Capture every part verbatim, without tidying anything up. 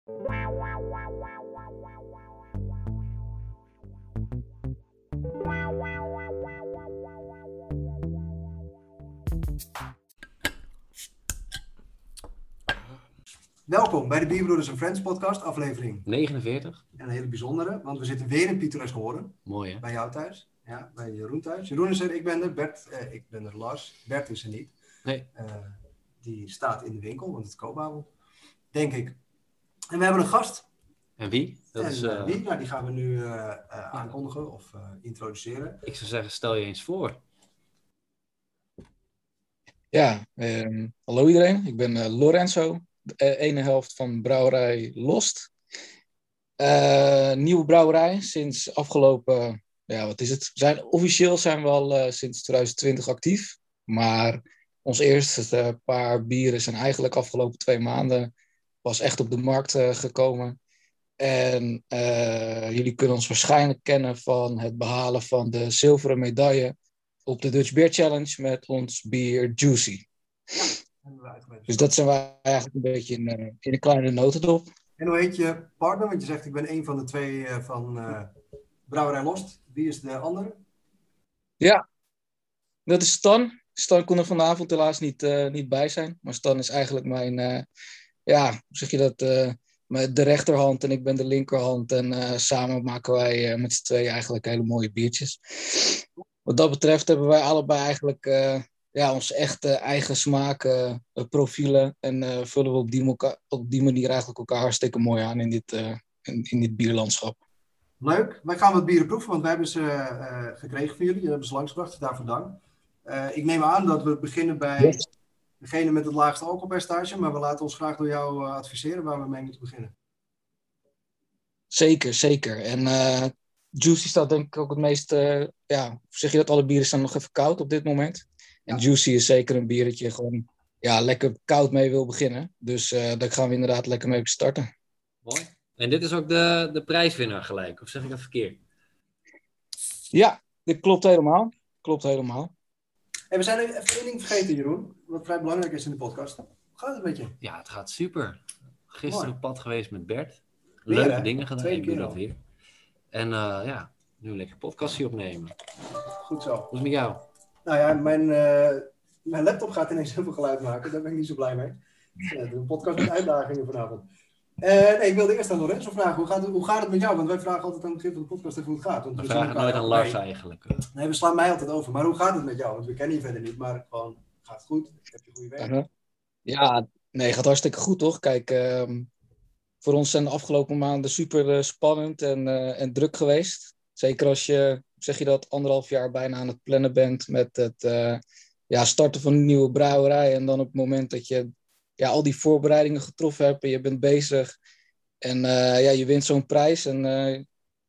Welkom bij de Bierbroeders en Friends podcast, aflevering negenenveertig. En een hele bijzondere, want we zitten weer in Pittoresk Hoorn. Mooi, hè? Bij jou thuis. Ja, bij Jeroen thuis. Jeroen is er, ik ben er. Bert, eh, ik ben er, Lars. Bert is er niet. Nee. Uh, die staat in de winkel, want het is koopavond. Denk ik. En we hebben een gast. En wie? Dat en is, uh... wie? Nou, die gaan we nu uh, uh, aankondigen of uh, introduceren. Ik zou zeggen, stel je eens voor. Ja, um, hallo iedereen. Ik ben uh, Lorenzo. De ene helft van brouwerij Lost. Uh, nieuwe brouwerij sinds afgelopen, ja wat is het? Zijn, officieel zijn we al uh, sinds twintig twintig actief. Maar ons eerste uh, paar bieren zijn eigenlijk afgelopen twee maanden pas echt op de markt uh, gekomen. En uh, jullie kunnen ons waarschijnlijk kennen van het behalen van de zilveren medaille op de Dutch Beer Challenge met ons bier Juicy. Ja. Dus dat zijn wij eigenlijk een beetje in, uh, in een kleine notendop. En hoe heet je partner? Want je zegt ik ben een van de twee uh, van uh, Brouwerij Lost. Wie is de andere? Ja, dat is Stan. Stan kon er vanavond helaas niet, uh, niet bij zijn. Maar Stan is eigenlijk mijn, uh, ja, hoe zeg je dat, uh, de rechterhand en ik ben de linkerhand. En uh, samen maken wij uh, met z'n tweeën eigenlijk hele mooie biertjes. Wat dat betreft hebben wij allebei eigenlijk... Uh, Ja, onze echte eigen smaken, uh, profielen en uh, vullen we op die, moka- op die manier eigenlijk elkaar hartstikke mooi aan in dit, uh, in, in dit bierlandschap. Leuk. Wij gaan wat bieren proeven, want wij hebben ze uh, gekregen van jullie. Je hebben ze langsgebracht, daarvoor dank. Uh, ik neem aan dat we beginnen bij yes. degene met het laagste alcoholpercentage, maar we laten ons graag door jou uh, adviseren waar we mee moeten beginnen. Zeker, zeker. En uh, Juicy staat denk ik ook het meest, uh, ja, zeg je dat, alle bieren staan nog even koud op dit moment. En ja. Juicy is zeker een bier dat je gewoon ja, lekker koud mee wil beginnen. Dus uh, daar gaan we inderdaad lekker mee starten. Mooi. En dit is ook de, de prijswinnaar gelijk, of zeg ik dat verkeerd? Ja, dit klopt helemaal. Klopt helemaal. Hey, we zijn even één ding vergeten, Jeroen. Wat vrij belangrijk is in de podcast. Hoe gaat het met je? Ja, het gaat super. Gisteren Mooi. op pad geweest met Bert. Weer, Leuke hè? dingen gedaan. Tweede Ik doe keer dat al. weer. En uh, ja, nu een lekker podcastje opnemen. Goed zo. Hoe is het met jou? Nou ja, mijn, uh, mijn laptop gaat ineens heel veel geluid maken. Daar ben ik niet zo blij mee. Dus, uh, een podcast met uitdagingen vanavond. Uh, nee, ik wilde eerst aan Lorenzo vragen. Hoe gaat, het, hoe gaat het met jou? Want wij vragen altijd aan het begin van de podcast even hoe het gaat. Want we we vragen het nooit aan Lars mee. Eigenlijk. Nee, we slaan mij altijd over. Maar hoe gaat het met jou? Want we kennen je verder niet. Maar gewoon, gaat het goed? Heb je goede werk? Uh-huh. Ja, nee, gaat hartstikke goed toch? Kijk, uh, voor ons zijn de afgelopen maanden super uh, spannend en, uh, en druk geweest. Zeker als je, zeg je dat, anderhalf jaar bijna aan het plannen bent met het uh, ja, starten van een nieuwe brouwerij. En dan op het moment dat je ja, al die voorbereidingen getroffen hebt en je bent bezig. En uh, ja, je wint zo'n prijs en uh,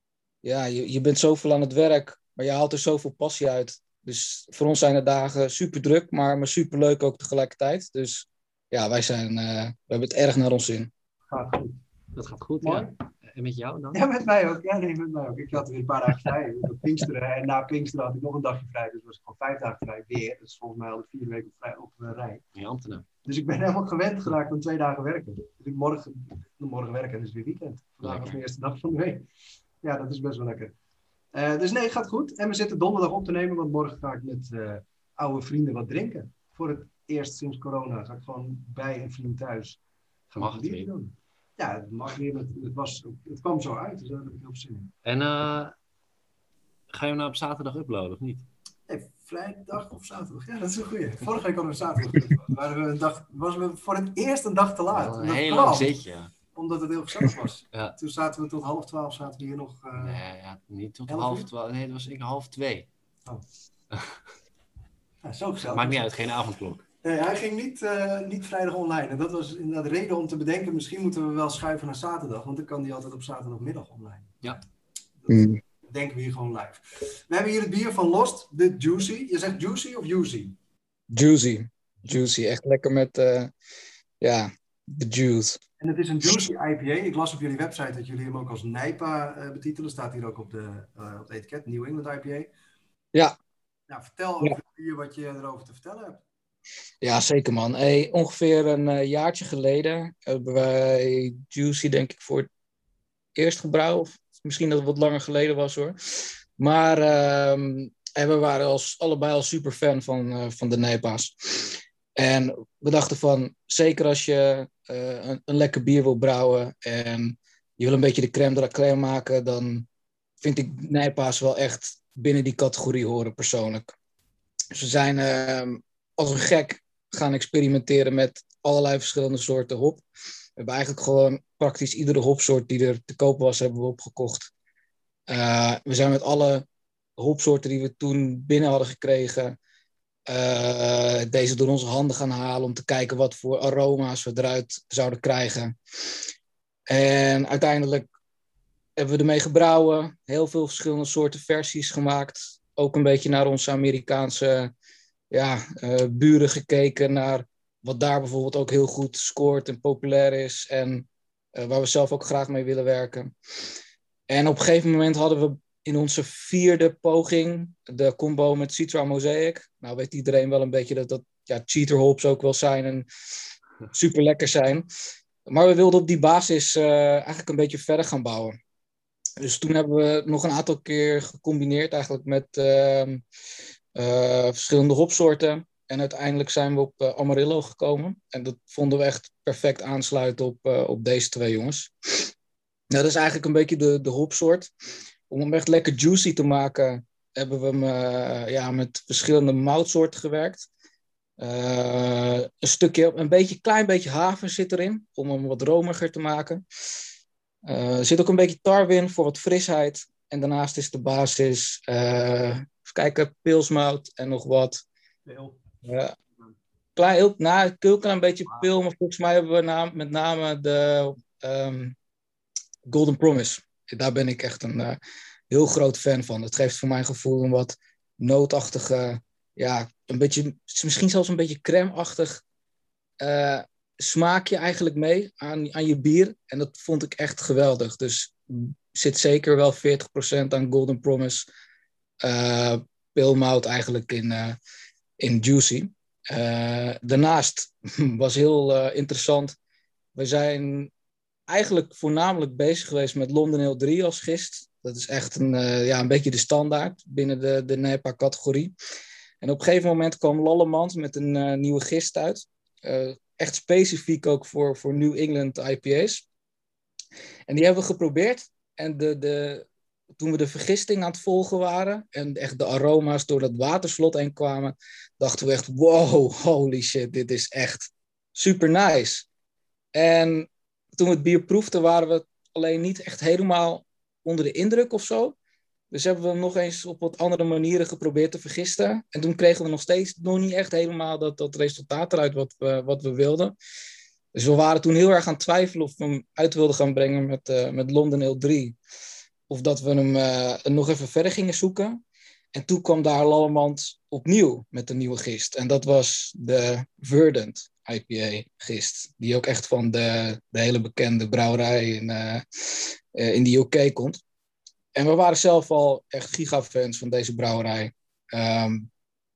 ja, je, je bent zoveel aan het werk, maar je haalt er zoveel passie uit. Dus voor ons zijn de dagen super druk, maar, maar super leuk ook tegelijkertijd. Dus ja, wij zijn, uh, we hebben het erg naar ons zin. Gaat goed. Dat gaat goed, Mooi. Ja. En met jou dan? Ja, met mij ook. Ja, nee, met mij ook. Ik had weer een paar dagen vrij. Op Pinksteren. En na Pinksteren had ik nog een dagje vrij. Dus was ik gewoon vijf dagen vrij weer. Dus volgens mij al de vier weken vrij op uh, rij. Ja, ambtenaar. Dus ik ben helemaal gewend geraakt aan twee dagen werken. Dus ik morgen, morgen werken en het is weer weekend. Vandaag was mijn eerste dag van de week. Ja, dat is best wel lekker. Uh, dus nee, het gaat goed. En we zitten donderdag op te nemen. Want morgen ga ik met uh, oude vrienden wat drinken. Voor het eerst sinds corona. Ga ik gewoon bij een vriend thuis. Gaan Mag het weer? Doen. Ja, het mag weer. Het, het, was, het kwam zo uit, dus daar heb ik heel veel zin in. En uh, ga je hem nou op zaterdag uploaden, of niet? Nee, vrijdag of zaterdag. Ja, dat is een goeie. Vorige week hadden we zaterdag uploaden. Waren we een dag, was we voor het eerst een dag te laat. Een heel lang zitje. Omdat het heel gezellig was. Ja. Toen zaten we tot half twaalf, zaten we hier nog... Uh, nee, ja, niet tot half twaalf. Nee, dat was ik half twee. Oh. Ja, zo gezellig. Maakt niet uit, geen avondklok. Nee, hij ging niet, uh, niet vrijdag online. En dat was inderdaad de reden om te bedenken, misschien moeten we wel schuiven naar zaterdag. Want dan kan die altijd op zaterdagmiddag online. Ja. Mm. Denken we hier gewoon live. We hebben hier het bier van Lost, de Juicy. Je zegt Juicy of Juicy? Juicy. Juicy. Echt lekker met, uh, ja, de juice. En het is een Juicy I P A. Ik las op jullie website dat jullie hem ook als N I P A uh, betitelen. Staat hier ook op, de, uh, op het etiket, New England I P A. Ja. Nou, vertel over ja. het bier wat je erover te vertellen hebt. Ja, zeker man. Hey, ongeveer een uh, jaartje geleden hebben wij Juicy denk ik voor het eerst gebrouwen. Of misschien dat het wat langer geleden was hoor. Maar uh, en we waren als, allebei al super fan van, uh, van de Nijpa's. En we dachten van, zeker als je uh, een, een lekker bier wil brouwen en je wil een beetje de crème de la crème maken, dan vind ik Nijpa's wel echt binnen die categorie horen persoonlijk. Dus we zijn uh, als een gek gaan experimenteren met allerlei verschillende soorten hop. We hebben eigenlijk gewoon praktisch iedere hopsoort die er te koop was, hebben we opgekocht. Uh, we zijn met alle hopsoorten die we toen binnen hadden gekregen, uh, deze door onze handen gaan halen om te kijken wat voor aroma's we eruit zouden krijgen. En uiteindelijk hebben we ermee gebrouwen, heel veel verschillende soorten versies gemaakt. Ook een beetje naar onze Amerikaanse ja, uh, buren gekeken, naar wat daar bijvoorbeeld ook heel goed scoort en populair is en uh, waar we zelf ook graag mee willen werken. En op een gegeven moment hadden we in onze vierde poging de combo met Citra Mosaic. Nou weet iedereen wel een beetje dat dat ja, cheater hops ook wel zijn en super lekker zijn. Maar we wilden op die basis uh, eigenlijk een beetje verder gaan bouwen. Dus toen hebben we nog een aantal keer gecombineerd eigenlijk met uh, uh, verschillende hopsoorten. En uiteindelijk zijn we op uh, Amarillo gekomen. En dat vonden we echt perfect aansluiten op, uh, op deze twee jongens. Nou, dat is eigenlijk een beetje de, de hopsoort. Om hem echt lekker juicy te maken, hebben we hem uh, ja, met verschillende moutsoorten gewerkt. Uh, een stukje, een beetje, klein beetje haver zit erin, om hem wat romiger te maken. Uh, er zit ook een beetje tarwe in voor wat frisheid. En daarnaast is de basis, uh, even kijken, pilsmout en nog wat. Pil. Uh, klein, heel, nou, een heel klein beetje pil, maar volgens mij hebben we na, met name de um, Golden Promise. Daar ben ik echt een uh, heel groot fan van. Het geeft voor mijn gevoel een wat nootachtige, ja, een beetje, misschien zelfs een beetje crème-achtig uh, smaakje eigenlijk mee aan, aan je bier. En dat vond ik echt geweldig. Dus zit zeker wel veertig procent aan Golden Promise uh, pilmout eigenlijk in, uh, in Juicy. Uh, daarnaast was heel uh, interessant. We zijn eigenlijk voornamelijk bezig geweest met London Ale drie als gist. Dat is echt een, uh, ja, een beetje de standaard binnen de, de N E P A-categorie. En op een gegeven moment kwam Lallemans met een uh, nieuwe gist uit. Uh, echt specifiek ook voor, voor New England I P A's. En die hebben we geprobeerd. En de, de, toen we de vergisting aan het volgen waren en echt de aroma's door dat waterslot heen kwamen, dachten we echt, wow, holy shit, dit is echt super nice. En toen we het bier proefden, waren we alleen niet echt helemaal onder de indruk of zo. Dus hebben we hem nog eens op wat andere manieren geprobeerd te vergisten. En toen kregen we nog steeds nog niet echt helemaal dat, dat resultaat eruit wat we, wat we wilden. Dus we waren toen heel erg aan het twijfelen of we hem uit wilden gaan brengen met, uh, met London Ale drie. Of dat we hem uh, nog even verder gingen zoeken. En toen kwam daar Lallemans opnieuw met een nieuwe gist. En dat was de Verdant I P A-gist. Die ook echt van de, de hele bekende brouwerij in, uh, uh, in de U K komt. En we waren zelf al echt gigafans van deze brouwerij. Um,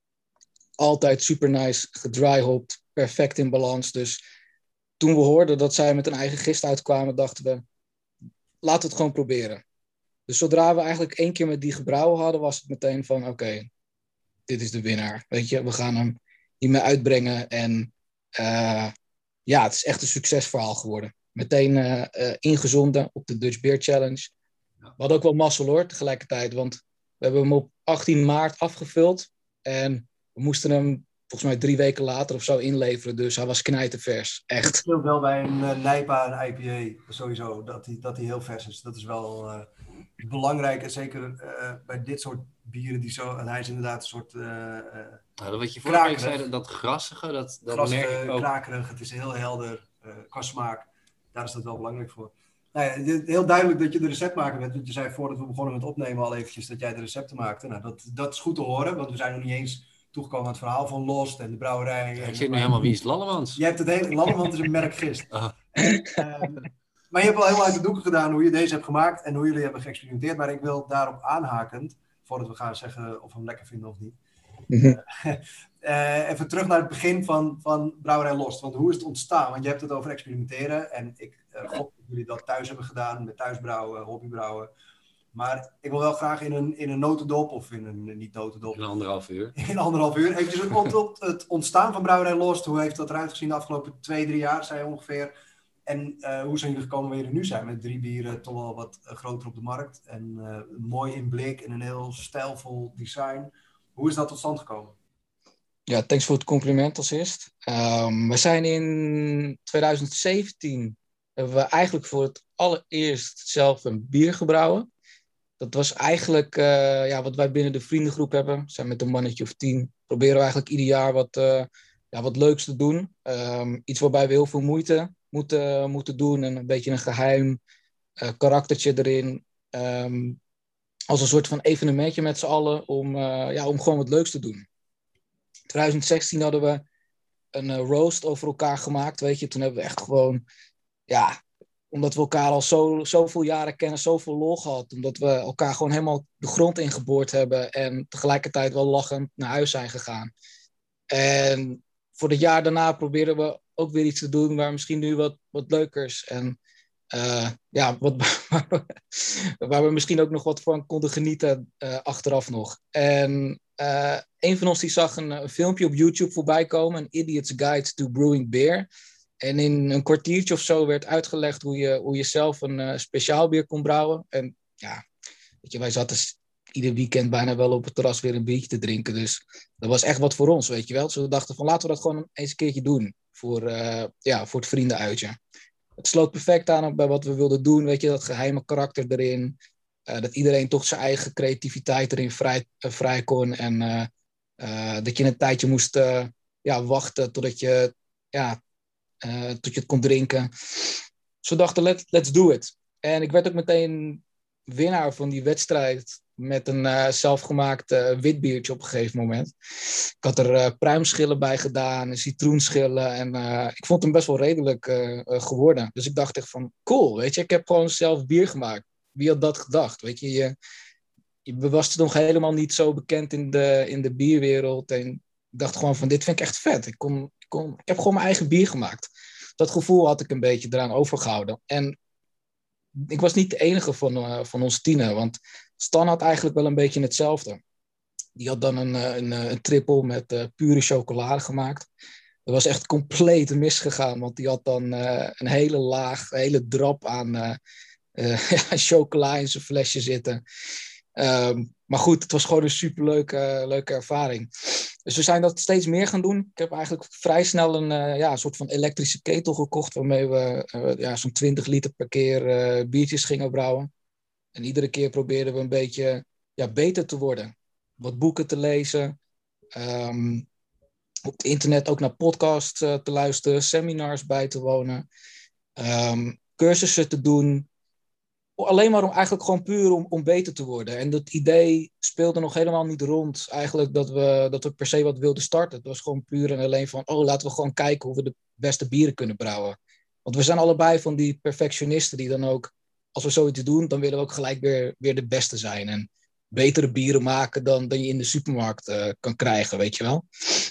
altijd super nice, gedryhopped, perfect in balans. Dus toen we hoorden dat zij met een eigen gist uitkwamen, dachten we, laten we het gewoon proberen. Dus zodra we eigenlijk één keer met die gebrouwen hadden, was het meteen van, oké, okay, dit is de winnaar. Weet je, we gaan hem hiermee uitbrengen. En uh, ja, het is echt een succesverhaal geworden. Meteen uh, uh, ingezonden op de Dutch Beer Challenge. We hadden ook wel mazzel hoor, tegelijkertijd. Want we hebben hem op achttien maart afgevuld. En we moesten hem volgens mij drie weken later of zo inleveren. Dus hij was knijtervers. Echt. Het scheelt wel bij een uh, N I P A en I P A sowieso. Dat hij dat heel vers is. Dat is wel uh, belangrijk. En zeker uh, bij dit soort bieren die zo... En hij is inderdaad een soort... Uh, uh, nou, wat je vorige week zei, dat grassige, dat, dat grassige, merk ik ook. krakerig. Het is heel helder uh, qua smaak. Daar is dat wel belangrijk voor. Nou ja, heel duidelijk dat je de receptmaker bent. Want je zei voordat we begonnen met opnemen al eventjes dat jij de recepten maakte. Nou, dat, dat is goed te horen, want we zijn nog niet eens toegekomen aan het verhaal van Lost en de brouwerij. Ja, en ik zit nu helemaal, wie is Lallemans? Je hebt het hele, Lallemans is een merk gist. Oh. En, um, maar je hebt wel helemaal uit de doeken gedaan hoe je deze hebt gemaakt en hoe jullie hebben geëxperimenteerd. Maar ik wil daarop aanhakend, voordat we gaan zeggen of we hem lekker vinden of niet. Mm-hmm. Uh, even terug naar het begin van, van Brouwerij Lost. Want hoe is het ontstaan? Want je hebt het over experimenteren. En ik uh, gok dat jullie dat thuis hebben gedaan. Met thuisbrouwen, hobbybrouwen. Maar ik wil wel graag in een, in een notendop. Of in een niet notendop. In anderhalf uur. In anderhalf uur. Eventjes het, het ontstaan van Brouwerij Lost. Hoe heeft dat eruit gezien de afgelopen twee, drie jaar, zei je ongeveer. En uh, hoe zijn jullie gekomen waar jullie nu zijn? Met drie bieren toch wel wat uh, groter op de markt. En uh, mooi in blik en een heel stijlvol design. Hoe is dat tot stand gekomen? Ja, thanks voor het compliment als eerst. Um, we zijn in twintig zeventien, hebben we eigenlijk voor het allereerst zelf een bier gebrouwen. Dat was eigenlijk uh, ja, wat wij binnen de vriendengroep hebben. We zijn met een mannetje of tien. Proberen we eigenlijk ieder jaar wat, uh, ja, wat leuks te doen. Um, iets waarbij we heel veel moeite moeten, moeten doen. En een beetje een geheim uh, karaktertje erin. Um, als een soort van evenementje met z'n allen om, uh, ja, om gewoon wat leuks te doen. twintig zestien hadden we een uh, roast over elkaar gemaakt, weet je. Toen hebben we echt gewoon, ja, omdat we elkaar al zo, zoveel jaren kennen, zoveel lol gehad. Omdat we elkaar gewoon helemaal de grond ingeboord hebben en tegelijkertijd wel lachend naar huis zijn gegaan. En voor het jaar daarna proberen we ook weer iets te doen waar misschien nu wat, wat leukers en uh, ja, wat, waar, we, waar we misschien ook nog wat van konden genieten uh, achteraf nog. En uh, een van ons die zag een, een filmpje op YouTube voorbij komen, een Idiot's Guide to Brewing Beer. En in een kwartiertje of zo werd uitgelegd hoe je, hoe je zelf een uh, speciaal bier kon brouwen. En ja, weet je, wij zaten ieder weekend bijna wel op het terras weer een biertje te drinken. Dus dat was echt wat voor ons, weet je wel. Dus we dachten van laten we dat gewoon eens een keertje doen voor, uh, ja, voor het vriendenuitje. Het sloot perfect aan bij wat we wilden doen, weet je, dat geheime karakter erin. Uh, dat iedereen toch zijn eigen creativiteit erin vrij, uh, vrij kon. En uh, uh, dat je een tijdje moest uh, ja, wachten totdat je, ja, uh, tot je het kon drinken. Dus we dachten, let, let's do it. En ik werd ook meteen winnaar van die wedstrijd met een uh, zelfgemaakt uh, wit biertje op een gegeven moment. Ik had er uh, pruimschillen bij gedaan en citroenschillen. En uh, ik vond hem best wel redelijk uh, uh, geworden. Dus ik dacht echt van, cool, weet je. Ik heb gewoon zelf bier gemaakt. Wie had dat gedacht? Weet je, je, je was nog helemaal niet zo bekend in de, in de bierwereld. En ik dacht gewoon van, dit vind ik echt vet. Ik, kon, ik, kon, ik heb gewoon mijn eigen bier gemaakt. Dat gevoel had ik een beetje eraan overgehouden. En ik was niet de enige van, uh, van ons tienen, want Stan had eigenlijk wel een beetje hetzelfde. Die had dan een, een, een triple met uh, pure chocolade gemaakt. Dat was echt compleet misgegaan, want die had dan uh, een hele laag, een hele drap aan uh, uh, ja, chocola in zijn flesje zitten. Um, maar goed, het was gewoon een superleuke uh, leuke ervaring. Dus we zijn dat steeds meer gaan doen. Ik heb eigenlijk vrij snel een, uh, ja, een soort van elektrische ketel gekocht, waarmee we uh, ja, zo'n twintig liter per keer uh, biertjes gingen brouwen. En iedere keer probeerden we een beetje ja, beter te worden. Wat boeken te lezen. Um, op het internet ook naar podcasts uh, te luisteren. Seminars bij te wonen. Um, cursussen te doen. Alleen maar om eigenlijk gewoon puur om, om beter te worden. En dat idee speelde nog helemaal niet rond. Eigenlijk dat we, dat we per se wat wilden starten. Het was gewoon puur en alleen van, oh, laten we gewoon kijken hoe we de beste bieren kunnen brouwen. Want we zijn allebei van die perfectionisten die dan ook, als we zoiets doen, dan willen we ook gelijk weer, weer de beste zijn. En betere bieren maken dan, dan je in de supermarkt uh, kan krijgen, weet je wel.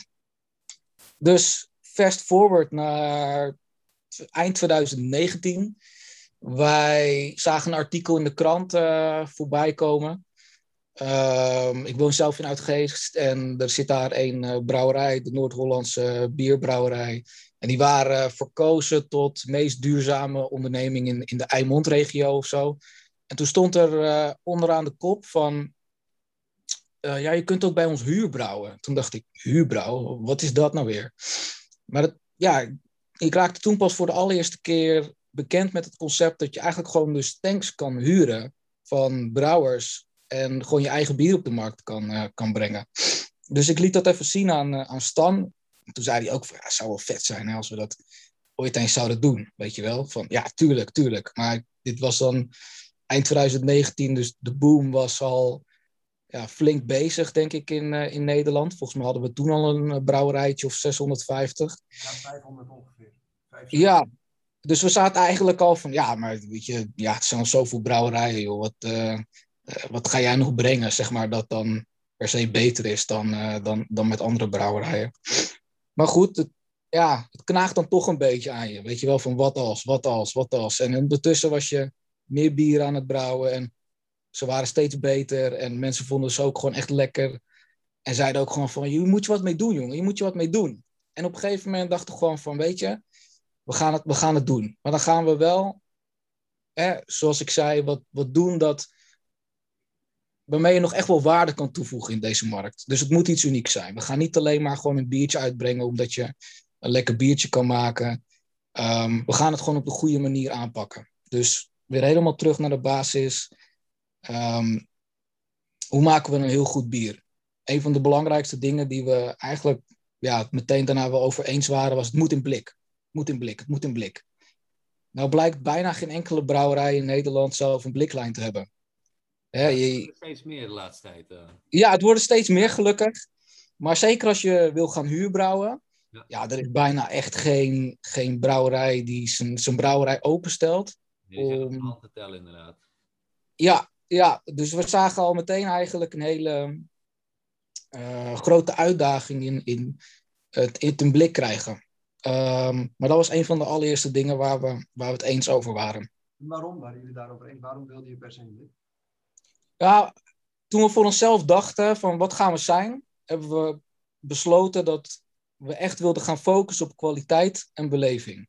Dus fast forward naar eind twintig negentien. Wij zagen een artikel in de krant uh, voorbij komen. Uh, ik woon zelf in Uitgeest en er zit daar een uh, brouwerij, de Noord-Hollandse bierbrouwerij. En die waren verkozen tot meest duurzame onderneming in, in de Eimond-regio of zo. En toen stond er uh, onderaan de kop van, uh, ja, je kunt ook bij ons huurbrouwen. Toen dacht ik, huurbrouwen? Wat is dat nou weer? Maar het, ja, ik raakte toen pas voor de allereerste keer bekend met het concept dat je eigenlijk gewoon dus tanks kan huren van brouwers en gewoon je eigen bier op de markt kan, uh, kan brengen. Dus ik liet dat even zien aan, uh, aan Stan. En toen zei hij ook van, ja, het zou wel vet zijn hè, als we dat ooit eens zouden doen, weet je wel. Van, ja, tuurlijk, tuurlijk. Maar dit was dan eind twintig negentien, dus de boom was al ja, flink bezig, denk ik, in, uh, in Nederland. Volgens mij hadden we toen al een uh, brouwerijtje of zeshonderdvijftig. Ja, vijfhonderd ongeveer. vijfhonderd. Ja, dus we zaten eigenlijk al van, ja, maar weet je, ja, het zijn al zoveel brouwerijen, joh. Wat, uh, uh, wat ga jij nog brengen, zeg maar, dat dan per se beter is dan, uh, dan, dan met andere brouwerijen. Maar goed, het, ja, het knaagt dan toch een beetje aan je. Weet je wel, van wat als, wat als, wat als. En ondertussen was je meer bier aan het brouwen en ze waren steeds beter en mensen vonden ze ook gewoon echt lekker. En zeiden ook gewoon van, je moet je wat mee doen, jongen. Je moet je wat mee doen. En op een gegeven moment dacht ik gewoon van, weet je, we gaan het, we gaan het doen. Maar dan gaan we wel, hè, zoals ik zei, wat, wat doen dat waarmee je nog echt wel waarde kan toevoegen in deze markt. Dus het moet iets unieks zijn. We gaan niet alleen maar gewoon een biertje uitbrengen omdat je een lekker biertje kan maken. Um, we gaan het gewoon op de goede manier aanpakken. Dus weer helemaal terug naar de basis. Um, hoe maken we een heel goed bier? Een van de belangrijkste dingen die we eigenlijk ja, meteen daarna wel over eens waren, was het moet in blik. Het moet in blik, het moet in blik. Nou blijkt bijna geen enkele brouwerij in Nederland zelf een bliklijn te hebben. Hè, ja, je... steeds meer de laatste tijd. Uh... Ja, het worden steeds meer gelukkig. Maar zeker als je wil gaan huurbrouwen, ja, ja er is bijna echt geen, geen brouwerij die zijn, zijn brouwerij openstelt. Je zit op de hand te tellen inderdaad. Ja, ja, dus we zagen al meteen eigenlijk een hele uh, grote uitdaging in, in het in een blik krijgen. Um, maar dat was een van de allereerste dingen waar we, waar we het eens over waren. Waarom waren jullie daarover eens? Waarom wilde je per se een blik? Ja, toen we voor onszelf dachten van wat gaan we zijn, hebben we besloten dat we echt wilden gaan focussen op kwaliteit en beleving.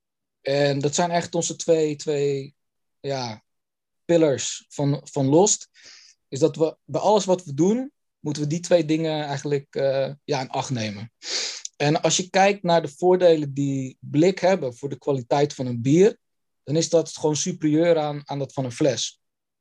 En dat zijn echt onze twee, twee ja, pillars van, van Lost. Is dat we bij alles wat we doen, moeten we die twee dingen eigenlijk uh, ja, in acht nemen. En als je kijkt naar de voordelen die blik hebben voor de kwaliteit van een bier, dan is dat gewoon superieur aan, aan dat van een fles.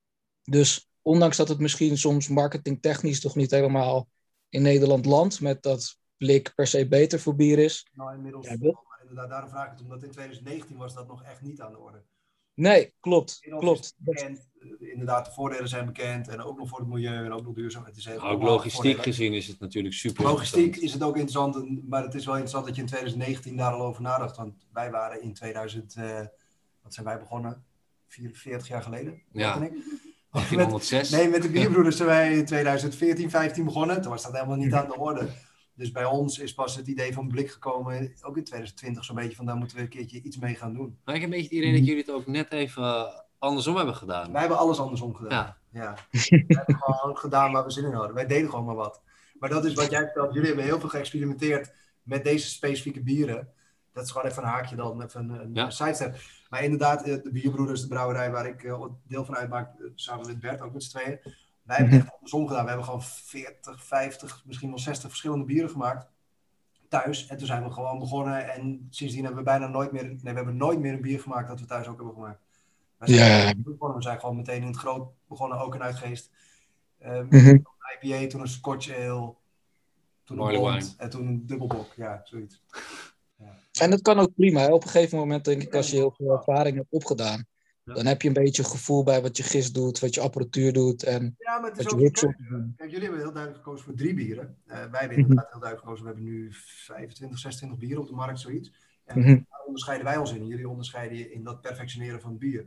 Dus ondanks dat het misschien soms marketingtechnisch toch niet helemaal in Nederland landt, met dat blik per se beter voor bier is. Nou, inmiddels ja, wel, maar inderdaad, daarom vraag ik het, omdat in twintig negentien was dat nog echt niet aan de orde. Nee, klopt. klopt. Bekend, inderdaad, de voordelen zijn bekend en ook nog voor het milieu en ook nog duurzaam. Het is nou, ook logistiek gezien is het natuurlijk super Logistiek is het ook interessant, maar het is wel interessant dat je in twintig negentien daar al over nadacht. Want wij waren in tweeduizend, uh, wat zijn wij begonnen? vierenveertig jaar geleden? Ja, negentienhonderdzes. Met, nee, met de Bierbroeders zijn wij in twintig veertien, vijftien begonnen. Toen was dat helemaal niet aan de orde. Dus bij ons is pas het idee van blik gekomen, ook in twintig twintig zo'n beetje, van daar moeten we een keertje iets mee gaan doen. Maar ik heb een beetje het idee dat jullie het ook net even andersom hebben gedaan. Wij hebben alles andersom gedaan. Ja. ja. We hebben gewoon gedaan waar we zin in hadden. Wij deden gewoon maar wat. Maar dat is wat jij vertelt. Jullie hebben heel veel geëxperimenteerd met deze specifieke bieren. Dat is gewoon even een haakje dan, even een, een ja. sidestep. Maar inderdaad, de Bierbroeders, de brouwerij waar ik deel van uitmaak, samen met Bert, ook met z'n tweeën. Wij hebben het echt andersom gedaan. We hebben gewoon veertig, vijftig, misschien wel zestig verschillende bieren gemaakt. Thuis. En toen zijn we gewoon begonnen. En sindsdien hebben we bijna nooit meer... Nee, we hebben nooit meer een bier gemaakt dat we thuis ook hebben gemaakt. We zijn, yeah. begonnen, we zijn gewoon meteen in het groot begonnen. Ook in Uitgeest. Um, mm-hmm. Een I P A, toen een Scotch Ale. Toen een Bond. En toen een dubbelbok. Ja, zoiets. Ja. En dat kan ook prima. Hè? Op een gegeven moment denk ik, als je heel veel ervaring hebt opgedaan, ja. dan heb je een beetje een gevoel bij wat je gist doet, wat je apparatuur doet. En ja, maar het is ook je keuze. Kijk, jullie hebben heel duidelijk gekozen voor drie bieren. Uh, wij hebben inderdaad heel duidelijk gekozen. We hebben nu vijfentwintig, zesentwintig bieren op de markt, zoiets. En mm-hmm. daar onderscheiden wij ons in. Jullie onderscheiden je in dat perfectioneren van het bier.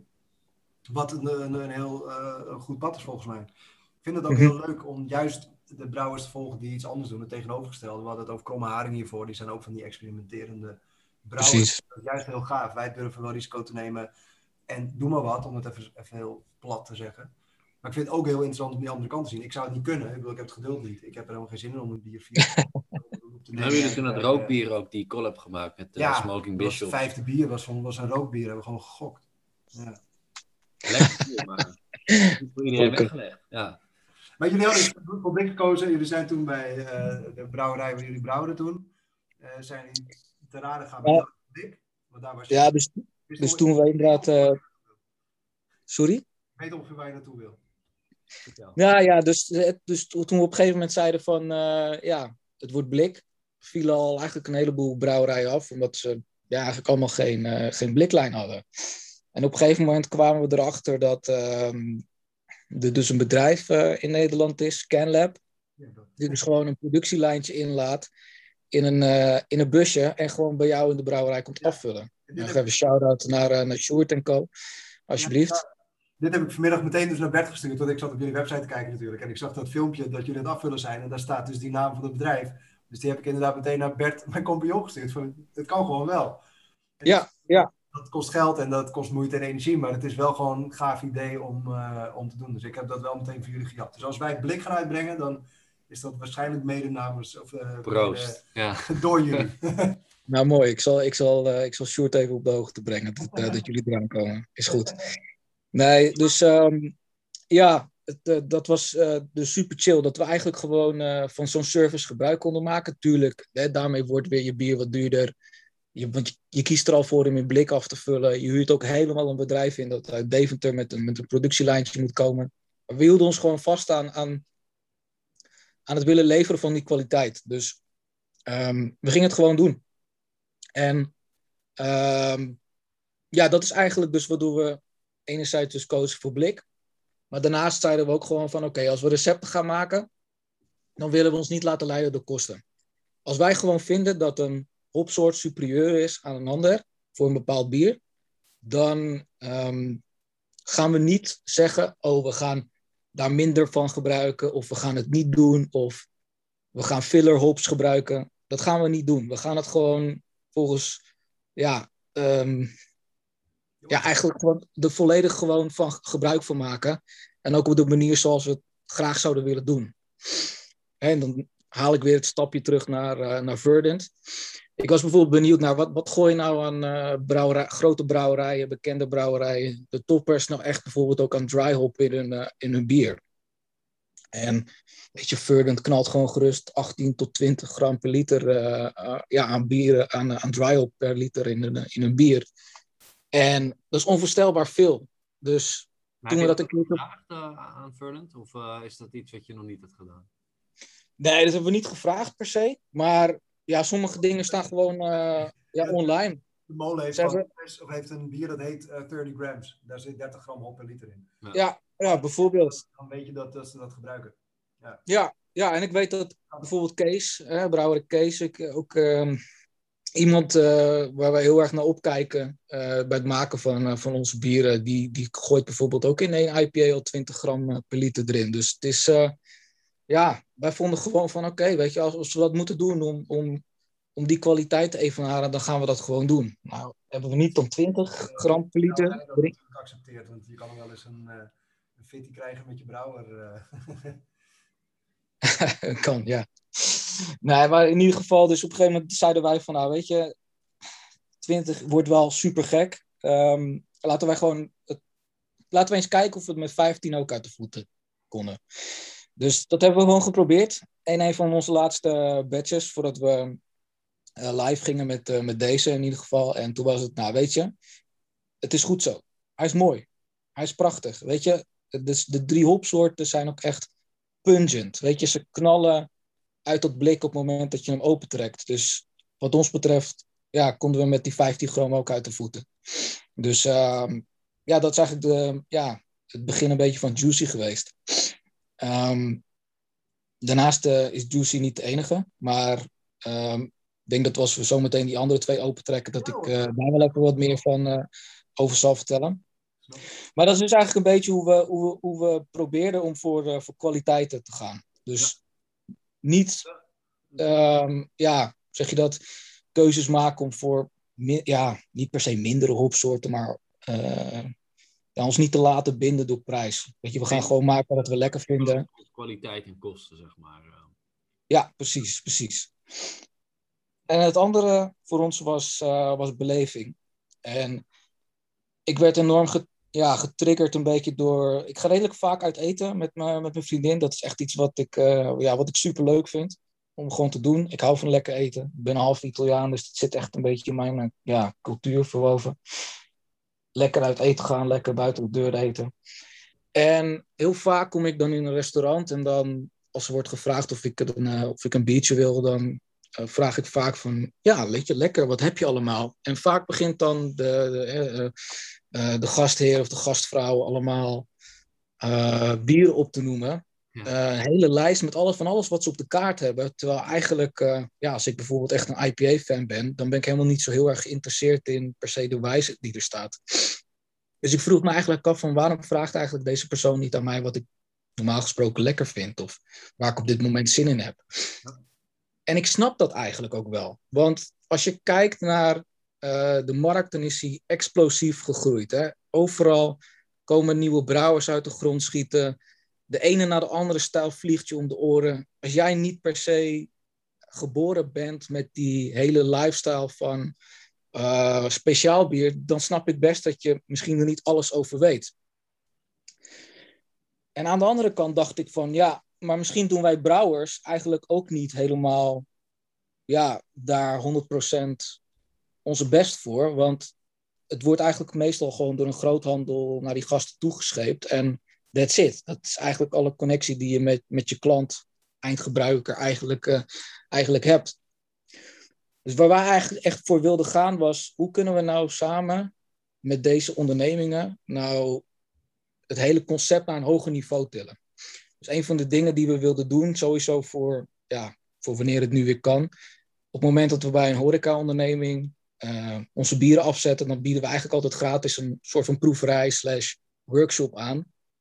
Wat een, een, een heel uh, een goed pad is volgens mij. Ik vind het ook mm-hmm. heel leuk om juist de brouwers te volgen die iets anders doen. Het tegenovergestelde. We hadden het over Kromme Haring hiervoor. Die zijn ook van die experimenterende brouwers. Precies. Dat is juist heel gaaf. Wij durven wel risico te nemen. En doe maar wat, om het even, even heel plat te zeggen. Maar ik vind het ook heel interessant om die andere kant te zien. Ik zou het niet kunnen. Ik, bedoel, ik heb het geduld niet. Ik heb er helemaal geen zin in om een bier vier te nemen. Hebben jullie toen het rookbier ook die collab gemaakt met uh, ja, Smoking Bishop? Ja, het vijfde bier was, van, was een rookbier. Hebben we gewoon gegokt. Ja. Lekker bier, maar niet voor iedereen weggelegd. Ja. Maar jullie hadden voor blik gekozen. Jullie zijn toen bij uh, de brouwerij waar jullie brouwden toen. Uh, zijn jullie te raden gaan bij ja. blik. Want daar was je... Ja, dus... Dus toen we inderdaad... Uh... Sorry? Ik weet ongeveer waar je naartoe wil. Ja, ja dus, dus toen we op een gegeven moment zeiden van... Uh, ja, het wordt blik. Vielen al eigenlijk een heleboel brouwerijen af. Omdat ze ja, eigenlijk allemaal geen, uh, geen bliklijn hadden. En op een gegeven moment kwamen we erachter dat... Uh, er dus een bedrijf uh, in Nederland is, Scanlab. Die dus gewoon een productielijntje inlaat. In een, uh, in een busje. En gewoon bij jou in de brouwerij komt afvullen. Nog even shout-out naar, uh, naar Sjoerd en co. Alsjeblieft. dit heb ik vanmiddag meteen dus naar Bert gestuurd, want ik zat op jullie website te kijken natuurlijk. En ik zag dat filmpje dat jullie het afvullen zijn. En daar staat dus die naam van het bedrijf. Dus die heb ik inderdaad meteen naar Bert, mijn compagnon, gestuurd. Van, het kan gewoon wel. En Ja, ja. Dat kost geld en dat kost moeite en energie. Maar het is wel gewoon een gaaf idee om, uh, om te doen. Dus ik heb dat wel meteen voor jullie gejat. Dus als wij het blik gaan uitbrengen, dan is dat waarschijnlijk mede namens... Of, uh, Proost. Mede, ja. Door jullie. Nou, mooi. Ik zal, ik zal, uh, ik zal Sjoerd even op de hoogte brengen dat, uh, dat jullie eraan komen. Is goed. Nee, dus um, ja, het, uh, dat was uh, dus super chill. Dat we eigenlijk gewoon uh, van zo'n service gebruik konden maken. Tuurlijk, hè, daarmee wordt weer je bier wat duurder. Je, want je, je kiest er al voor om in blik af te vullen. Je huurt ook helemaal een bedrijf in dat uit Deventer met een, met een productielijntje moet komen. Maar we hielden ons gewoon vast aan, aan, aan het willen leveren van die kwaliteit. Dus um, we gingen het gewoon doen. En um, ja, dat is eigenlijk dus waardoor we enerzijds dus kozen voor blik. Maar daarnaast zeiden we ook gewoon van oké, okay, als we recepten gaan maken, dan willen we ons niet laten leiden door kosten. Als wij gewoon vinden dat een hopsoort superieur is aan een ander voor een bepaald bier, dan um, gaan we niet zeggen, oh, we gaan daar minder van gebruiken, of we gaan het niet doen, of we gaan filler hops gebruiken. Dat gaan we niet doen. We gaan het gewoon volgens, ja, um, ja eigenlijk gewoon er volledig gewoon van gebruik van maken. En ook op de manier zoals we het graag zouden willen doen. En dan haal ik weer het stapje terug naar, uh, naar Verdant. Ik was bijvoorbeeld benieuwd naar wat, wat gooi je nou aan uh, brouwerij, grote brouwerijen, bekende brouwerijen, de toppers nou echt bijvoorbeeld ook aan dry hop in hun, uh, in hun bier. En weet je, Verdant knalt gewoon gerust achttien tot twintig gram per liter uh, uh, ja, aan, bieren, aan, aan dry hop per liter in een, in een bier. En dat is onvoorstelbaar veel. Dus maar toen heb we je dat een keer gevraagd uh, aan Verdant? Of uh, is dat iets wat je nog niet hebt gedaan? Nee, dat hebben we niet gevraagd per se. Maar ja, sommige dingen staan gewoon uh, ja, online. De molen heeft, hebben... of heeft een bier dat heet uh, dertig grams. Daar zit dertig gram hop per liter in. Ja, ja, ja bijvoorbeeld. Dan weet je dat, dat ze dat gebruiken. Ja, ja, ja en ik weet dat bijvoorbeeld Kees, hè, brouwer Kees, ik, ook uh, iemand uh, waar wij heel erg naar opkijken uh, bij het maken van, uh, van onze bieren, die, die gooit bijvoorbeeld ook in één I P A al twintig gram uh, per liter erin. Dus het is... Uh, Ja, wij vonden gewoon van oké, okay, weet je, als, als we dat moeten doen om, om, om die kwaliteit te evenaren, dan gaan we dat gewoon doen. Nou, hebben we niet dan twintig gram per liter. Ja, dat natuurlijk geaccepteerd, want je kan wel eens een, uh, een fitty krijgen met je brouwer. Uh. kan, ja. Nee, maar in ieder geval, dus op een gegeven moment zeiden wij van, nou weet je, twintig wordt wel super gek. Um, laten wij gewoon, het, laten we eens kijken of we het met vijftien ook uit de voeten konden. Dus dat hebben we gewoon geprobeerd. En een van onze laatste batches, voordat we uh, live gingen met, uh, met deze in ieder geval. En toen was het, nou weet je, het is goed zo. Hij is mooi. Hij is prachtig. Weet je, dus de drie hopsoorten zijn ook echt pungent. Weet je, ze knallen uit dat blik op het moment dat je hem opentrekt. Dus wat ons betreft, ja, konden we met die vijftien gram ook uit de voeten. Dus uh, ja, dat is eigenlijk de, ja, het begin een beetje van Juicy geweest. Um, daarnaast uh, is Juicy niet de enige, maar um, ik denk dat als we zo meteen die andere twee opentrekken, dat ik uh, daar wel even wat meer van uh, over zal vertellen. Maar dat is dus eigenlijk een beetje hoe we, hoe we, hoe we probeerden om voor, uh, voor kwaliteiten te gaan. Dus ja. niet, um, ja, zeg je dat, keuzes maken om voor, mi- ja, niet per se mindere hopsoorten, maar... Uh, Ja, ons niet te laten binden door prijs. Weet je, we gaan gewoon maken wat we lekker vinden. Kwaliteit en kosten, zeg maar. Ja, precies, precies. En het andere voor ons was, uh, was beleving. En ik werd enorm ge- ja, getriggerd een beetje door... Ik ga redelijk vaak uit eten met, me, met mijn vriendin. Dat is echt iets wat ik, uh, ja, wat ik super leuk vind. Om gewoon te doen. Ik hou van lekker eten. Ik ben half Italiaan, dus het zit echt een beetje in mijn ja, cultuur verwoven. Lekker uit eten gaan, lekker buiten de deur eten. En heel vaak kom ik dan in een restaurant en dan, als er wordt gevraagd of ik een, uh, of ik een biertje wil, dan uh, vraag ik vaak van, ja, weet je, lekker, wat heb je allemaal? En vaak begint dan de, de, uh, uh, de gastheer of de gastvrouw allemaal uh, bieren op te noemen. Ja. Uh, een hele lijst met alles, van alles wat ze op de kaart hebben. Terwijl eigenlijk, uh, ja, als ik bijvoorbeeld echt een I P A-fan ben, dan ben ik helemaal niet zo heel erg geïnteresseerd in per se de wijze die er staat. Dus ik vroeg me eigenlijk af van waarom vraagt eigenlijk deze persoon niet aan mij wat ik normaal gesproken lekker vind of waar ik op dit moment zin in heb. Ja. En ik snap dat eigenlijk ook wel. Want als je kijkt naar uh, de markt, dan is die explosief gegroeid. Hè? Overal komen nieuwe brouwers uit de grond schieten. De ene na de andere stijl vliegt je om de oren. Als jij niet per se geboren bent met die hele lifestyle van uh, speciaal bier, dan snap ik best dat je misschien er niet alles over weet. En aan de andere kant dacht ik van, ja, maar misschien doen wij brouwers eigenlijk ook niet helemaal, ja, daar honderd procent onze best voor. Want het wordt eigenlijk meestal gewoon door een groothandel naar die gasten toegescheept. En that's it. Dat is eigenlijk alle connectie die je met, met je klant, eindgebruiker, eigenlijk, uh, eigenlijk hebt. Dus waar wij eigenlijk echt voor wilden gaan was, hoe kunnen we nou samen met deze ondernemingen nou het hele concept naar een hoger niveau tillen. Dus een van de dingen die we wilden doen, sowieso voor, ja, voor wanneer het nu weer kan. Op het moment dat we bij een horeca-onderneming uh, onze bieren afzetten, dan bieden we eigenlijk altijd gratis een soort van proeverij slash workshop aan.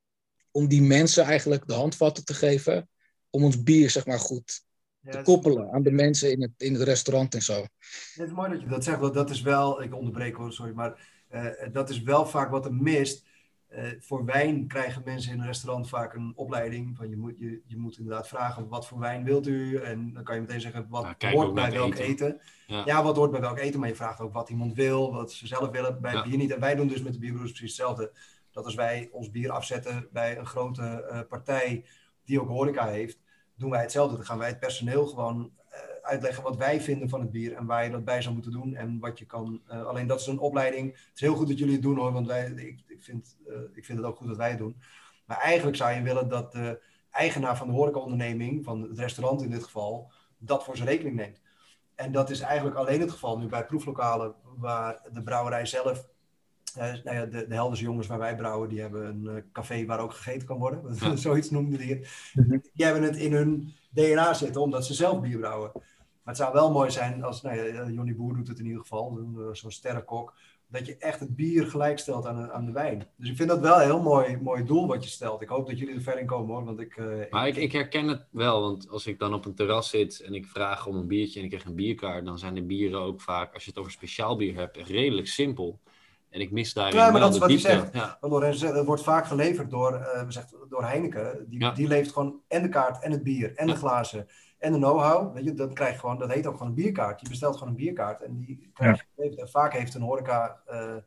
Om die mensen eigenlijk de handvatten te geven om ons bier, zeg maar, goed ja, te koppelen aan de mensen in het, in het restaurant en zo. Het is mooi dat je dat zegt, want dat is wel, ik onderbreek hoor, sorry, maar uh, dat is wel vaak wat er mist. Uh, voor wijn krijgen mensen in een restaurant vaak een opleiding. Van je, moet, je, je moet inderdaad vragen, wat voor wijn wilt u? En dan kan je meteen zeggen, wat ja, hoort bij welk eten? eten. Ja. ja, wat hoort bij welk eten? Maar je vraagt ook wat iemand wil, wat ze zelf willen. Bij ja. bier niet. En wij doen dus met de bierbroeders precies hetzelfde. Dat als wij ons bier afzetten bij een grote uh, partij die ook horeca heeft, doen wij hetzelfde. Dan gaan wij het personeel gewoon uh, uitleggen wat wij vinden van het bier en waar je dat bij zou moeten doen en wat je kan. Uh, alleen dat is een opleiding. Het is heel goed dat jullie het doen hoor, want wij, ik, ik, vind, uh, ik vind het ook goed dat wij het doen. Maar eigenlijk zou je willen dat de eigenaar van de horecaonderneming, van het restaurant in dit geval, dat voor zijn rekening neemt. En dat is eigenlijk alleen het geval nu bij proeflokalen waar de brouwerij zelf. Uh, nou ja, de, de Helderse jongens waar wij brouwen, die hebben een uh, café waar ook gegeten kan worden. Ja. Zoiets noemden die het. Mm-hmm. Die hebben het in hun D N A zitten, omdat ze zelf bier brouwen. Maar het zou wel mooi zijn als, nou ja, Johnny Boer doet het in ieder geval, zo'n sterrenkok, dat je echt het bier gelijk stelt aan de, aan de wijn. Dus ik vind dat wel een heel mooi, mooi doel wat je stelt. Ik hoop dat jullie er ver in komen hoor. Want ik, uh, maar ik, ik herken het wel, want als ik dan op een terras zit en ik vraag om een biertje en ik krijg een bierkaart, dan zijn de bieren ook vaak, als je het over speciaal bier hebt, redelijk simpel. En ik mis daarin ja, maar wel dat is de wat diepte. hij zegt. Ja. Lorenz, het wordt vaak geleverd door, uh, zegt, door Heineken. Die, ja. die levert gewoon en de kaart en het bier en ja. de glazen en de know-how. Weet je, dat, krijg je gewoon, dat heet ook gewoon een bierkaart. Je bestelt gewoon een bierkaart en die krijg je ja. geleverd. En vaak heeft een horeca uh,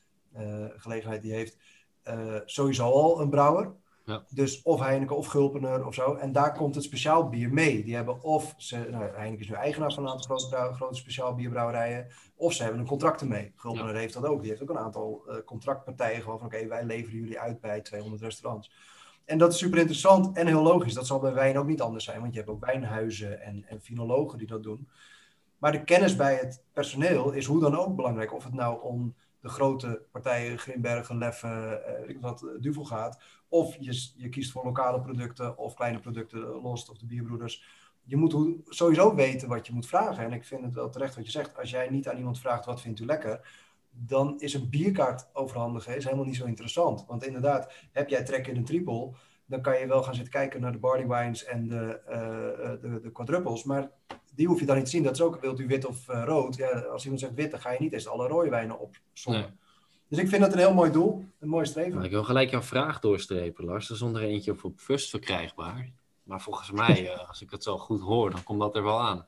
uh, gelegenheid, die heeft uh, sowieso al een brouwer. Ja. Dus of Heineken of Gulpener of zo. En daar komt het speciaal bier mee. Die hebben of, ze, nou, Heineken is nu eigenaar van een aantal grote, grote speciaal bierbrouwerijen. Of ze hebben een contract ermee. Gulpener ja. heeft dat ook. Die heeft ook een aantal uh, contractpartijen. Gewoon van oké, okay, wij leveren jullie uit bij tweehonderd restaurants. En dat is super interessant en heel logisch. Dat zal bij wijn ook niet anders zijn. Want je hebt ook wijnhuizen en, en finologen die dat doen. Maar de kennis bij het personeel is hoe dan ook belangrijk. Of het nou om de grote partijen, Grimbergen, Leffe, uh, wat Duvel gaat. Of je, je kiest voor lokale producten of kleine producten, Lost of de Bierbroeders. Je moet hoe, sowieso weten wat je moet vragen. En ik vind het wel terecht wat je zegt. Als jij niet aan iemand vraagt wat vindt u lekker, dan is een bierkaart overhandigen is helemaal niet zo interessant. Want inderdaad, heb jij trek in een triple, dan kan je wel gaan zitten kijken naar de barley wines en de, uh, de, de quadruples. Maar die hoef je dan niet te zien. Dat is ook, wilt u wit of uh, rood? Ja, als iemand zegt wit, dan ga je niet eens alle rode wijnen opzommen. Nee. Dus ik vind dat een heel mooi doel. Een mooi streven. Nou, ik wil gelijk jouw vraag doorstrepen, Lars. Er is onder eentje op, op Fust verkrijgbaar. Maar volgens mij, uh, als ik het zo goed hoor, dan komt dat er wel aan.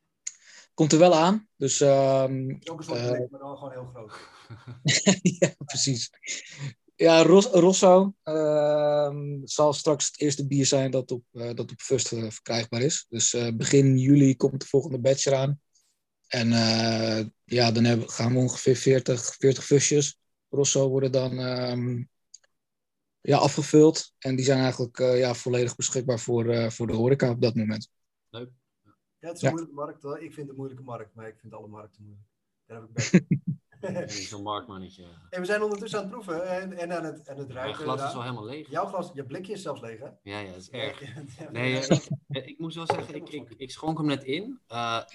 Komt er wel aan. Dus, um, het is ook een soort uh, maar dan gewoon heel groot. ja, precies. Ja, Ros- Rosso uh, zal straks het eerste bier zijn dat op, uh, dat op Fust uh, verkrijgbaar is. Dus uh, begin juli komt de volgende batch eraan. En uh, ja, dan hebben, gaan we ongeveer veertig, veertig fusjes. Rosso worden dan um, ja, afgevuld. En die zijn eigenlijk uh, ja, volledig beschikbaar voor, uh, voor de horeca op dat moment. Leuk. Ja, het is een ja. moeilijke markt. Hoor. Ik vind het een moeilijke markt, maar ik vind alle markten moeilijk. Daar heb ik best. Zo'n marktmannetje. En we zijn ondertussen aan het proeven en, en aan het, aan het ruiken. Mijn glas is al helemaal leeg. Jouw glas, je blikje is zelfs leeg, hè? Ja, ja, dat is erg. Nee, ik, ik moest wel zeggen, ik, ik, ik schonk hem net in. Uh,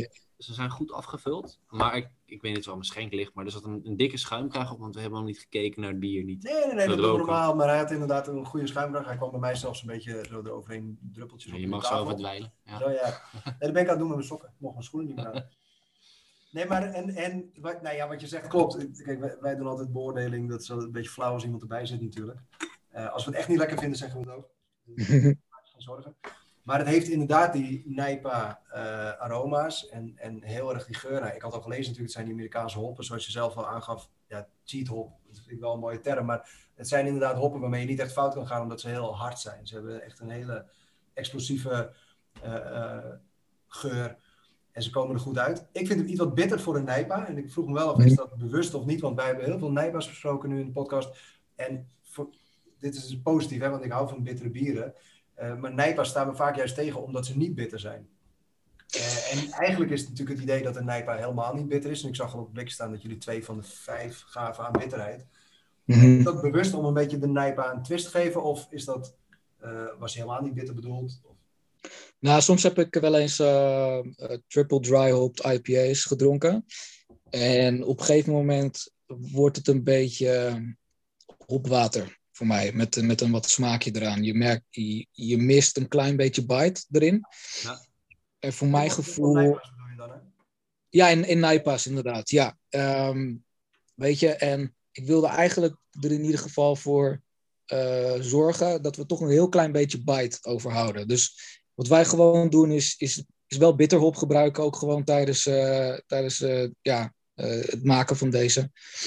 ze zijn goed afgevuld. Maar ik, ik weet niet of het aan mijn schenk ligt, maar er zat een, een dikke schuimkraag op, want we hebben nog niet gekeken naar het bier. Niet Nee, nee, nee, dat het doen we roken. normaal. Maar hij had inderdaad een goede schuimkraag. Hij kwam bij mij zelfs een beetje zo eroverheen druppeltjes Ja, op je in de mag zo tafel. verdwijlen. Ja. Zo, ja. Nee, dat ben ik aan het doen met mijn sokken. Nog mijn schoenen niet meer aan. Nee, maar en, en wat, nou ja, wat je zegt klopt. Kijk, wij, wij doen altijd beoordeling. Dat is wel een beetje flauw als iemand erbij zit natuurlijk. Uh, als we het echt niet lekker vinden, zeggen we het ook. Dus, geen zorgen. Maar het heeft inderdaad die Nijpa uh, aroma's en, en heel erg die geur. Nou, ik had al gelezen natuurlijk, het zijn die Amerikaanse hoppen, zoals je zelf al aangaf. Ja, cheat hop, dat vind ik wel een mooie term. Maar het zijn inderdaad hoppen waarmee je niet echt fout kan gaan, omdat ze heel hard zijn. Ze hebben echt een hele explosieve uh, uh, geur. En ze komen er goed uit. Ik vind het iets wat bitter voor een Nijpa. En ik vroeg me wel af, is dat bewust of niet? Want wij hebben heel veel Nijpa's besproken nu in de podcast. En voor, dit is positief, hè, want ik hou van bittere bieren. Uh, maar Nijpa's staan me vaak juist tegen, omdat ze niet bitter zijn. Uh, en eigenlijk is het natuurlijk het idee dat een Nijpa helemaal niet bitter is. En ik zag al op het blik staan dat jullie twee van de vijf gaven aan bitterheid. Mm-hmm. Is dat bewust om een beetje de Nijpa een twist te geven? Of is dat, uh, was helemaal niet bitter bedoeld? Of... Nou, soms heb ik wel eens uh, uh, triple dry hopped I P A's gedronken. En op een gegeven moment wordt het een beetje hopwater voor mij. Met, met een wat smaakje eraan. Je merkt, je, je mist een klein beetje bite erin. Ja. En voor mijn gevoel... Nijpa's bedoel je dan, hè? Ja, in, in Nijpa's inderdaad, ja. Um, weet je, en ik wilde eigenlijk er in ieder geval voor uh, zorgen dat we toch een heel klein beetje bite overhouden. Dus wat wij gewoon doen is, is, is wel bitterhop gebruiken, ook gewoon tijdens, uh, tijdens uh, ja, uh, het maken van deze.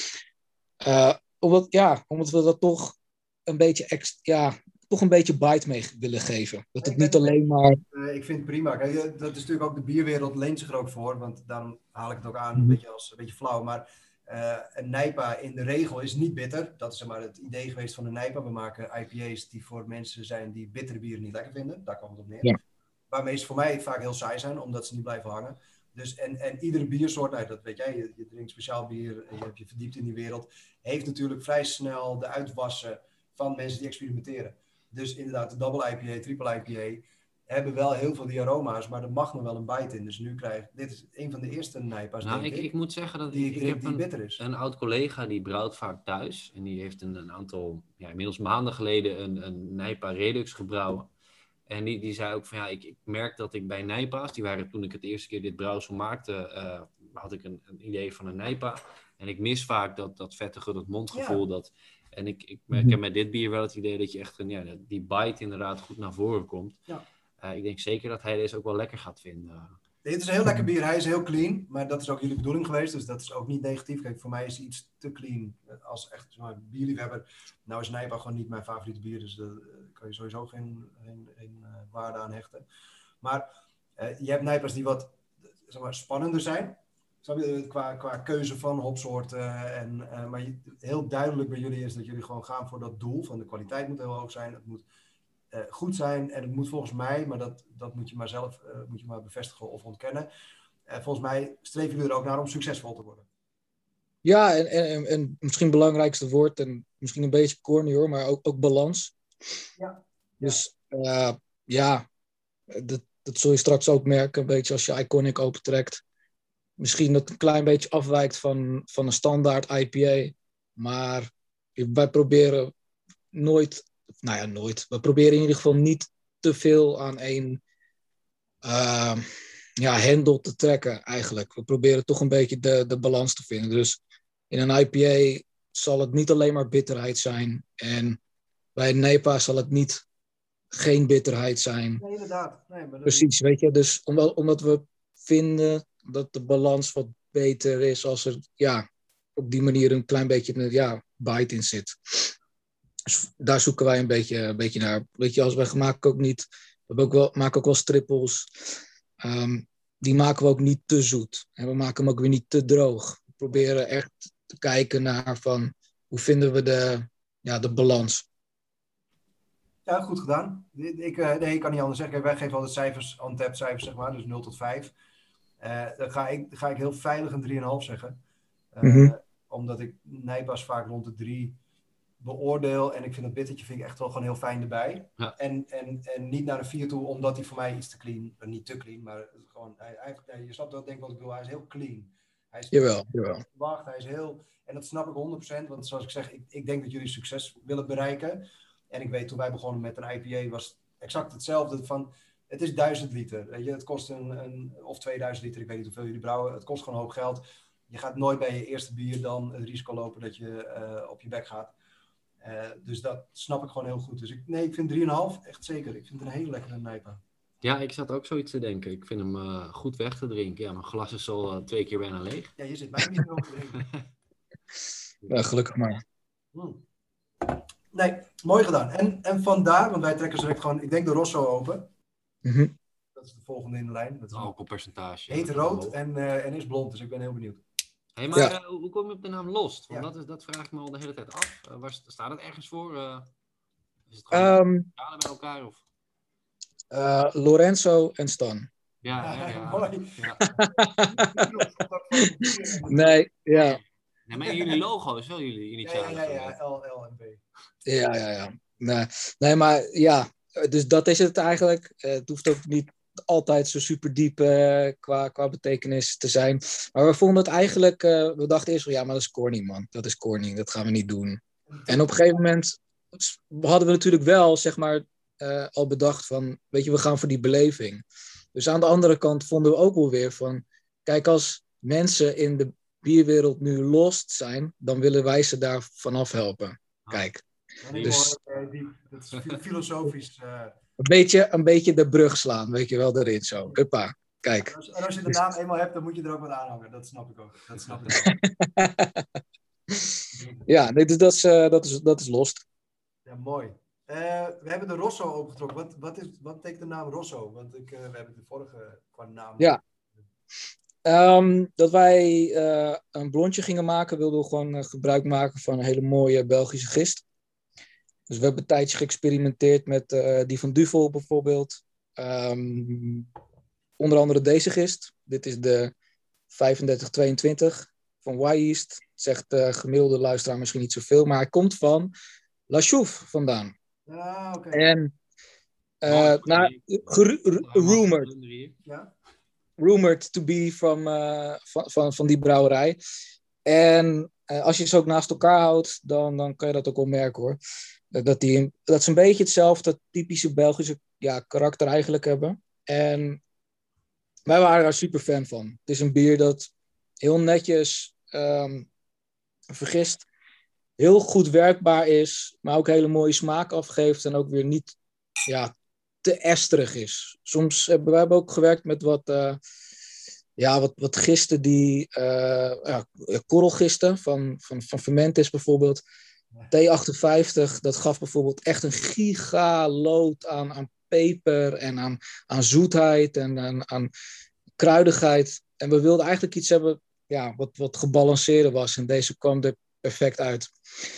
Uh, omdat, ja, omdat we dat toch een beetje, ex, ja, toch een beetje bite mee willen geven. Dat het ben, niet alleen maar... Uh, ik vind het prima. Kijk, dat is natuurlijk ook de bierwereld leent zich er ook voor, want daarom haal ik het ook aan, een beetje als een beetje flauw, maar uh, een Nijpa in de regel is niet bitter. Dat is zeg maar het idee geweest van een Nijpa. We maken I P A's die voor mensen zijn die bittere bieren niet lekker vinden. Daar kwam het op neer. Ja. Waarmee ze voor mij vaak heel saai zijn, omdat ze niet blijven hangen. Dus, en, en iedere biersoort, nou, dat weet jij, je, je drinkt speciaal bier, je hebt je verdiept in die wereld, heeft natuurlijk vrij snel de uitwassen van mensen die experimenteren. Dus inderdaad, de double I P A, triple I P A hebben wel heel veel die aroma's, maar er mag nog wel een bite in. Dus nu krijg dit is een van de eerste Nijpa's, nou, denk ik, ik, ik moet zeggen dat die ik, ik, ik heb die een, bitter is. een oud collega die brouwt vaak thuis. En die heeft een, een aantal, ja, inmiddels maanden geleden een, een Nijpa Redux gebrouwen. En die, die zei ook van ja, ik, ik merk dat ik bij Nijpa's, die waren toen ik het eerste keer dit brouwsel maakte, uh, had ik een, een idee van een Nijpa. En ik mis vaak dat, dat vettige, dat mondgevoel. Ja. Dat, en ik, ik, ik heb met dit bier wel het idee dat je echt een, ja, die bite inderdaad goed naar voren komt. Ja. Uh, ik denk zeker dat hij deze ook wel lekker gaat vinden. Dit is een heel lekker bier. Hij is heel clean, maar dat is ook jullie bedoeling geweest. Dus dat is ook niet negatief. Kijk, voor mij is hij iets te clean. Als echt zo'n bierliefhebber. Nou is Nijpa gewoon niet mijn favoriete bier. Dus daar kan je sowieso geen, geen, geen uh, waarde aan hechten. Maar uh, je hebt Nijpa's die wat zeg maar, spannender zijn. Qua, qua keuze van hopsoorten. En, uh, maar je, heel duidelijk bij jullie is dat jullie gewoon gaan voor dat doel. Van de kwaliteit moet heel hoog zijn. Het moet uh, goed zijn. En het moet volgens mij, maar dat, dat moet je maar zelf uh, moet je maar bevestigen of ontkennen. Uh, volgens mij streven jullie er ook naar om succesvol te worden. Ja, en, en, en misschien het belangrijkste woord. En misschien een beetje corny hoor, maar ook, ook balans. Ja. Dus uh, ja, dat, dat zul je straks ook merken. Een beetje als je Iconic opentrekt. Misschien dat het een klein beetje afwijkt van, van een standaard I P A. Maar wij proberen nooit, nou ja, nooit. We proberen in ieder geval niet te veel aan één uh, ja, hendel te trekken eigenlijk. We proberen toch een beetje de, de balans te vinden. Dus in een I P A zal het niet alleen maar bitterheid zijn. En bij een Nijpa zal het niet geen bitterheid zijn. Nee, inderdaad. Nee, maar dat Precies, is... weet je. Dus omdat, omdat we vinden dat de balans wat beter is als er ja, op die manier een klein beetje ja, bite in zit. Dus daar zoeken wij een beetje, een beetje naar. Weet je, als wij maken ook niet, we hebben ook wel, maken ook wel strippels. Um, die maken we ook niet te zoet. En we maken hem ook weer niet te droog. We proberen echt te kijken naar van hoe vinden we de, ja, de balans. Ja, goed gedaan. Ik, nee, ik kan niet anders zeggen. Wij geven altijd cijfers, untapped cijfers, zeg maar, dus nul tot vijf. Uh, dan ga ik, ga ik heel veilig een drie komma vijf zeggen. Uh, mm-hmm. Omdat ik Nijpa's vaak rond de drie, beoordeel en ik vind dat bittertje vind ik echt wel gewoon heel fijn erbij. Ja. En, en, en niet naar een vier toe, omdat hij voor mij iets te clean, uh, niet te clean, maar gewoon, hij, hij, hij, je snapt wel denk ik wat ik bedoel, hij is heel clean. Hij is Jawel, jawel. wacht, hij is heel, en dat snap ik honderd procent, want zoals ik zeg, ik, ik denk dat jullie succes willen bereiken. En ik weet, toen wij begonnen met een I P A was exact hetzelfde van, het is duizend liter, weet je, het kost een, een of tweeduizend liter, ik weet niet hoeveel jullie brouwen, het kost gewoon hoop geld. Je gaat nooit bij je eerste bier dan het risico lopen dat je uh, op je bek gaat. Uh, dus dat snap ik gewoon heel goed. Dus ik, nee, ik vind drie komma vijf echt zeker. Ik vind het een hele lekkere Nijpa. Ja, ik zat ook zoiets te denken. Ik vind hem uh, goed weg te drinken. Ja, mijn glas is al uh, twee keer bijna leeg. Ja, je zit mij niet meer op te drinken. Ja, gelukkig maar. Hmm. Nee, mooi gedaan. En, en vandaar, want wij trekken direct gewoon, ik denk de Rosso open. Mm-hmm. Dat is de volgende in de lijn. Dat is alcoholpercentage. Heet rood en, uh, en is blond, dus ik ben heel benieuwd. Hey, maar ja. uh, hoe kom je op de naam Lost? Want Ja. dat, is, dat vraag ik me al de hele tijd af. Uh, waar staat het ergens voor? Uh, is het gewoon um, bij elkaar? Of? Uh, Lorenzo en Stan. Ja, ja, ja. Mooi. Ja. nee, ja. Nee, maar jullie logo is wel jullie initialen. Ja, ja, ja, ja. L, L en B. Ja, ja, ja. Nee, nee, maar ja, dus dat is het eigenlijk. Uh, het hoeft ook niet altijd zo super diep uh, qua, qua betekenis te zijn. Maar we vonden het eigenlijk, uh, we dachten eerst van ja, maar dat is corny, man. Dat is corny, dat gaan we niet doen. En op een gegeven moment hadden we natuurlijk wel, zeg maar, uh, al bedacht van, weet je, we gaan voor die beleving. Dus aan de andere kant vonden we ook wel weer van, kijk, als mensen in de bierwereld nu lost zijn, dan willen wij ze daar vanaf helpen. Kijk. Nee, dus, mooi, die, dat is filosofisch. Uh... Een beetje, een beetje de brug slaan, weet je wel, erin zo. Huppa, kijk. En als, en als je de naam eenmaal hebt, dan moet je er ook wat aan hangen. Dat snap ik ook. Dat snap ik ook. Ja, nee, dus dat, is, uh, dat, is, dat is Lost. Ja, mooi. Uh, we hebben de Rosso opengetrokken. Wat, wat, is, wat betekent de naam Rosso? Want ik, uh, we hebben de vorige qua naam. Ja. Um, dat wij uh, een blondje gingen maken, wilden we gewoon uh, gebruik maken van een hele mooie Belgische gist. Dus we hebben een tijdje geëxperimenteerd met uh, die van Duvel bijvoorbeeld. Um, onder andere deze gist. Dit is de vijfendertig tweeëntwintig van Y-Yeast. Zegt de uh, gemiddelde luisteraar misschien niet zoveel, maar hij komt van La Chouffe vandaan. Ah, oké. Okay. En uh, oh, nou, rumored. Ja? Rumored to be from, uh, van, van, van die brouwerij. En uh, als je ze ook naast elkaar houdt, dan, dan kan je dat ook wel merken hoor. Dat, die, dat ze een beetje hetzelfde typische Belgische ja, karakter eigenlijk hebben. En wij waren daar super fan van. Het is een bier dat heel netjes um, vergist, heel goed werkbaar is, maar ook hele mooie smaak afgeeft en ook weer niet ja, te esterig is. Soms hebben wij hebben ook gewerkt met wat, uh, ja, wat, wat gisten die, uh, ja, korrelgisten van, van, van Fermentis bijvoorbeeld. T achtenvijftig, dat gaf bijvoorbeeld echt een gigalood aan, aan peper en aan, aan zoetheid en aan, aan kruidigheid. En we wilden eigenlijk iets hebben ja, wat, wat gebalanceerder was. En deze kwam er perfect uit.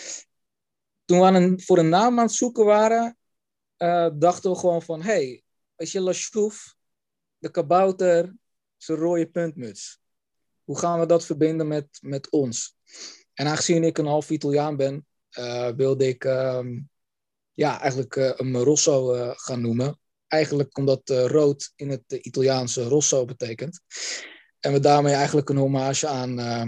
Toen we aan een, voor een naam aan het zoeken waren, uh, dachten we gewoon van, hé, hey, weet je, La Chouffe, de kabouter, zijn rode puntmuts. Hoe gaan we dat verbinden met, met ons? En aangezien ik een half Italiaan ben, Uh, wilde ik um, ja, eigenlijk uh, een Rosso uh, gaan noemen. Eigenlijk omdat uh, rood in het uh, Italiaanse Rosso betekent. En we daarmee eigenlijk een hommage aan, uh,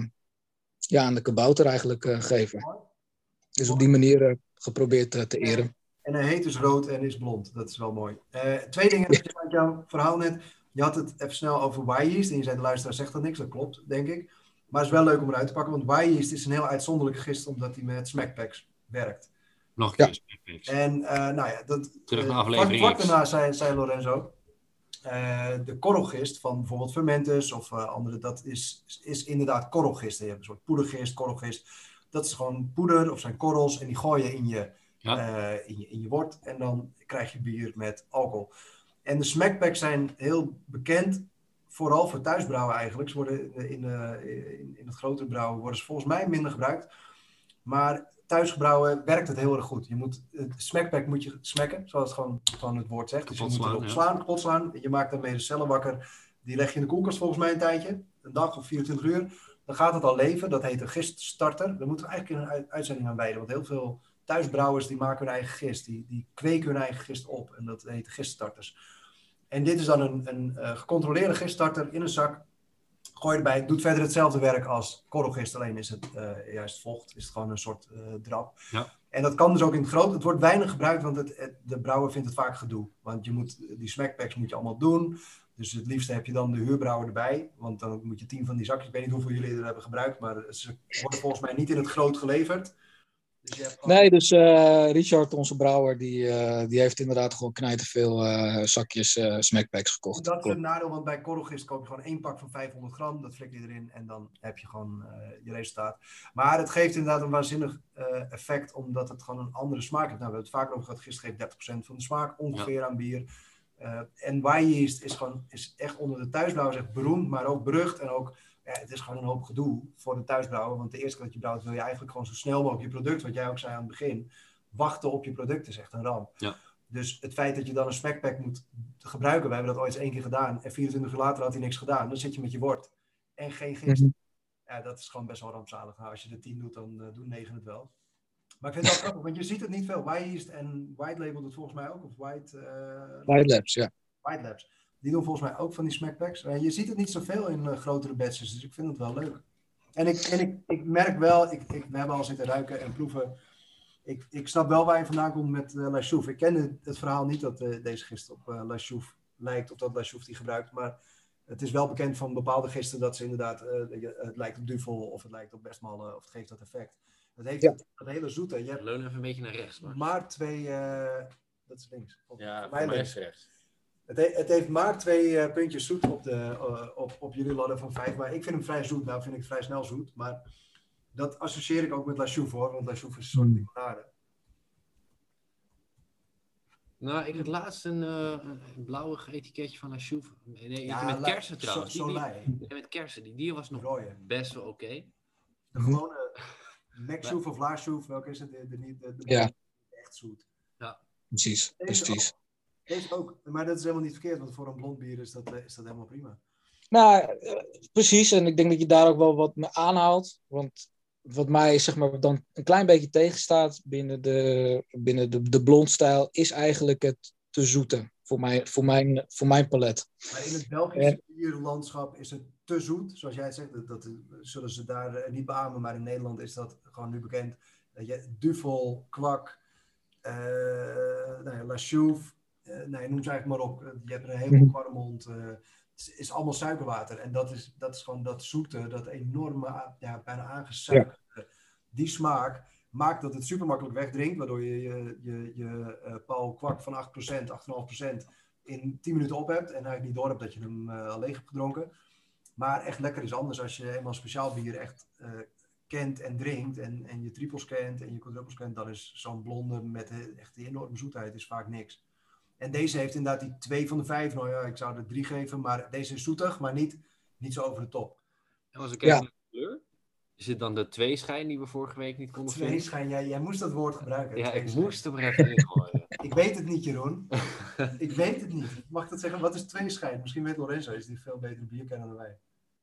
ja, aan de kabouter eigenlijk uh, geven. Dus op die manier uh, geprobeerd uh, te eren. En hij heet dus rood en is blond. Dat is wel mooi. Uh, twee dingen uit jouw verhaal net. Je had het even snel over Y-Yeast. En je zei de luisteraar zegt dat niks. Dat klopt, denk ik. Maar het is wel leuk om eruit te pakken, want Y-Yeast is een heel uitzonderlijke gist, omdat hij met smackpacks werkt. Nog een keer ja. En uh, nou ja, dat, terug naar uh, aflevering vlak, vlak daarna zei, zei Lorenzo, uh, de korrelgist van bijvoorbeeld Fermentis of uh, andere, dat is, is inderdaad korrelgist. Je hebt een soort poedergist, korrelgist. Dat is gewoon poeder of zijn korrels en die gooi je in je, ja. uh, in je, in je wort en dan krijg je bier met alcohol. En de smackpacks zijn heel bekend. Vooral voor thuisbrouwen eigenlijk. Ze worden in, uh, in, in het grotere brouwen worden ze volgens mij minder gebruikt. Maar thuisgebrouwen werkt het heel erg goed. Je moet, het smackpack moet je smacken, zoals het gewoon, gewoon het woord zegt. Dus je moet erop slaan, kapot slaan. Je maakt daarmee de cellen wakker. Die leg je in de koelkast volgens mij een tijdje. Een dag of vierentwintig uur. Dan gaat het al leven. Dat heet een giststarter. Daar moeten we eigenlijk een uitzending aan wijden. Want heel veel thuisbrouwers die maken hun eigen gist. Die, die kweken hun eigen gist op. En dat heet giststarters. En dit is dan een, een uh, gecontroleerde giststarter in een zak. Gooi erbij. Het doet verder hetzelfde werk als korrelgist. Alleen is het uh, juist vocht. Is het gewoon een soort uh, drap. Ja. En dat kan dus ook in het groot. Het wordt weinig gebruikt, want het, het, de brouwer vindt het vaak gedoe. Want je moet, die smackpacks moet je allemaal doen. Dus het liefste heb je dan de huurbrouwer erbij. Want dan moet je tien van die zakjes. Ik weet niet hoeveel jullie er hebben gebruikt. Maar ze worden volgens mij niet in het groot geleverd. Dus je hebt gewoon... Nee, dus uh, Richard, onze brouwer, die, uh, die heeft inderdaad gewoon knijterveel uh, zakjes uh, smackpacks gekocht. Dat is een nadeel, want bij korrelgist koop je gewoon één pak van vijfhonderd gram. Dat flik je erin en dan heb je gewoon uh, je resultaat. Maar het geeft inderdaad een waanzinnig uh, effect, omdat het gewoon een andere smaak heeft. Nou, we hebben het vaak over gehad, gist geeft dertig procent van de smaak ongeveer ja. aan bier. Uh, en Y-yeast is gewoon is echt onder de thuisbrouwers echt beroemd, maar ook berucht en ook... Ja, het is gewoon een hoop gedoe voor de thuisbrouwer. Want de eerste keer dat je brouwt wil je eigenlijk gewoon zo snel mogelijk je product, wat jij ook zei aan het begin, wachten op je product is echt een ramp. Ja. Dus het feit dat je dan een smackpack moet gebruiken, we hebben dat ooit eens één keer gedaan en vierentwintig uur later had hij niks gedaan. Dan zit je met je wort en geen gist. Mm-hmm. Ja, dat is gewoon best wel rampzalig. Nou, als je de tien doet, dan uh, doen negen het wel. Maar ik vind het wel grappig, want je ziet het niet veel. Y-yeast en White Label doet volgens mij ook, of White... Uh, White Labs, ja. White Labs. Die doen volgens mij ook van die smackpacks. Uh, je ziet het niet zoveel in uh, grotere batches, dus ik vind het wel leuk. En ik, en ik, ik merk wel, ik, ik, we hebben al zitten ruiken en proeven. Ik, ik snap wel waar je vandaan komt met uh, La Chouffe. Ik kende het verhaal niet dat uh, deze gist op uh, La Chouffe lijkt, of dat La Chouffe die gebruikt. Maar het is wel bekend van bepaalde gisten dat ze inderdaad, uh, het lijkt op Duvel of het lijkt op Westmalle of het geeft dat effect. Het heeft ja. dat hele zoete. Je hebt leun even een beetje naar rechts. Maar, maar twee, uh, dat is links. Of, ja, voor mij, mij is rechts. Het, he, het heeft maar twee uh, puntjes zoet op, de, uh, op, op jullie ladder van vijf. Maar ik vind hem vrij zoet. Nou vind ik het vrij snel zoet. Maar dat associeer ik ook met La Chouffe hoor. Want La Chouffe is een soort mm. limonade. Nou, ik had laatst een, uh, een blauwig etiketje van La Chouffe. Nee, ja, met la, kersen trouwens. So, die, die, nee, met kersen. Die, die was nog Rooie. best wel oké. Okay. De gewone Mac Chouffe of La Chouffe. Welke is het? De, de, de, de, de ja. Echt zoet. Ja. Precies. Deze precies. Ook. Deze ook, maar dat is helemaal niet verkeerd, want voor een blond bier is dat, is dat helemaal prima. Nou, uh, precies. En ik denk dat je daar ook wel wat me aanhaalt. Want wat mij zeg maar dan een klein beetje tegenstaat binnen de, binnen de, de blondstijl, is eigenlijk het te zoete. Voor mijn, voor mijn, voor mijn palet. Maar in het Belgische bierlandschap is het te zoet. Zoals jij zegt, dat, dat zullen ze daar uh, niet beamen. Maar in Nederland is dat gewoon nu bekend. Dat je Duvel, Kwak, uh, nou ja, La Chouffe. Uh, nee, noem ze eigenlijk maar op. Je hebt een heleboel Kwaremond. Uh, het is allemaal suikerwater. En dat is, dat is gewoon dat zoete, dat enorme, ja, bijna aangesuikerde. Ja. Die smaak maakt dat het super makkelijk wegdrinkt. Waardoor je je, je, je uh, Paul Kwak van acht procent, acht komma vijf procent in tien minuten op hebt. En eigenlijk niet door hebt dat je hem uh, al leeg hebt gedronken. Maar echt lekker is anders als je eenmaal speciaal bier echt uh, kent en drinkt. En, en je triples kent en je quadruples kent. Dan is zo'n blonde met uh, echt die enorme zoetheid is vaak niks. En deze heeft inderdaad die twee van de vijf. Nou ja, ik zou er drie geven. Maar deze is zoetig, maar niet, niet zo over de top. En als ik kijk ja. naar de kleur, is het dan de tweeschijn die we vorige week niet konden vinden? Tweeschijn, jij, jij moest dat woord gebruiken. Ja, ik moest hem er even in gooien. Ik weet het niet, Jeroen. Ik weet het niet. Mag ik dat zeggen? Wat is tweeschijn? Misschien weet Lorenzo, is die veel betere bierkenner dan wij.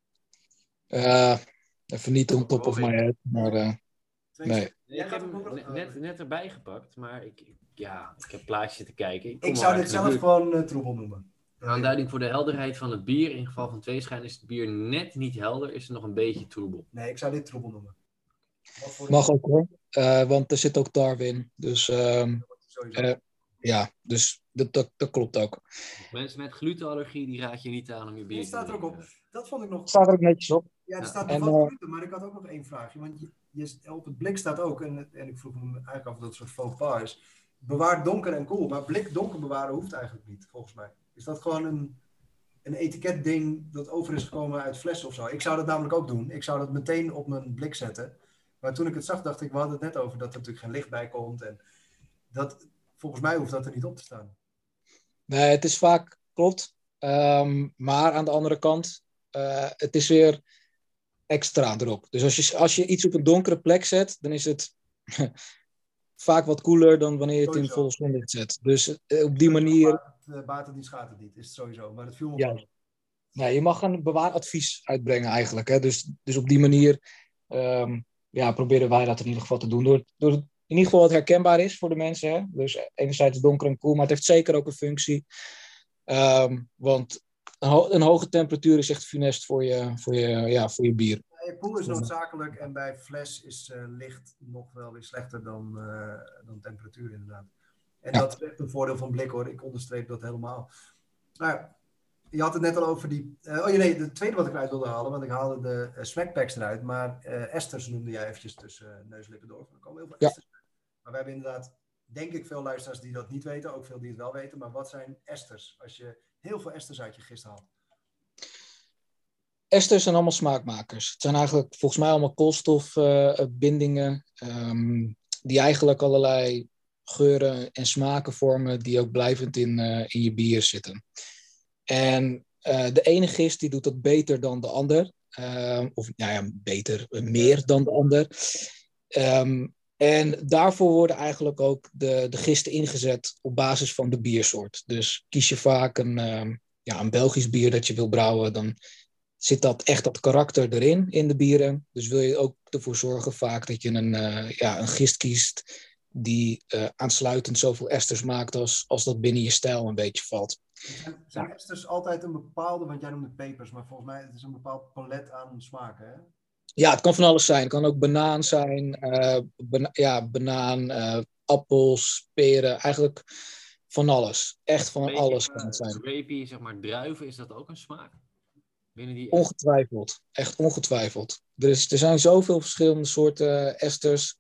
Uh, even niet on top of my head, maar uh, nee. nee. Ik heb hem net, net, net erbij gepakt, maar ik, ja, ik heb plaatjes te kijken. Ik, ik zou dit zelf buurt. gewoon uh, troebel noemen. Aanduiding voor de helderheid van het bier. In geval van tweeschijn is het bier net niet helder. Is er nog een beetje troebel. Nee, ik zou dit troebel noemen. Mag ook hoor. Uh, want er zit ook tarwe in. Dus um, uh, ja, dus dat, dat, dat klopt ook. Mensen met glutenallergie, die raad je niet aan om je bier te staat er ook op. Dat vond ik nog... Staat er ook netjes op. Ja, er staat nog wat uh, gluten, maar ik had ook nog één vraagje. Want je, je, op het blik staat ook, en, en ik vroeg me eigenlijk af of dat een soort faux pas is. Bewaar donker en koel. Maar blik donker bewaren hoeft eigenlijk niet, volgens mij. Is dat gewoon een, een etiketding dat over is gekomen uit flessen of zo? Ik zou dat namelijk ook doen. Ik zou dat meteen op mijn blik zetten. Maar toen ik het zag, dacht ik, we hadden het net over dat er natuurlijk geen licht bij komt. En dat, volgens mij hoeft dat er niet op te staan. Nee, het is vaak, klopt. Um, maar aan de andere kant, uh, het is weer extra erop. Dus als je, als je iets op een donkere plek zet, dan is het vaak wat koeler dan wanneer je het sowieso in vol zonlicht zet. Dus uh, op die manier... Het baat het niet, schaadt het niet, is het sowieso. Maar het viel me ja. wel. Nee, je mag een bewaaradvies uitbrengen eigenlijk. Hè? Dus, dus op die manier um, ja, proberen wij dat in ieder geval te doen. Door, door in ieder geval wat herkenbaar is voor de mensen. Hè? Dus enerzijds donker en koel, maar het heeft zeker ook een functie. Um, want een, ho- een hoge temperatuur is echt funest voor je, voor je, ja, voor je bier. Ja, koel is noodzakelijk en bij fles is uh, licht nog wel weer slechter dan, uh, dan temperatuur inderdaad. En ja. Dat is echt een voordeel van blik hoor, ik onderstreep dat helemaal. Nou, je had het net al over die... Uh, oh ja, nee, de tweede wat ik eruit wilde halen, want ik haalde de uh, smackpacks eruit, maar uh, esters noemde jij eventjes tussen uh, neus en lippen door. Er komen heel veel ja. esters uit. Maar we hebben inderdaad, denk ik, veel luisteraars die dat niet weten, ook veel die het wel weten. Maar wat zijn esters? Als je heel veel esters uit je gist haalt. Esters zijn allemaal smaakmakers. Het zijn eigenlijk volgens mij allemaal koolstofbindingen uh, um, die eigenlijk allerlei geuren en smaken vormen die ook blijvend in, uh, in je bier zitten. En uh, de ene gist die doet dat beter dan de ander. Uh, of nou ja, beter, uh, meer dan de ander. Um, en daarvoor worden eigenlijk ook de, de gisten ingezet op basis van de biersoort. Dus kies je vaak een, um, ja, een Belgisch bier dat je wil brouwen, dan zit dat echt dat karakter erin, in de bieren. Dus wil je ook ervoor zorgen vaak dat je een, uh, ja, een gist kiest die uh, aansluitend zoveel esters maakt als, als dat binnen je stijl een beetje valt. Zijn, zijn esters altijd een bepaalde, want jij noemde pepers, maar volgens mij het is een bepaald palet aan smaken, hè? Ja, het kan van alles zijn. Het kan ook banaan zijn, uh, bana- ja, banaan, uh, appels, peren, eigenlijk van alles. Echt van Beetje, alles uh, kan het zijn. Grapey, zeg maar, druiven, is dat ook een smaak? Binnen die ongetwijfeld, echt ongetwijfeld. Er, is, er zijn zoveel verschillende soorten esters.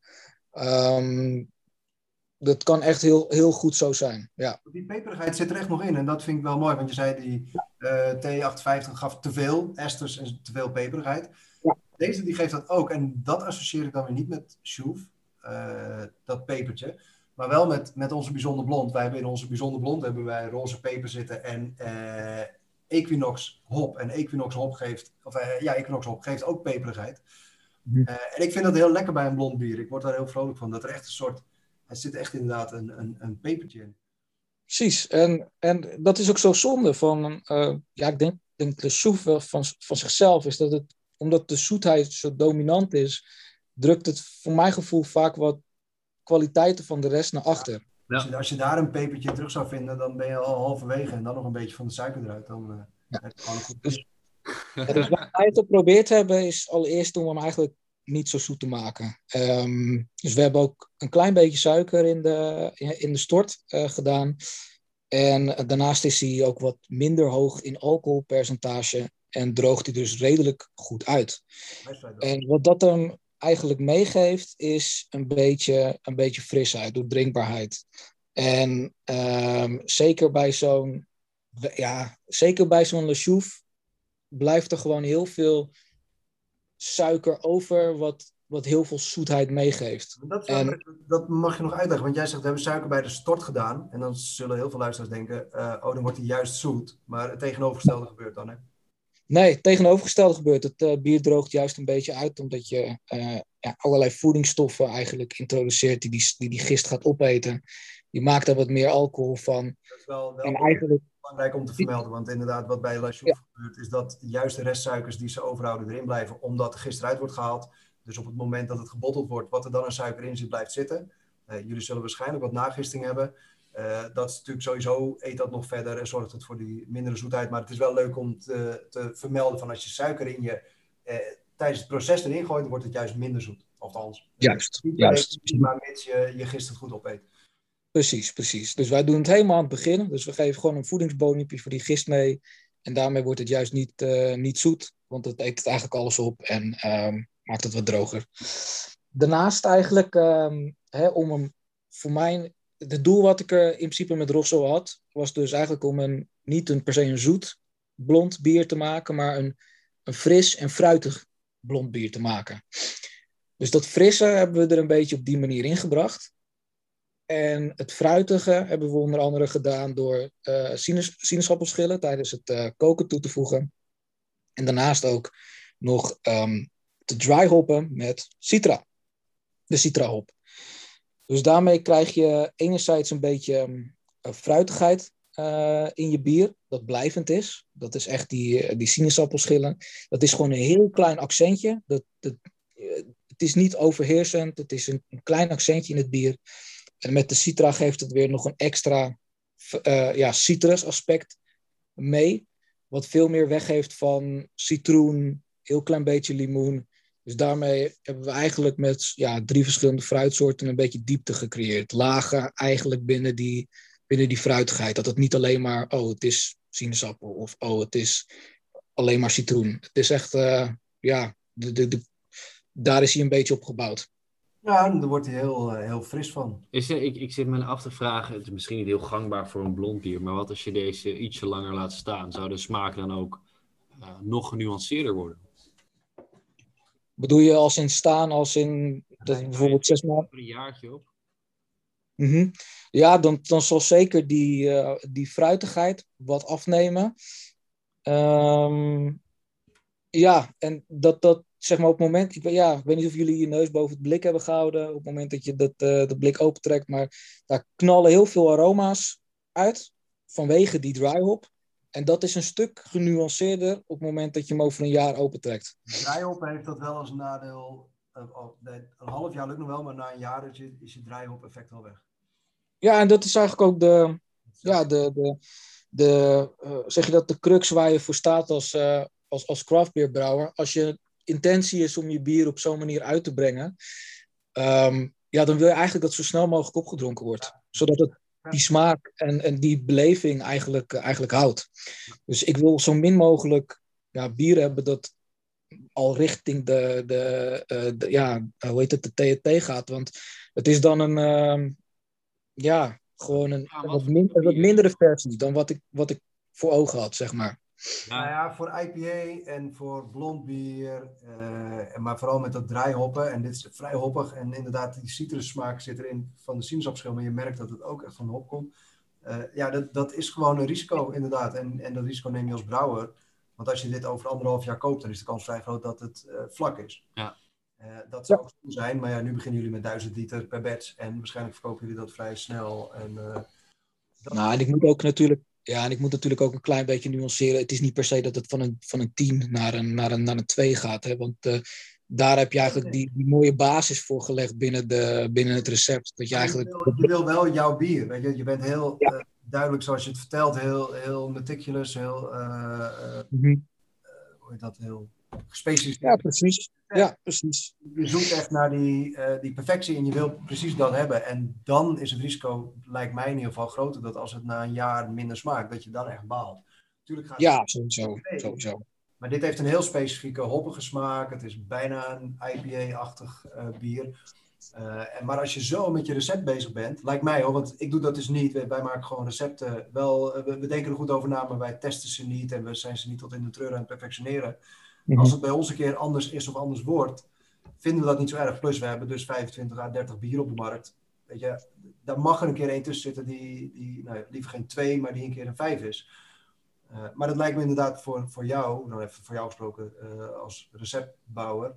Um, dat kan echt heel, heel goed zo zijn, ja. Die peperigheid zit er echt nog in en dat vind ik wel mooi, want je zei die uh, T achtenvijftig gaf te veel esters en te veel peperigheid. Ja. Deze die geeft dat ook en dat associeer ik dan weer niet met Sjoef, uh, dat pepertje, maar wel met, met onze bijzonder blond. Wij hebben in onze bijzonder blond hebben wij roze peper zitten en uh, Equinox hop. En Equinox hop geeft, of uh, ja, Equinox hop geeft ook peperigheid. Mm. Uh, en ik vind dat heel lekker bij een blond bier. Ik word daar heel vrolijk van, dat er echt een soort... Er zit echt inderdaad een, een, een pepertje in. Precies. En, en dat is ook zo zonde van... Uh, ja, ik denk, denk de soef van, van zichzelf is dat het... Omdat de zoetheid zo dominant is... drukt het voor mijn gevoel vaak wat kwaliteiten van de rest naar achter. Ja. Als, je, als je daar een pepertje in terug zou vinden... dan ben je al halverwege en dan nog een beetje van de suiker eruit. Dan uh, ja. heb je gewoon een goed dus, ja, dus wat wij geprobeerd hebben is allereerst om hem eigenlijk... niet zo zoet te maken. Um, dus we hebben ook een klein beetje suiker in de, in de stort uh, gedaan. En daarnaast is hij ook wat minder hoog in alcoholpercentage en droogt hij dus redelijk goed uit. En wat dat hem eigenlijk meegeeft is een beetje, een beetje frisheid, doordrinkbaarheid. En um, zeker bij zo'n ja, zeker bij zo'n Le Chouffe blijft er gewoon heel veel suiker over, wat, wat heel veel zoetheid meegeeft. Dat, en, dat mag je nog uitleggen, want jij zegt, we hebben suiker bij de stort gedaan. En dan zullen heel veel luisteraars denken, uh, oh, dan wordt hij juist zoet. Maar het tegenovergestelde gebeurt dan, hè? Nee, het tegenovergestelde gebeurt. Het uh, bier droogt juist een beetje uit, omdat je uh, ja, allerlei voedingsstoffen eigenlijk introduceert die die, die die gist gaat opeten. Die maakt er wat meer alcohol van. Dat is wel, wel en eigenlijk... belangrijk om te vermelden, want inderdaad wat bij La Chouffe ja. gebeurt, is dat juist de restsuikers die ze overhouden erin blijven, omdat de gist eruit wordt gehaald. Dus op het moment dat het gebotteld wordt, wat er dan aan suiker in zit, blijft zitten. Uh, jullie zullen waarschijnlijk wat nagisting hebben. Uh, dat is natuurlijk sowieso, eet dat nog verder en zorgt het voor die mindere zoetheid. Maar het is wel leuk om te, te vermelden van als je suiker in je, uh, tijdens het proces erin gooit, dan wordt het juist minder zoet. Althans, juist, niet juist. Even, maar mits je, je gist het goed opeet. Precies, precies. Dus wij doen het helemaal aan het begin. Dus we geven gewoon een voedingsboniepje voor die gist mee. En daarmee wordt het juist niet, uh, niet zoet. Want het eet het eigenlijk alles op en um, maakt het wat droger. Daarnaast eigenlijk, um, hè, om hem voor mij... Het doel wat ik er in principe met Rosso had, was dus eigenlijk om een, niet een per se een zoet blond bier te maken, maar een, een fris en fruitig blond bier te maken. Dus dat frisse hebben we er een beetje op die manier ingebracht. En het fruitige hebben we onder andere gedaan door uh, sinus, sinaasappelschillen tijdens het uh, koken toe te voegen. En daarnaast ook nog um, te dry hoppen met citra. De citrahop. Dus daarmee krijg je enerzijds een beetje um, fruitigheid uh, in je bier. Dat blijvend is. Dat is echt die, die sinaasappelschillen. Dat is gewoon een heel klein accentje. Dat, dat, uh, het is niet overheersend. Het is een, een klein accentje in het bier. En met de Citra geeft het weer nog een extra uh, ja, citrus aspect mee. Wat veel meer weggeeft van citroen, heel klein beetje limoen. Dus daarmee hebben we eigenlijk met ja, drie verschillende fruitsoorten een beetje diepte gecreëerd. Lagen eigenlijk binnen die, binnen die fruitigheid. Dat het niet alleen maar, oh, het is sinaasappel of oh, het is alleen maar citroen. Het is echt, uh, ja, de, de, de, daar is hij een beetje op gebouwd. Ja, daar wordt hij heel, uh, heel fris van. Is er, ik, ik zit me af te vragen, het is misschien niet heel gangbaar voor een blond bier, maar wat als je deze ietsje langer laat staan? Zou de smaak dan ook uh, nog genuanceerder worden? Bedoel je als in staan, als in dat Nee, bijvoorbeeld zes maanden? Een jaartje op. Mm-hmm. Ja, dan, dan zal zeker die, uh, die fruitigheid wat afnemen. Um, ja, en dat, dat zeg maar op het moment, ik, ja, ik weet niet of jullie je neus boven het blik hebben gehouden, op het moment dat je dat, uh, de blik opentrekt, maar daar knallen heel veel aroma's uit vanwege die dry hop. En dat is een stuk genuanceerder op het moment dat je hem over een jaar opentrekt. Dry hop heeft dat wel als nadeel. Uh, oh, nee, een half jaar lukt nog wel, maar na een jaar is je, is je dry hop effect al weg. Ja, en dat is eigenlijk ook de, ja, de, de, de uh, zeg je dat, de crux waar je voor staat als, uh, als, als craftbeerbrouwer. Als je intentie is om je bier op zo'n manier uit te brengen, um, ja, dan wil je eigenlijk dat het zo snel mogelijk opgedronken wordt. Zodat het die smaak en, en die beleving eigenlijk, uh, eigenlijk houdt. Dus ik wil zo min mogelijk ja, bier hebben dat al richting de, de, uh, de ja, hoe heet het, de T H T gaat. Want het is dan een, uh, ja, gewoon een, Ja, een wat wat, min, een wat mindere versie dan wat ik, wat ik voor ogen had, zeg maar. Ja. Nou ja, voor I P A en voor blond bier, uh, maar vooral met dat dry hoppen. En dit is vrij hoppig en inderdaad die citrussmaak zit erin van de sinaasappelschil, maar je merkt dat het ook echt van hop komt. Uh, ja, dat, dat is gewoon een risico inderdaad. En, en dat risico neem je als brouwer. Want als je dit over anderhalf jaar koopt, dan is de kans vrij groot dat het uh, vlak is. Ja. Uh, dat zou Ja. ook zo zijn, maar ja, nu beginnen jullie met duizend liter per batch. En waarschijnlijk verkopen jullie dat vrij snel. En, uh, dat... Nou, en ik moet ook natuurlijk, ja, en ik moet natuurlijk ook een klein beetje nuanceren. Het is niet per se dat het van een, van een tien naar een, naar een, naar een twee gaat. Hè? Want uh, daar heb je eigenlijk die, die mooie basis voor gelegd binnen, de, binnen het recept. Dat je, je, eigenlijk... wil, je wil wel jouw bier. Weet je, je bent heel Ja. uh, duidelijk zoals je het vertelt. Heel, heel meticulous. Heel, uh, uh, mm-hmm. uh, hoe heet dat? Heel gespecificeerd. Ja, precies. Ja, precies. Je zoekt echt naar die, uh, die perfectie en je wil precies dat hebben. En dan is het risico, lijkt mij in ieder geval groter, dat als het na een jaar minder smaakt, dat je dan echt baalt. Tuurlijk gaat ja, sowieso, sowieso. Maar dit heeft een heel specifieke hoppige smaak. Het is bijna een I P A-achtig uh, bier. Uh, en, maar als je zo met je recept bezig bent, lijkt mij hoor, want ik doe dat dus niet. Wij, wij maken gewoon recepten. Wel, uh, we, we denken er goed over na, maar wij testen ze niet en we zijn ze niet tot in de treur aan het perfectioneren. Mm-hmm. Als het bij ons een keer anders is of anders wordt, vinden we dat niet zo erg. Plus we hebben dus vijfentwintig à dertig bier op de markt. Weet je, daar mag er een keer één tussen zitten die, die nou, liever geen twee, maar die een keer een vijf is. Uh, maar dat lijkt me inderdaad voor, voor jou, nou even voor jou gesproken, uh, als receptbouwer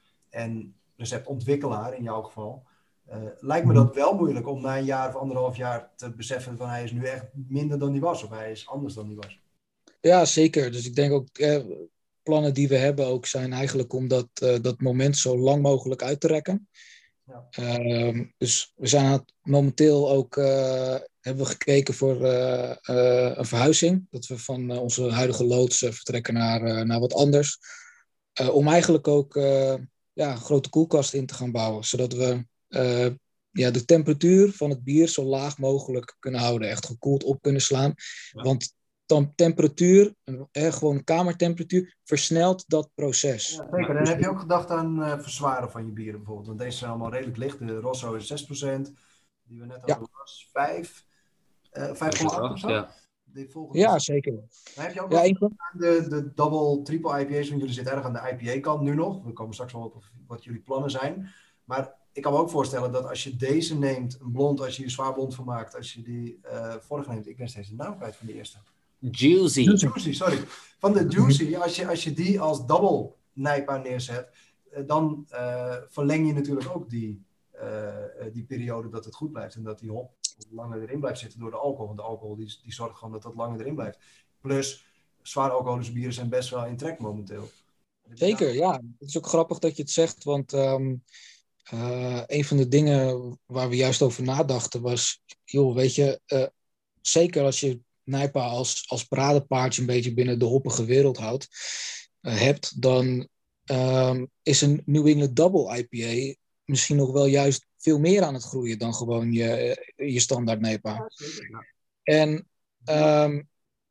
en receptontwikkelaar in jouw geval, uh, lijkt me dat wel moeilijk om na een jaar of anderhalf jaar te beseffen van hij is nu echt minder dan die was of hij is anders dan die was. Ja, zeker. Dus ik denk ook, eh, plannen die we hebben ook zijn eigenlijk om dat, uh, dat moment zo lang mogelijk uit te rekken. Ja. Uh, dus we zijn het momenteel ook, uh, hebben we gekeken voor uh, uh, een verhuizing. Dat we van uh, onze huidige loods uh, vertrekken naar, uh, naar wat anders. Uh, om eigenlijk ook uh, ja, een grote koelkast in te gaan bouwen. Zodat we uh, ja, de temperatuur van het bier zo laag mogelijk kunnen houden. Echt gekoeld op kunnen slaan. Ja. Want dan temperatuur, eh, gewoon kamertemperatuur, versnelt dat proces. Ja, zeker. En heb je ook gedacht aan uh, verzwaren van je bieren bijvoorbeeld? Want deze zijn allemaal redelijk licht. De Rosso is zes procent. Die we net hadden ja. was vijf. Uh, vijf komma acht of zo? Ja, ja zeker. Maar heb je ook ja, nog aan de, de double, triple I P A's? Want jullie zitten erg aan de I P A-kant nu nog. We komen straks wel op wat jullie plannen zijn. Maar ik kan me ook voorstellen dat als je deze neemt, een blond, als je er zwaar blond van maakt, als je die uh, vorige neemt, ik ben steeds de naam kwijt van die eerste. Juicy. Juicy, sorry. Van de Juicy, als je, als je die als double nijpa neerzet, dan uh, verleng je natuurlijk ook die, uh, die periode dat het goed blijft. En dat die hop langer erin blijft zitten door de alcohol. Want de alcohol die, die zorgt gewoon dat dat langer erin blijft. Plus, zwaar alcoholische bieren zijn best wel in trek momenteel. Zeker, ja. Het is ook grappig dat je het zegt, want um, uh, een van de dingen waar we juist over nadachten was, joh, weet je, uh, zeker als je Nijpa als, als paradepaardje een beetje binnen de hoppige wereld houdt, uh, hebt, dan um, is een New England Double I P A misschien nog wel juist veel meer aan het groeien dan gewoon je, je standaard Nijpa. Ja, zeker, ja. En um,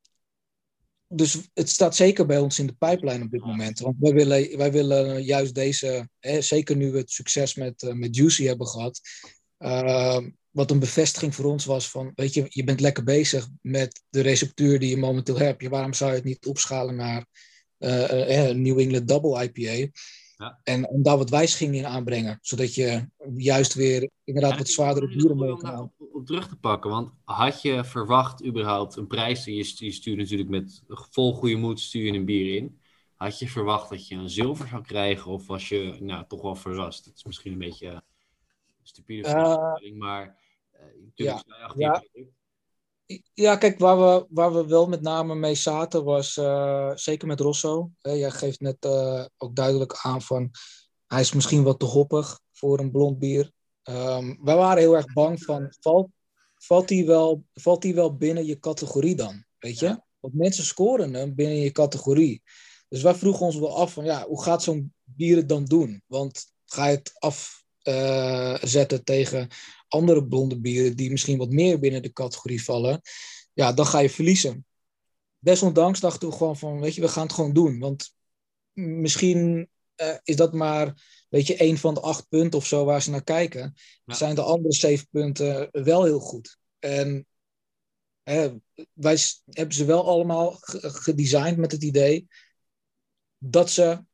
dus het staat zeker bij ons in de pijplijn op dit moment. Want wij willen, wij willen juist deze, hè, zeker nu we het succes met, uh, met Juicy hebben gehad, uh, wat een bevestiging voor ons was van, weet je, je bent lekker bezig met de receptuur die je momenteel hebt. Ja, waarom zou je het niet opschalen naar uh, uh, New England Double I P A? Ja. En om daar wat wijzigingen in aanbrengen. Zodat je juist weer inderdaad ja, wat zwaardere bieren mogelijk kan om op, op terug te pakken. Want had je verwacht überhaupt een prijs? Je, je stuurt natuurlijk met vol goede moed stuur je een bier in. Had je verwacht dat je een zilver zou krijgen? Of was je nou, toch wel verrast? Het is misschien een beetje een stupide voorstelling. Uh, maar uh, natuurlijk ja, achter ja. je Ja, kijk, waar we, waar we wel met name mee zaten was, uh, zeker met Rosso. Hè, jij geeft net uh, ook duidelijk aan van, hij is misschien wat te hoppig voor een blond bier. Um, wij waren heel erg bang van, valt, valt hij wel, valt hij wel binnen je categorie dan? Weet je? Ja. Want mensen scoren hem binnen je categorie. Dus wij vroegen ons wel af van, ja, hoe gaat zo'n bier het dan doen? Want ga je het afzetten uh, tegen andere blonde bieren die misschien wat meer binnen de categorie vallen, ja, dan ga je verliezen. Desondanks dachten we gewoon van, weet je, we gaan het gewoon doen. Want misschien uh, is dat maar, weet je, één van de acht punten of zo waar ze naar kijken. Ja. Zijn de andere zeven punten wel heel goed. En uh, wij hebben ze wel allemaal gedesigned met het idee dat ze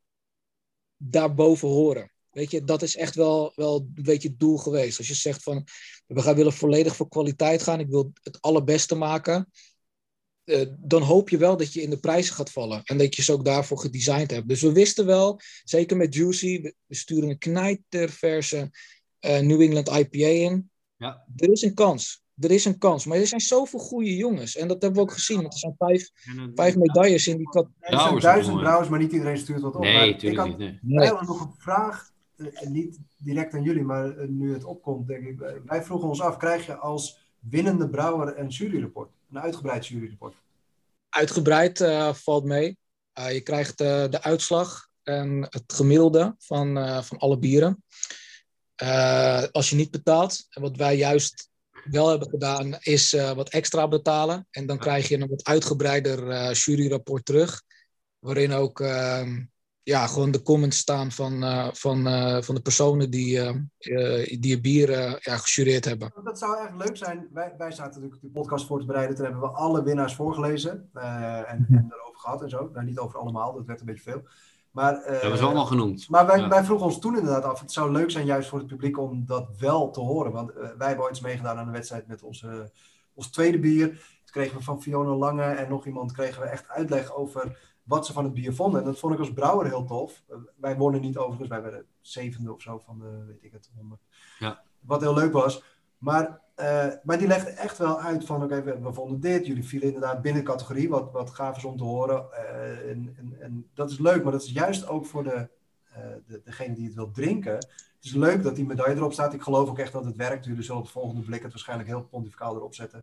daarboven horen. Weet je, dat is echt wel, wel een beetje het doel geweest. Als je zegt van, we gaan willen volledig voor kwaliteit gaan, ik wil het allerbeste maken, uh, dan hoop je wel dat je in de prijzen gaat vallen. En dat je ze ook daarvoor gedesigned hebt. Dus we wisten wel, zeker met Juicy, we, we sturen een knijterverse uh, New England I P A in. Ja. Er is een kans. Er is een kans. Maar er zijn zoveel goede jongens. En dat hebben we ook gezien. Want er zijn vijf, vijf medailles in die categorie. Er zijn duizend brouwers, maar niet iedereen stuurt wat op. Nee, natuurlijk niet. Nee. Wij hadden nog een vraag. Uh, niet direct aan jullie, maar uh, nu het opkomt, denk ik. Uh, wij vroegen ons af, krijg je als winnende brouwer een juryrapport? Een uitgebreid juryrapport? Uitgebreid uh, valt mee. Uh, je krijgt uh, de uitslag en het gemiddelde van, uh, van alle bieren. Uh, als je niet betaalt, en wat wij juist wel hebben gedaan, is uh, wat extra betalen. En dan krijg je een wat uitgebreider uh, juryrapport terug. Waarin ook uh, ja, gewoon de comments staan van, uh, van, uh, van de personen die, uh, uh, die je bier uh, ja, gejureerd hebben. Dat zou echt leuk zijn. Wij, wij zaten natuurlijk de podcast voor te bereiden. Toen hebben we alle winnaars voorgelezen. Uh, en, en erover gehad en zo. Nou, niet over allemaal, dat werd een beetje veel. Maar, uh, dat was allemaal genoemd. Maar wij, ja. wij vroegen ons toen inderdaad af. Het zou leuk zijn juist voor het publiek om dat wel te horen. Want uh, wij hebben ooit eens meegedaan aan een wedstrijd met onze, ons tweede bier. Toen kregen we van Fiona Lange en nog iemand kregen we echt uitleg over wat ze van het bier vonden. En dat vond ik als brouwer heel tof. Uh, wij wonnen niet overigens. Wij werden zevende of zo van de, weet ik het, honderd. Ja. Wat heel leuk was. Maar, uh, maar die legde echt wel uit van, oké, okay, we, we vonden dit. Jullie vielen inderdaad binnen de categorie. Wat, wat gaaf is om te horen. Uh, en, en, en dat is leuk, maar dat is juist ook voor de, uh, de, degene die het wil drinken. Het is leuk dat die medaille erop staat. Ik geloof ook echt dat het werkt. Jullie zullen op het volgende blik het waarschijnlijk heel pontificaal erop zetten.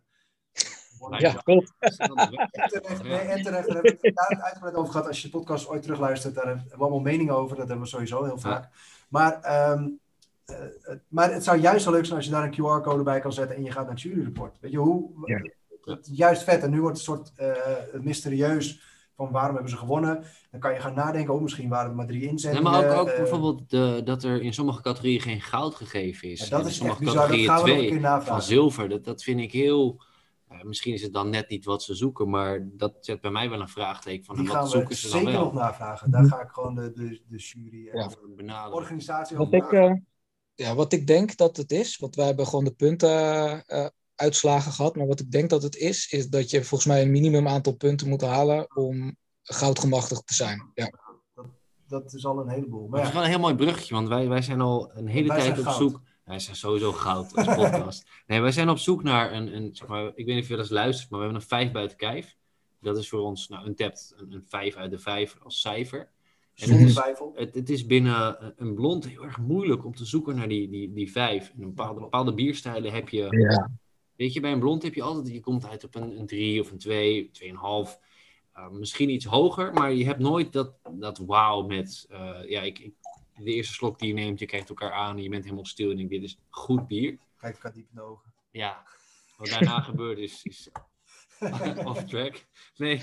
Ja, klopt. En terecht, nee, en terecht, daar hebben we het uitgebreid over gehad. Als je de podcast ooit terugluistert, daar hebben we allemaal meningen over. Dat hebben we sowieso heel vaak. Ja. Maar... Um, Uh, uh, maar het zou juist zo leuk zijn als je daar een Q R-code bij kan zetten en je gaat naar het juryrapport. Weet je hoe? Ja. Het is juist vet. En nu wordt het een soort uh, mysterieus van waarom hebben ze gewonnen. Dan kan je gaan nadenken, oh misschien waren er maar drie inzendingen. Ja, maar ook, ook uh, bijvoorbeeld de, dat er in sommige categorieën geen goud gegeven is. Ja, dat in is sommige echt bizar. categorieën twee van zilver. Dat, dat vind ik heel... Uh, misschien is het dan net niet wat ze zoeken, maar dat zet bij mij wel een vraagteken van die wat gaan zoeken we ze dan zeker wel. nog navragen. Daar ga ik gewoon de, de, de jury en ja. de organisatie over vragen. Ja, wat ik denk dat het is, want wij hebben gewoon de punten uh, uitslagen gehad, maar wat ik denk dat het is, is dat je volgens mij een minimum aantal punten moet halen om goudgemachtigd te zijn. Ja. Dat, dat is al een heleboel. Maar dat ja. is wel een heel mooi bruggetje, want wij, wij zijn al een hele wij tijd op goud. zoek. Wij zijn sowieso goud als podcast. Nee, wij zijn op zoek naar een, een zeg maar, ik weet niet of je dat eens luistert, maar we hebben een vijf buiten kijf. Dat is voor ons nou, een tapt, een, een vijf uit de vijf als cijfer. En Zonder het, is, twijfel. het, het is binnen een blond heel erg moeilijk om te zoeken naar die, die, die vijf. In een bepaalde, bepaalde bierstijlen heb je... Ja. Weet je, bij een blond heb je altijd... Je komt uit op een, een drie of een twee, tweeënhalf. Uh, misschien iets hoger, maar je hebt nooit dat, dat wauw met... Uh, ja, ik, ik, de eerste slok die je neemt, je kijkt elkaar aan en je bent helemaal stil en denkt, dit is goed bier. Kijk elkaar diep in de ogen. Ja, wat daarna gebeurt is, is off track. Nee.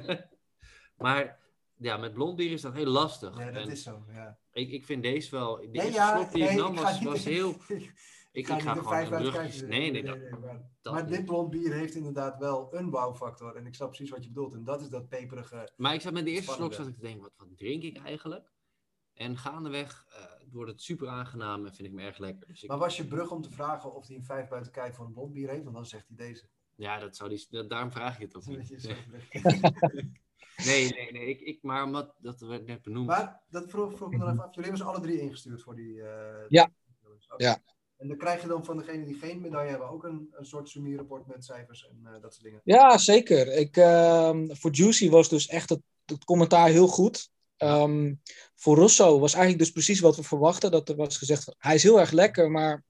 Maar ja, met blond bier is dat heel lastig. Ja, dat en is zo, ja. Ik, ik vind deze wel... De Nee, eerste ja, slok die nee, ik nam ik ga was, niet- was heel... Ik Ik, ga ik ga niet de gewoon vijf een uitkijken. rugjes... Nee, nee, dat, maar dat maar niet. dit blond bier heeft inderdaad wel een wow-factor. En ik snap precies wat je bedoelt. En dat is dat peperige... Maar ik zat met de eerste Spannende. slok zat ik te denken, wat, wat drink ik eigenlijk? En gaandeweg uh, wordt het super aangenaam en vind ik me erg lekker. Dus ik, Maar was je brug om te vragen of hij een vijf buiten kijf voor een blond bier heeft? Want dan zegt hij deze. ja, dat zou die, dat, daarom vraag je het ook Dat is niet. een Nee, beetje zo'n brug. nee, nee. nee ik, ik, maar omdat dat werd net benoemd. Maar dat vroeg, vroeg me dan even af. Jullie hebben ze alle drie ingestuurd voor die... Uh, Ja. Okay. Ja. En dan krijg je dan van degene die geen medaille hebben ook een, een soort summierrapport met cijfers en uh, dat soort dingen. Ja, zeker. Ik, uh, voor Juicy was dus echt het, het commentaar heel goed. Um, voor Rosso was eigenlijk dus precies wat we verwachten. Dat er was gezegd, van, hij is heel erg lekker, maar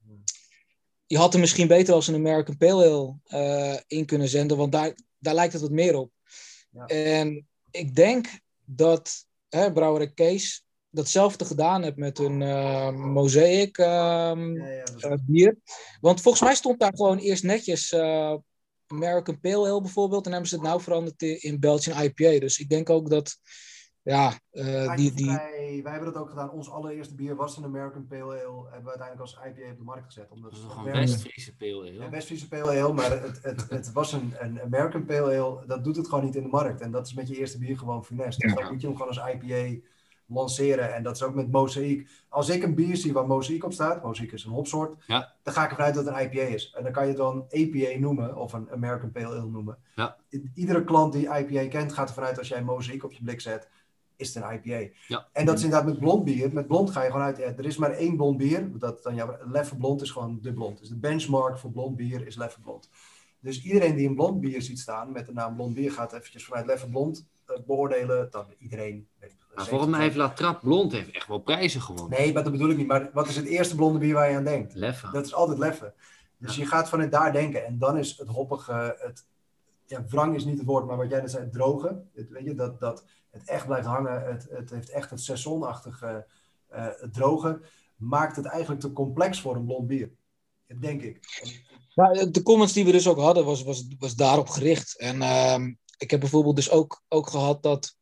je had hem misschien beter als een American Pale Ale uh, in kunnen zenden, want daar, daar lijkt het wat meer op. Ja. En ik denk dat hè, Brouwerij Kees datzelfde gedaan heeft met hun uh, Mosaic uh, ja, ja, uh, bier. Want volgens mij stond daar gewoon eerst netjes uh, American Pale Ale bijvoorbeeld, en hebben ze het nou veranderd in Belgian I P A. Dus ik denk ook dat ja, uh, die, die... Wij, wij hebben dat ook gedaan. Ons allereerste bier was een American Pale Ale. Hebben we uiteindelijk als I P A op de markt gezet. Omdat het was een West-Friese Pale Ale. Ja, West-Friese Pale Ale, maar het, het, het was een, een American Pale Ale. Dat doet het gewoon niet in de markt. En dat is met je eerste bier gewoon funest. Dus dan moet je hem gewoon als I P A lanceren. En dat is ook met Mosaic. Als ik een bier zie waar Mosaic op staat, Mosaic is een hopsoort, ja. dan ga ik ervan uit dat het een I P A is. En dan kan je het dan A P A noemen of een American Pale Ale noemen. Ja. Iedere klant die I P A kent gaat ervan uit als jij Mosaic op je blik zet, is het een I P A. Ja. En dat is inderdaad met blond bier. Met blond ga je gewoon uit, ja, er is maar één blond bier. Dat dan, ja, Leffe Blond is gewoon de blond. Dus de benchmark voor blond bier is Leffe Blond. Dus iedereen die een blond bier ziet staan met de naam blond bier gaat eventjes vanuit Leffe Blond uh, beoordelen. Dan iedereen... Nou, volgens mij heeft La Trappe Blond heeft echt wel prijzen gewonnen. Nee, maar dat bedoel ik niet. Maar wat is het eerste blonde bier waar je aan denkt? Leffe. Dat is altijd Leffe. Dus ja. je gaat vanuit daar denken. En dan is het hoppige... Het, ja, wrang is niet het woord, maar wat jij net zei, het droge. Het, weet je, dat, dat het echt blijft hangen. Het, het heeft echt het saisonachtige uh, het droge. Maakt het eigenlijk te complex voor een blond bier. Dat denk ik. Nou, de comments die we dus ook hadden, was, was, was daarop gericht. En uh, ik heb bijvoorbeeld dus ook, ook gehad dat...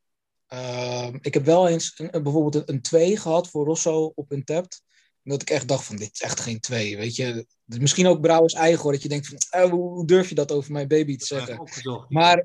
Uh, ik heb wel eens een, een, bijvoorbeeld een, een twee gehad voor Rosso op Untappd. En dat ik echt dacht van, dit is echt geen twee, weet je. Dus misschien ook brouwers eigen hoor, dat je denkt van, eh, hoe durf je dat over mijn baby te zeggen? Opgezocht, maar,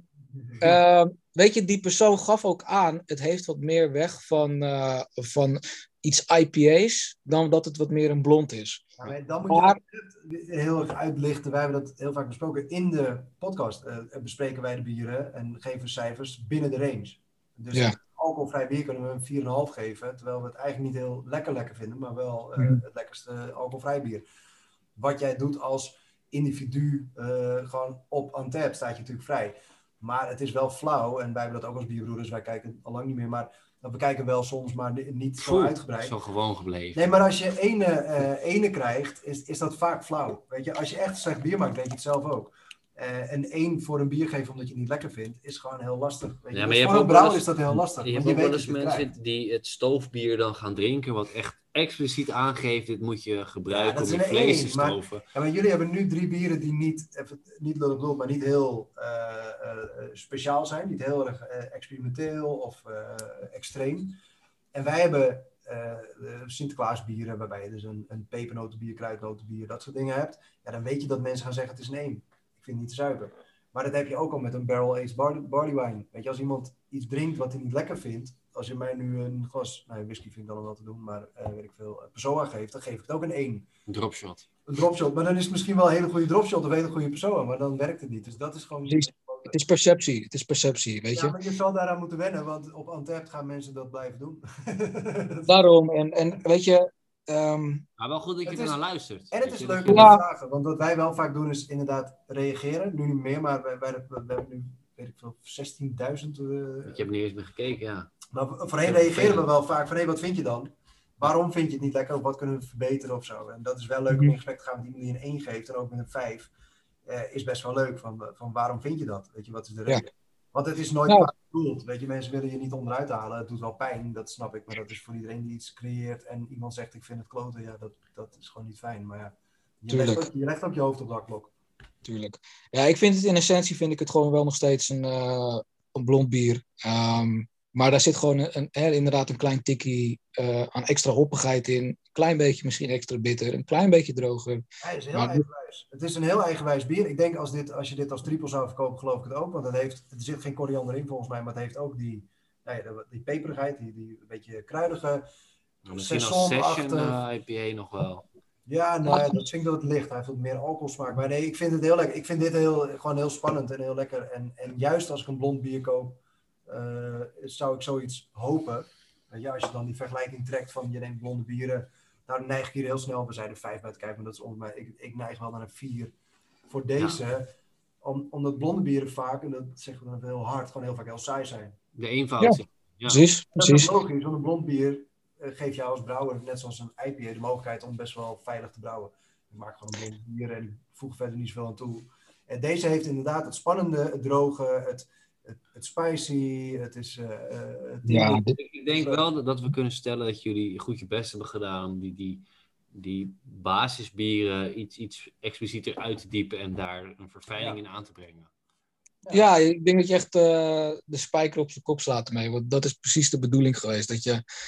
uh, weet je, die persoon gaf ook aan, het heeft wat meer weg van, uh, van iets I P A's, dan dat het wat meer een blond is. Ja, dan moet je maar, het heel erg uitlichten. Wij hebben dat heel vaak besproken. In de podcast uh, bespreken wij de bieren en geven cijfers binnen de range. Dus ja. alcoholvrij bier kunnen we een vier komma vijf geven, terwijl we het eigenlijk niet heel lekker lekker vinden, maar wel uh, mm. het lekkerste alcoholvrij bier. Wat jij doet als individu, uh, gewoon op Untappd staat je natuurlijk vrij. Maar het is wel flauw, en wij hebben dat ook als bierbroeders, wij kijken al lang niet meer, maar we kijken wel soms, maar niet zo Voel, uitgebreid. Zo gewoon gebleven. Nee, maar als je ene, uh, ene krijgt, is, is dat vaak flauw. Weet je, als je echt slecht bier maakt, weet je het zelf ook. Uh, en één voor een bier geven omdat je het niet lekker vindt, is gewoon heel lastig. Weet je? Ja, maar dus je voor een brouwer is dat heel lastig. Je hebt ook wel eens mensen die het stoofbier dan gaan drinken, wat echt expliciet aangeeft, dit moet je gebruiken ja, om je vlees te stoven. Maar, ja, maar jullie hebben nu drie bieren die niet, even, niet lullig bedoeld, maar niet heel uh, uh, speciaal zijn. Niet heel erg uh, experimenteel of uh, extreem. En wij hebben uh, Sinterklaasbieren, waarbij je dus een, een pepernotenbier, kruidnotenbier, dat soort dingen hebt. Ja, dan weet je dat mensen gaan zeggen, het is een één. Ik vind het niet te zuiver. Maar dat heb je ook al met een barrel-aged barley wine. Weet je, als iemand iets drinkt wat hij niet lekker vindt, als je mij nu een glas, nou whisky vind ik dan wel te doen, maar uh, weet ik veel, Pessoa geeft, dan geef ik het ook een één. Een dropshot. Een dropshot, maar dan is het misschien wel een hele goede dropshot of een hele goede Pessoa, maar dan werkt het niet. Dus dat is gewoon... Het is, het is perceptie, het is perceptie, weet je. Ja, maar je zal daaraan moeten wennen, want op Untappd gaan mensen dat blijven doen. Daarom, en, en weet je... Um, maar wel goed dat je er naar luistert. En het is leuk om te vragen, want wat wij wel vaak doen is inderdaad reageren. Nu niet meer, maar wij, wij, wij hebben nu weet ik veel, zestienduizend. Uh, ik heb niet eens meer gekeken, ja. Maar voorheen reageren we wel vaak van, hé, wat vind je dan? Waarom vind je het niet lekker? Of wat kunnen we verbeteren of zo? En dat is wel leuk om in gesprek te gaan met iemand die een één geeft en ook met een vijf. Uh, is best wel leuk. Van, van waarom vind je dat? Weet je, wat is de reden? Ja. Want het is nooit nou, kwaad bedoeld. Weet je, mensen willen je niet onderuit halen. Het doet wel pijn, dat snap ik. Maar dat is voor iedereen die iets creëert en iemand zegt ik vind het kloten. Ja, dat, dat is gewoon niet fijn. Maar ja, je legt, ook, je legt ook je hoofd op dat klok. Tuurlijk. Ja, ik vind het in essentie vind ik het gewoon wel nog steeds een, uh, een blond bier. Um, maar daar zit gewoon een, een, inderdaad een klein tikkie uh, aan extra hoppigheid in. Een klein beetje misschien extra bitter. Een klein beetje droger. Hij is heel maar... eigenwijs. Het is een heel eigenwijs bier. Ik denk als, dit, als je dit als triple zou verkopen, geloof ik het ook. Want het heeft, er zit geen koriander in volgens mij. Maar het heeft ook die, nou ja, die peperigheid. Die, die een beetje kruidige. Misschien als session uh, I P A nog wel. Ja, nou ja, dat vind ik dat het licht. Hij heeft wat meer alcoholsmaak. Maar nee, ik vind het heel lekker. Ik vind dit heel, gewoon heel spannend en heel lekker. En, en juist als ik een blond bier koop, uh, zou ik zoiets hopen. Ja, als je dan die vergelijking trekt van je neemt blonde bieren, daar neig ik hier heel snel. We zijn er vijf bij te kijken, maar dat is onder mij. Ik, ik neig wel naar een vier voor deze. Ja. Om, omdat blonde bieren vaak, en dat zeggen we dan heel hard, gewoon heel vaak heel saai zijn. De eenvoud. Ja, ja. Precies, dat precies. is logisch, want een blond bier geeft jou als brouwer, net zoals een I P A, de mogelijkheid om best wel veilig te brouwen. Je maakt gewoon een blond bier en ik voeg verder niet zoveel aan toe. En deze heeft inderdaad het spannende, het droge, het, het, het spicy, het is... Uh, het ja, dit, ik denk wel dat we kunnen stellen dat jullie goed je best hebben gedaan om die, die, die basisbieren iets, iets explicieter uit te diepen en daar een verfijning ja. in aan te brengen. Ja, ik denk dat je echt uh, de spijker op zijn kop slaat ermee, want dat is precies de bedoeling geweest. Dat je,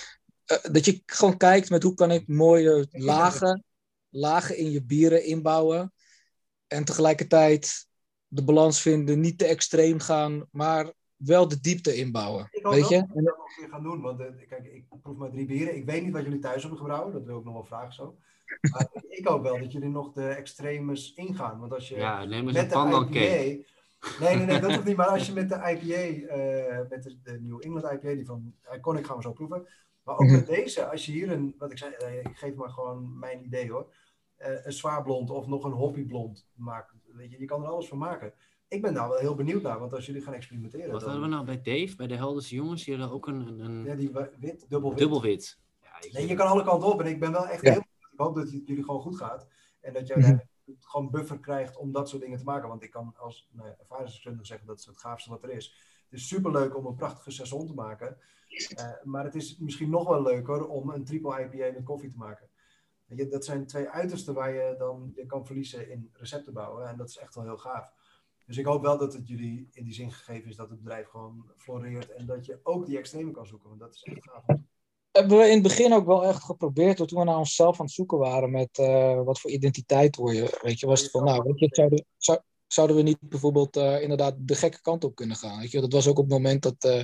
uh, dat je gewoon kijkt met hoe kan ik mooie lagen, lagen in je bieren inbouwen en tegelijkertijd de balans vinden, niet te extreem gaan, maar wel de diepte inbouwen. Ik hoop weet je? dat we dat nog weer gaan doen, want uh, kijk, ik proef maar drie bieren. Ik weet niet wat jullie thuis hebben gebrouwen, dat wil ik nog wel vragen zo. Maar ik hoop wel dat jullie nog de extremes ingaan, want als je ja, neem eens met een pandancake. Nee, nee, nee, dat hoeft niet. Maar als je met de I P A, uh, met de, de New England I P A, die van Iconic gaan we zo proeven. Maar ook mm-hmm. met deze, als je hier een, wat ik zei, uh, ik geef maar gewoon mijn idee hoor. Uh, een zwaar blond of nog een hoppy blond maakt. Weet je, je kan er alles van maken. Ik ben daar wel heel benieuwd naar, want als jullie gaan experimenteren. Wat dan... hadden we nou bij Dave, bij de Helderse jongens? Die hadden ook een... een... Ja, die wit, dubbel wit. Dubbel wit. Ja, ik... Nee, je kan alle kanten op en ik ben wel echt ja. heel benieuwd. Ik hoop dat het jullie gewoon goed gaat. En dat jij mm-hmm. gewoon buffer krijgt om dat soort dingen te maken. Want ik kan als nou ja, ervaringsdeskundige zeggen dat is het gaafste wat er is. Het is superleuk om een prachtige saison te maken. Uh, maar het is misschien nog wel leuker om een triple I P A met koffie te maken. Je, dat zijn twee uitersten waar je dan je kan verliezen in recepten bouwen. En dat is echt wel heel gaaf. Dus ik hoop wel dat het jullie in die zin gegeven is dat het bedrijf gewoon floreert. En dat je ook die extreme kan zoeken. Want dat is echt gaaf. Hebben we in het begin ook wel echt geprobeerd, toen we naar onszelf aan het zoeken waren met uh, wat voor identiteit hoor je. Weet je, was het van, nou, weet je, zouden, zou, zouden we niet bijvoorbeeld uh, inderdaad de gekke kant op kunnen gaan? Weet je, dat was ook op het moment dat, uh,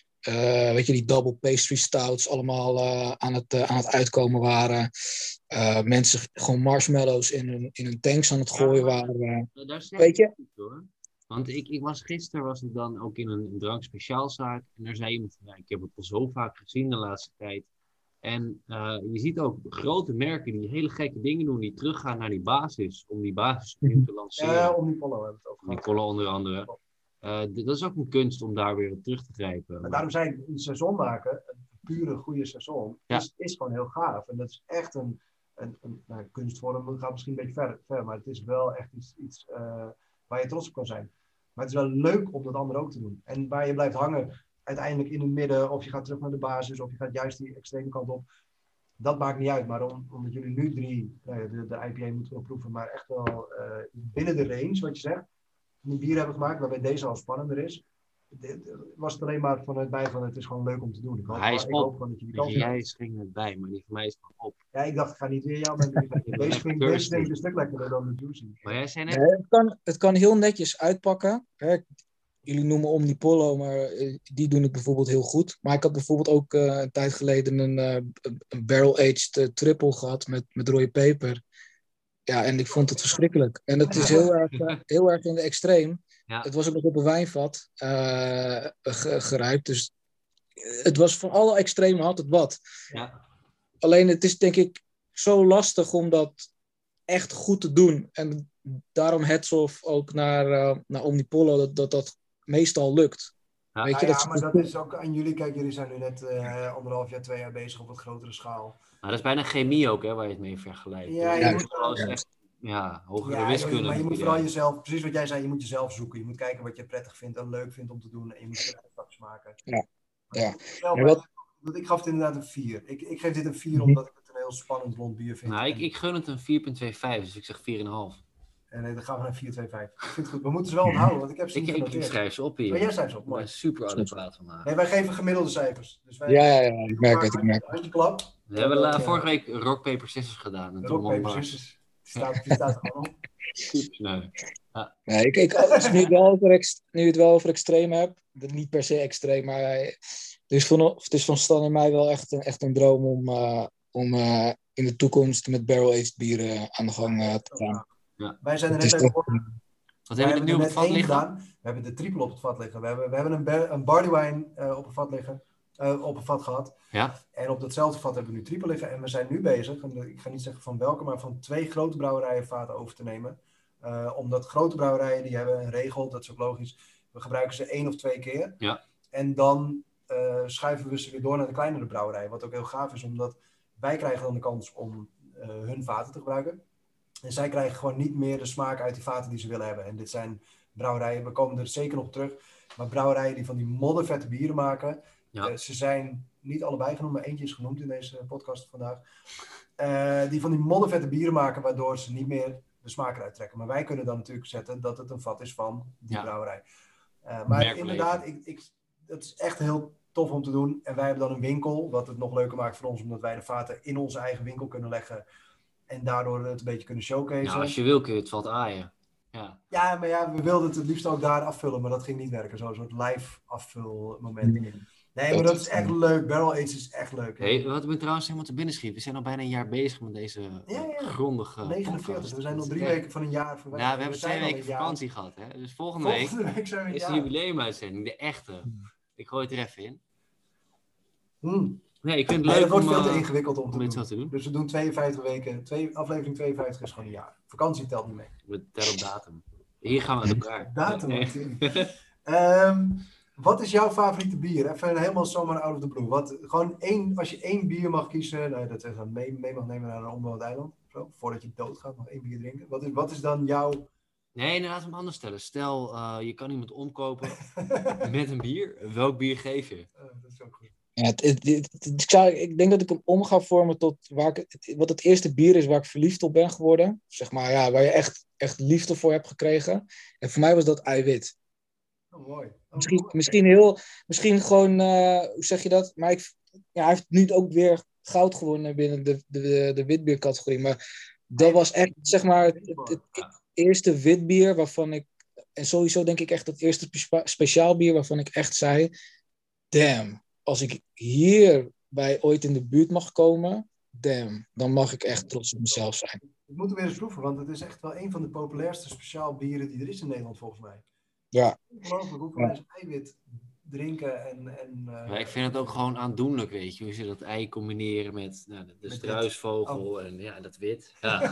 uh, weet je, die double pastry stouts allemaal uh, aan, het, uh, aan het uitkomen waren. Uh, mensen gewoon marshmallows in hun, in hun tanks aan het gooien ja, waren. Uh, daar weet je? Goed, hoor. Want ik, ik was gisteren was ik dan ook in een, een drankspeciaalzaak. En daar zei iemand van, ja, ik heb het al zo vaak gezien de laatste tijd. En uh, je ziet ook grote merken die hele gekke dingen doen. Die teruggaan naar die basis. Om die basis opnieuw te lanceren. Ja, Omnipollo hebben we het ook gehad. Omnipollo onder andere. Uh, d- dat is ook een kunst om daar weer op terug te grijpen. Maar daarom zei ik, een seizoen maken, een pure goede seizoen, ja. is, is gewoon heel gaaf. En dat is echt een, een, een nou, kunstvorm. Dat gaat misschien een beetje ver, ver maar het is wel echt iets, iets uh, waar je trots op kan zijn. Maar het is wel leuk om dat andere ook te doen. En waar je blijft hangen, uiteindelijk in het midden, of je gaat terug naar de basis, of je gaat juist die extreme kant op. Dat maakt niet uit. Maar om, omdat jullie nu drie, nou de, de I P A moeten we proeven, maar echt wel uh, binnen de range, wat je zegt, een bier hebben gemaakt, waarbij deze al spannender is. Was het alleen maar vanuit mij van het is gewoon leuk om te doen. Ik hoop, hij is ik hoop gewoon dat je die kans hebt. Jij ging het bij, maar die van mij is gewoon op. Ja, ik dacht, ik ga niet weer jou, maar deze vind ik deze denk ik een stuk lekkerder dan de Juicy. Maar jij zei net... Nee, het, kan, het kan heel netjes uitpakken. Hè. Jullie noemen Omnipollo, maar uh, die doen het bijvoorbeeld heel goed. Maar ik had bijvoorbeeld ook uh, een tijd geleden een, uh, een barrel-aged uh, triple gehad met, met rode peper. Ja, en ik vond het verschrikkelijk. En het is heel erg, uh, heel erg in de extreem. Ja. Het was ook nog op een wijnvat uh, gerijpt. Dus het was van alle extremen had het wat. Ja. Alleen het is denk ik zo lastig om dat echt goed te doen. En daarom hats off ook naar, uh, naar Omnipollo. Dat, dat dat meestal lukt. Ja. Weet je, Ja, dat ja, maar dat is ook aan jullie. Kijk, jullie zijn nu net uh, anderhalf jaar, twee jaar bezig op wat grotere schaal. Maar dat is bijna chemie ook, hè, waar je het mee vergelijkt. Ja, dus je moet moet wel eens ja. echt ja, hogere ja, wiskunde. maar je moet idee. vooral jezelf, precies wat jij zei, je moet jezelf zoeken. Je moet kijken wat je prettig vindt en leuk vindt om te doen. En je moet je uitstapjes maken. Ja. Ja. Zelf, Ja, wat... Ik gaf het inderdaad een vier. Ik, ik geef dit een vier omdat ik het een heel spannend blond bier vind. Nou, ik, en... ik gun het een vier komma tweeënvijftig, dus ik zeg vier komma vijf. En nee, dan gaan we naar vier komma vijfenvijftig. Ik vind het goed. We moeten ze wel onthouden, want ik heb ze Ik, niet ik, genoteerd. ik schrijf ze op hier. Maar jij schrijft ze op, Ik mooi. ben super adequaat vandaag. Nee, wij geven gemiddelde cijfers. Dus wij... Ja, ja, ja, ik merk het, ik merk het. Als je klapt... We hebben la, uh, vorige week rock, paper, scissors gedaan. En rock, paper, scissors. Die staat, die staat er gewoon op. Nee. Ja. Nee, ik, ik, als nu, het wel over ext, nu het wel over extreem heb, niet per se extreem, maar het is van, het is van Stan en mij wel echt een, echt een droom om, uh, om uh, in de toekomst met barrel-aged bieren aan de gang uh, te gaan. Ja. Wij zijn er net bij begonnen. Wat hebben we nu op het vat liggen? Gedaan. We hebben de triple op het vat liggen. We hebben, we hebben een, ber- een barley wine uh, op een vat liggen. Uh, op een vat gehad. Ja. En op datzelfde vat hebben we nu triple liggen. En we zijn nu bezig, en ik ga niet zeggen van welke, maar van twee grote brouwerijen vaten over te nemen. Uh, omdat grote brouwerijen, die hebben een regel, dat is ook logisch. We gebruiken ze één of twee keer. Ja. En dan uh, schuiven we ze weer door naar de kleinere brouwerijen. Wat ook heel gaaf is, omdat wij krijgen dan de kans om uh, hun vaten te gebruiken. En zij krijgen gewoon niet meer de smaak uit die vaten die ze willen hebben. En dit zijn brouwerijen, we komen er zeker nog op terug. Maar brouwerijen die van die moddervette bieren maken. Ja. Uh, ze zijn niet allebei genoemd, maar eentje is genoemd in deze podcast vandaag. Uh, die van die moddervette bieren maken, waardoor ze niet meer de smaak eruit trekken. Maar wij kunnen dan natuurlijk zetten dat het een vat is van die ja. brouwerij. Uh, maar inderdaad, ik, ik, het is echt heel tof om te doen. En wij hebben dan een winkel, wat het nog leuker maakt voor ons, omdat wij de vaten in onze eigen winkel kunnen leggen. En daardoor het een beetje kunnen showcase. Ja, als je wil kun je het vat aaien. Ja. ja, maar ja, we wilden het het liefst ook daar afvullen, maar dat ging niet werken. Zo'n soort live afvulmoment. Nee, nee maar dat is echt leuk. Barrel Aged is echt leuk. Hey, wat me trouwens helemaal te binnen schiet. We zijn al bijna een jaar bezig met deze ja, ja. grondige negenenveertig. podcast. We zijn nog drie weken van een jaar voorbij. Ja, we hebben we twee weken vakantie gehad. Hè? Dus volgende, volgende week, week zijn we is de jubileumuitzending. De echte. Ik gooi het er even in. Hmm. Nee, ik vind het nee, leuk dat wordt om, veel te ingewikkeld om, om te doen. Zo te doen. Dus we doen tweeënvijftig weken. Twee, aflevering tweeënvijftig is gewoon een jaar. Vakantie telt niet mee. We tellen op datum. Hier gaan we aan elkaar. Datum, nee. um, Wat is jouw favoriete bier? Even helemaal zomaar out of the blue. Wat, gewoon één, als je één bier mag kiezen, nou, dat je dan mee, mee mag nemen naar een onbewoond eiland. Zo, voordat je doodgaat, nog één bier drinken. Wat is, wat is dan jouw... Nee, nee, laten we hem anders stellen. Stel, uh, je kan iemand omkopen met een bier. Welk bier geef je? Uh, dat is ook goed. Ja, het, het, het, het, het, ik denk dat ik hem om ga vormen tot waar ik, het, wat het eerste bier is waar ik verliefd op ben geworden. Zeg maar, ja, waar je echt, echt liefde voor hebt gekregen. En voor mij was dat eiwit. Oh, mooi. Oh, misschien, mooi. misschien heel, misschien gewoon, uh, hoe zeg je dat? Maar ik, ja, hij heeft nu ook weer goud gewonnen binnen de, de, de, de witbiercategorie. Maar dat was echt, zeg maar, het, het, het, het eerste witbier waarvan ik, en sowieso denk ik echt het eerste spe- speciaal bier waarvan ik echt zei, damn, als ik hierbij ooit in de buurt mag komen, damn, dan mag ik echt trots op mezelf zijn. Ik moet hem weer eens proeven, want het is echt wel een van de populairste speciaal bieren die er is in Nederland volgens mij. Ja. Ongelooflijk hoeveel ja. mensen eiwit drinken en... en uh, ja, ik vind het ook gewoon aandoenlijk, weet je. Hoe ze dat ei combineren met nou, de, de struisvogel oh. en ja, dat wit. Ja.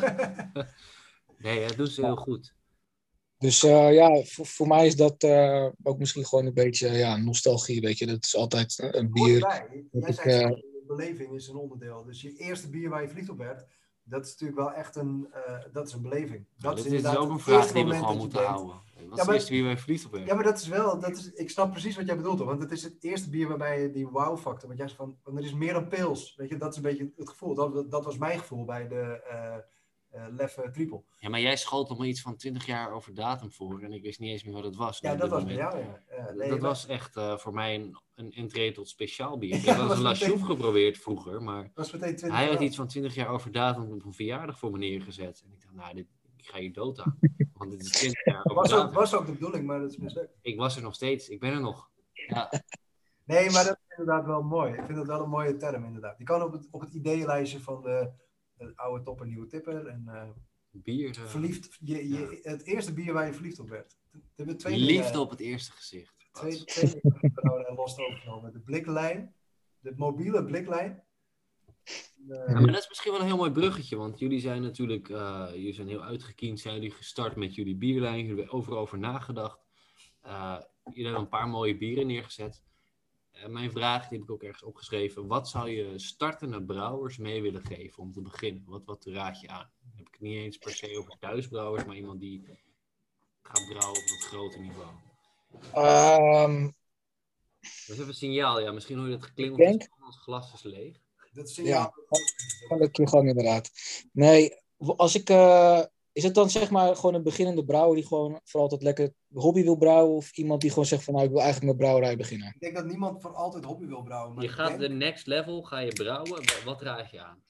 Nee, dat doen ze heel goed. Dus uh, ja, voor, voor mij is dat uh, ook misschien gewoon een beetje ja, nostalgie, weet je. Dat is altijd uh, een bier. Jij ik, zei, uh, de beleving is een onderdeel. Dus je eerste bier waar je verliefd op werd, dat is natuurlijk wel echt een, uh, dat is een beleving. Dat ja, is, dit is ook een vraag die we gewoon moeten denkt, houden. Wat ja, is het eerste bier waar je verliefd op werd? Ja, maar dat is wel, dat is, ik snap precies wat jij bedoelt. Hoor, want het is het eerste bier waarbij je die wow-factor, want jij zegt van, want er is meer dan pils. Weet je, dat is een beetje het gevoel. Dat, dat, dat was mijn gevoel bij de... Uh, Uh, Leffe triple. Ja, maar jij schoot nog maar iets van twintig jaar over datum voor en ik wist niet eens meer wat het was. Ja, dat was bij jou, ja. Uh, nee, dat maar... was echt uh, voor mij een, een entree tot speciaal bier. Ik heb wel eens een La Chouffe geprobeerd vroeger, maar hij had iets van twintig jaar over datum op een verjaardag voor me neergezet. En ik dacht, nou, dit, ik ga hier dood aan. Want dit is twintig jaar over was datum. Ook, was ook de bedoeling, maar dat is mislukt. Ik was er nog steeds, ik ben er nog. Ja. Nee, maar dat is inderdaad wel mooi. Ik vind dat wel een mooie term, inderdaad. Die kan op het, op het ideeënlijstje van de... de oude top en nieuwe tipper. En, uh, bier. Uh, verliefd. Je, je, ja. Het eerste bier waar je verliefd op werd. De twee Liefde dingen, op het eerste gezicht. Twee, twee dingen los overgenomen. De bliklijn. De mobiele bliklijn. Uh, ja, maar dat is misschien wel een heel mooi bruggetje. Want jullie zijn natuurlijk, uh, jullie zijn heel uitgekiend. Zijn jullie gestart met jullie bierlijn. Jullie hebben overal over nagedacht. Uh, jullie hebben een paar mooie bieren neergezet. Uh, mijn vraag, die heb ik ook ergens opgeschreven. Wat zou je startende brouwers mee willen geven om te beginnen? Wat, wat raad je aan? Dan heb ik het niet eens per se over thuisbrouwers, maar iemand die gaat brouwen op een groter niveau. Um, Dat is even een signaal, ja. Misschien hoor je het geklinkel, denk... ons glas is leeg. Dat signaal... Ja, van de teruggang inderdaad. Nee, als ik... Uh, is het dan zeg maar gewoon een beginnende brouwer die gewoon voor altijd lekker hobby wil brouwen? Of iemand die gewoon zegt van nou, ik wil eigenlijk mijn brouwerij beginnen? Ik denk dat niemand voor altijd hobby wil brouwen. Maar je gaat denk... de next level, ga je brouwen. Wat, wat raad je aan?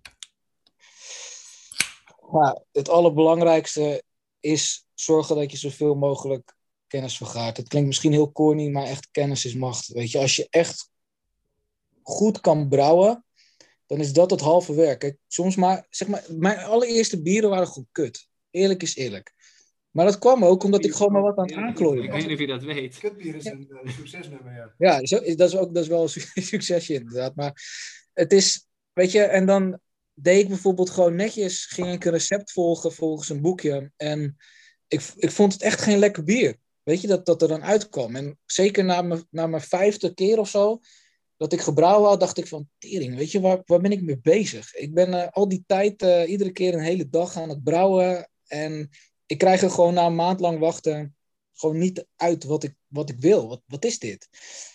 Ja, het allerbelangrijkste is zorgen dat je zoveel mogelijk kennis vergaart. Het klinkt misschien heel corny, maar echt kennis is macht. Weet je, als je echt goed kan brouwen, dan is dat het halve werk. Kijk, soms maar, zeg maar, mijn allereerste bieren waren gewoon kut. Eerlijk is eerlijk. Maar dat kwam ook omdat ik gewoon maar wat aan het aanklooien was. Ik was. weet niet of je dat weet. Kutbier is een uh, succesnummer, ja. Ja, zo, dat is ook dat is wel een succesje inderdaad. Maar het is, weet je, en dan deed ik bijvoorbeeld gewoon netjes, ging ik een recept volgen volgens een boekje. En ik, ik vond het echt geen lekker bier. Weet je, dat, dat er dan uitkwam. En zeker na mijn, na mijn vijfde keer of zo, dat ik gebrouwen had, dacht ik van, tering, weet je, waar, waar ben ik mee bezig? Ik ben uh, al die tijd, uh, iedere keer een hele dag aan het brouwen. En ik krijg er gewoon na een maand lang wachten gewoon niet uit wat ik, wat ik wil. Wat, wat is dit?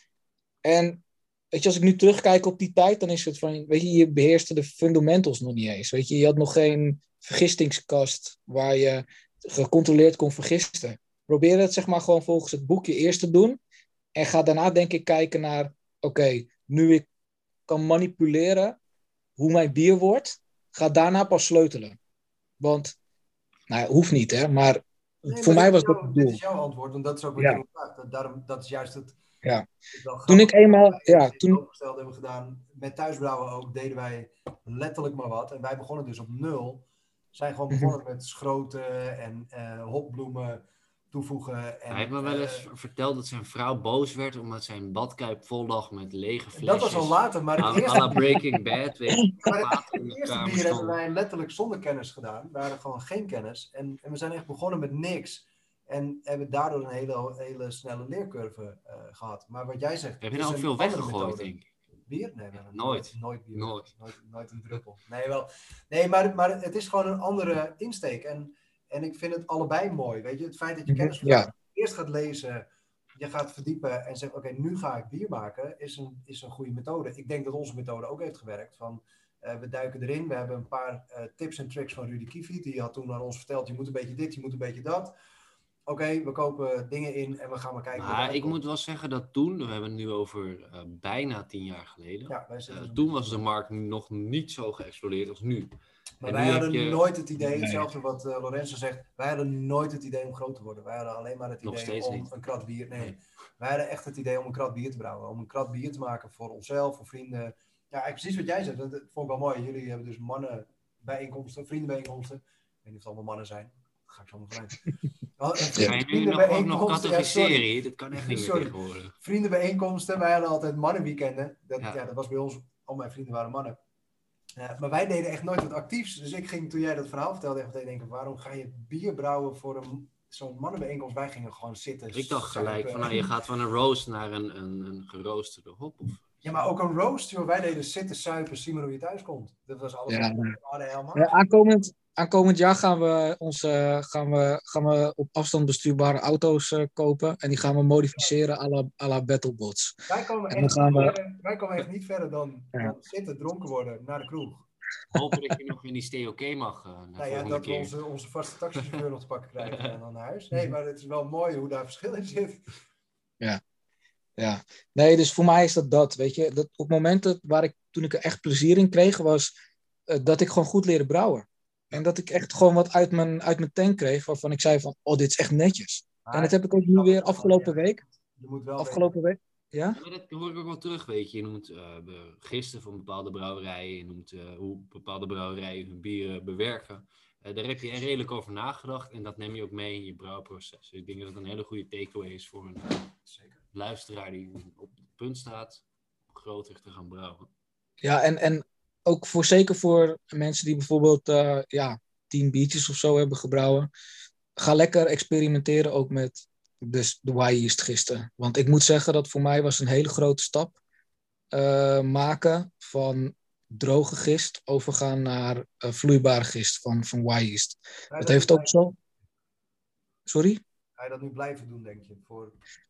En weet je, als ik nu terugkijk op die tijd, dan is het van, weet je, je beheerste de fundamentals nog niet eens. Weet je, je had nog geen vergistingskast waar je gecontroleerd kon vergisten. Probeer het zeg maar gewoon volgens het boekje eerst te doen. En ga daarna denk ik kijken naar, oké, okay, nu ik kan manipuleren hoe mijn bier wordt, ga daarna pas sleutelen. Want, nou ja, hoeft niet hè, maar nee, voor maar mij was jou, dat het doel. Dit is jouw antwoord, want dat is ook wat ja. je vraagt. Dat, daarom, dat is juist het... Ja. het toen ik eenmaal... Ja, toen... opgesteld hebben gedaan, met thuisbrouwen ook, deden wij letterlijk maar wat. En wij begonnen dus op nul. Zijn gewoon begonnen mm-hmm. met schroten en uh, hopbloemen toevoegen. En, Hij heeft me wel eens uh, verteld dat zijn vrouw boos werd omdat zijn badkuip vol lag met lege flesjes. Dat was al later, maar het eerste... à la Breaking Bad. Weet je, maar het, het eerste bier hebben wij letterlijk zonder kennis gedaan. We hadden gewoon geen kennis. En, en we zijn echt begonnen met niks. En hebben daardoor een hele, hele snelle leercurve uh, gehad. Maar wat jij zegt... Heb je nou ook veel weggegooid, denk ik? Bier? Nee, nee, nee nooit. Nooit bier. Nooit. Nooit, nooit een druppel. Nee, wel. Nee, maar, maar het is gewoon een andere insteek. En, en ik vind het allebei mooi. Weet je, het feit dat je kennis ja. eerst gaat lezen, je gaat verdiepen en zegt, oké, okay, nu ga ik bier maken, is een, is een goede methode. Ik denk dat onze methode ook heeft gewerkt. Van, uh, we duiken erin. We hebben een paar uh, tips en tricks van Rudy Kiefiet. Die had toen aan ons verteld, je moet een beetje dit, je moet een beetje dat. Oké, okay, we kopen dingen in en we gaan maar kijken. Maar ik moet wel zeggen dat toen, we hebben het nu over uh, bijna tien jaar geleden. Ja, wij uh, toen was de markt nog niet zo geëxplodeerd als nu. Maar en wij hadden je... nooit het idee, hetzelfde nee. wat uh, Lorenzo zegt, wij hadden nooit het idee om groot te worden. Wij hadden alleen maar het idee om niet. een krat bier, nee, nee, wij hadden echt het idee om een krat bier te brouwen. Om een krat bier te maken voor onszelf, voor vrienden. Ja, eigenlijk precies wat jij zegt, dat, dat vond ik wel mooi. Jullie hebben dus mannen bijeenkomsten, vriendenbijeenkomsten. Ik weet niet of het allemaal mannen zijn. Daar ga ik zo maar vanuit. Oh, ga je nu nog, ook nog categoriseren? Ja, dat kan echt niet meer tegenwoordig. Vriendenbijeenkomsten, wij hadden altijd mannenweekenden. Dat, ja. Ja, dat was bij ons, al mijn vrienden waren mannen. Uh, maar wij deden echt nooit wat actiefs. Dus ik ging, toen jij dat verhaal vertelde, echt meteen denken, waarom ga je bier brouwen voor een, zo'n mannenbijeenkomst? Wij gingen gewoon zitten. Ik dacht gelijk, van, nou, je gaat van een roast naar een, een, een geroosterde hop. Of... Ja, maar ook een roast, joh. Wij deden zitten, suipen, zien maar hoe je thuis komt. Dat was alles. Ja, we hadden helemaal. Ja, aankomend, aankomend jaar gaan we, ons, uh, gaan, we, gaan we op afstand bestuurbare auto's uh, kopen. En die gaan we modificeren à la, à la Battlebots. Wij komen, echt gaan niet, we... verder, wij komen echt niet verder dan, ja. dan zitten, dronken worden, naar de kroeg. Hopen dat je nog in die stay-oké mag. Uh, nou ja, dat keer. we onze, onze vaste taxichauffeur nog te pakken krijgen en dan naar huis. Nee, maar het is wel mooi hoe daar verschil in zit. Ja. Ja, nee, dus voor mij is dat dat, weet je. Dat op momenten waar ik, toen ik er echt plezier in kreeg, was uh, dat ik gewoon goed leerde brouwen. En dat ik echt gewoon wat uit mijn, uit mijn tank kreeg, waarvan ik zei van, oh, dit is echt netjes. Maar en dat heb ik ook nu weer afgelopen week. Je moet wel afgelopen week. Ja? Ja, dat hoor ik ook wel terug, weet je. Je noemt uh, gisten van bepaalde brouwerijen, je noemt uh, hoe bepaalde brouwerijen hun bieren bewerken. Uh, daar heb je er redelijk over nagedacht en dat neem je ook mee in je brouwproces. Dus ik denk dat het een hele goede takeaway is voor een Zeker. luisteraar die op het punt staat om groter te gaan brouwen. Ja, en, en ook voor, zeker voor mensen die bijvoorbeeld uh, ja, tien biertjes of zo hebben gebrouwen. Ga lekker experimenteren ook met, dus de Y-yeast gisten. Want ik moet zeggen dat voor mij was een hele grote stap uh, maken van droge gist overgaan naar uh, vloeibare gist van, van Y-yeast. Dat, dat heeft ook zo... Sorry? Ga je dat nu blijven doen, denk je? Voor...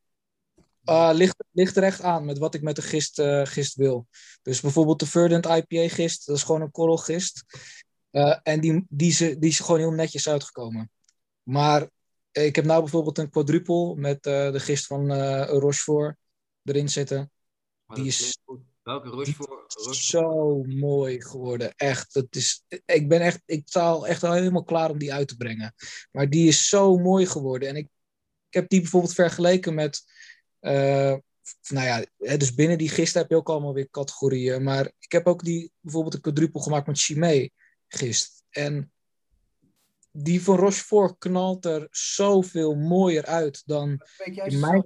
Uh, ligt, ligt er echt aan met wat ik met de gist, uh, gist wil. Dus bijvoorbeeld de Verdant I P A gist, dat is gewoon een korrelgist. Uh, en die, die, is, die is gewoon heel netjes uitgekomen. Maar ik heb nou bijvoorbeeld een quadruple met uh, de gist van uh, Rochefort erin zitten. Maar die is, welke Rochefort? Die is zo mooi geworden. Echt. Dat is, ik ben echt, ik sta al echt al helemaal klaar om die uit te brengen. Maar die is zo mooi geworden. En ik, ik heb die bijvoorbeeld vergeleken met... Uh, nou ja, dus binnen die gisten heb je ook allemaal weer categorieën. Maar ik heb ook die bijvoorbeeld een quadruple gemaakt met Chimay gist. En die van Rochefort knalt er zoveel mooier uit dan in mijn...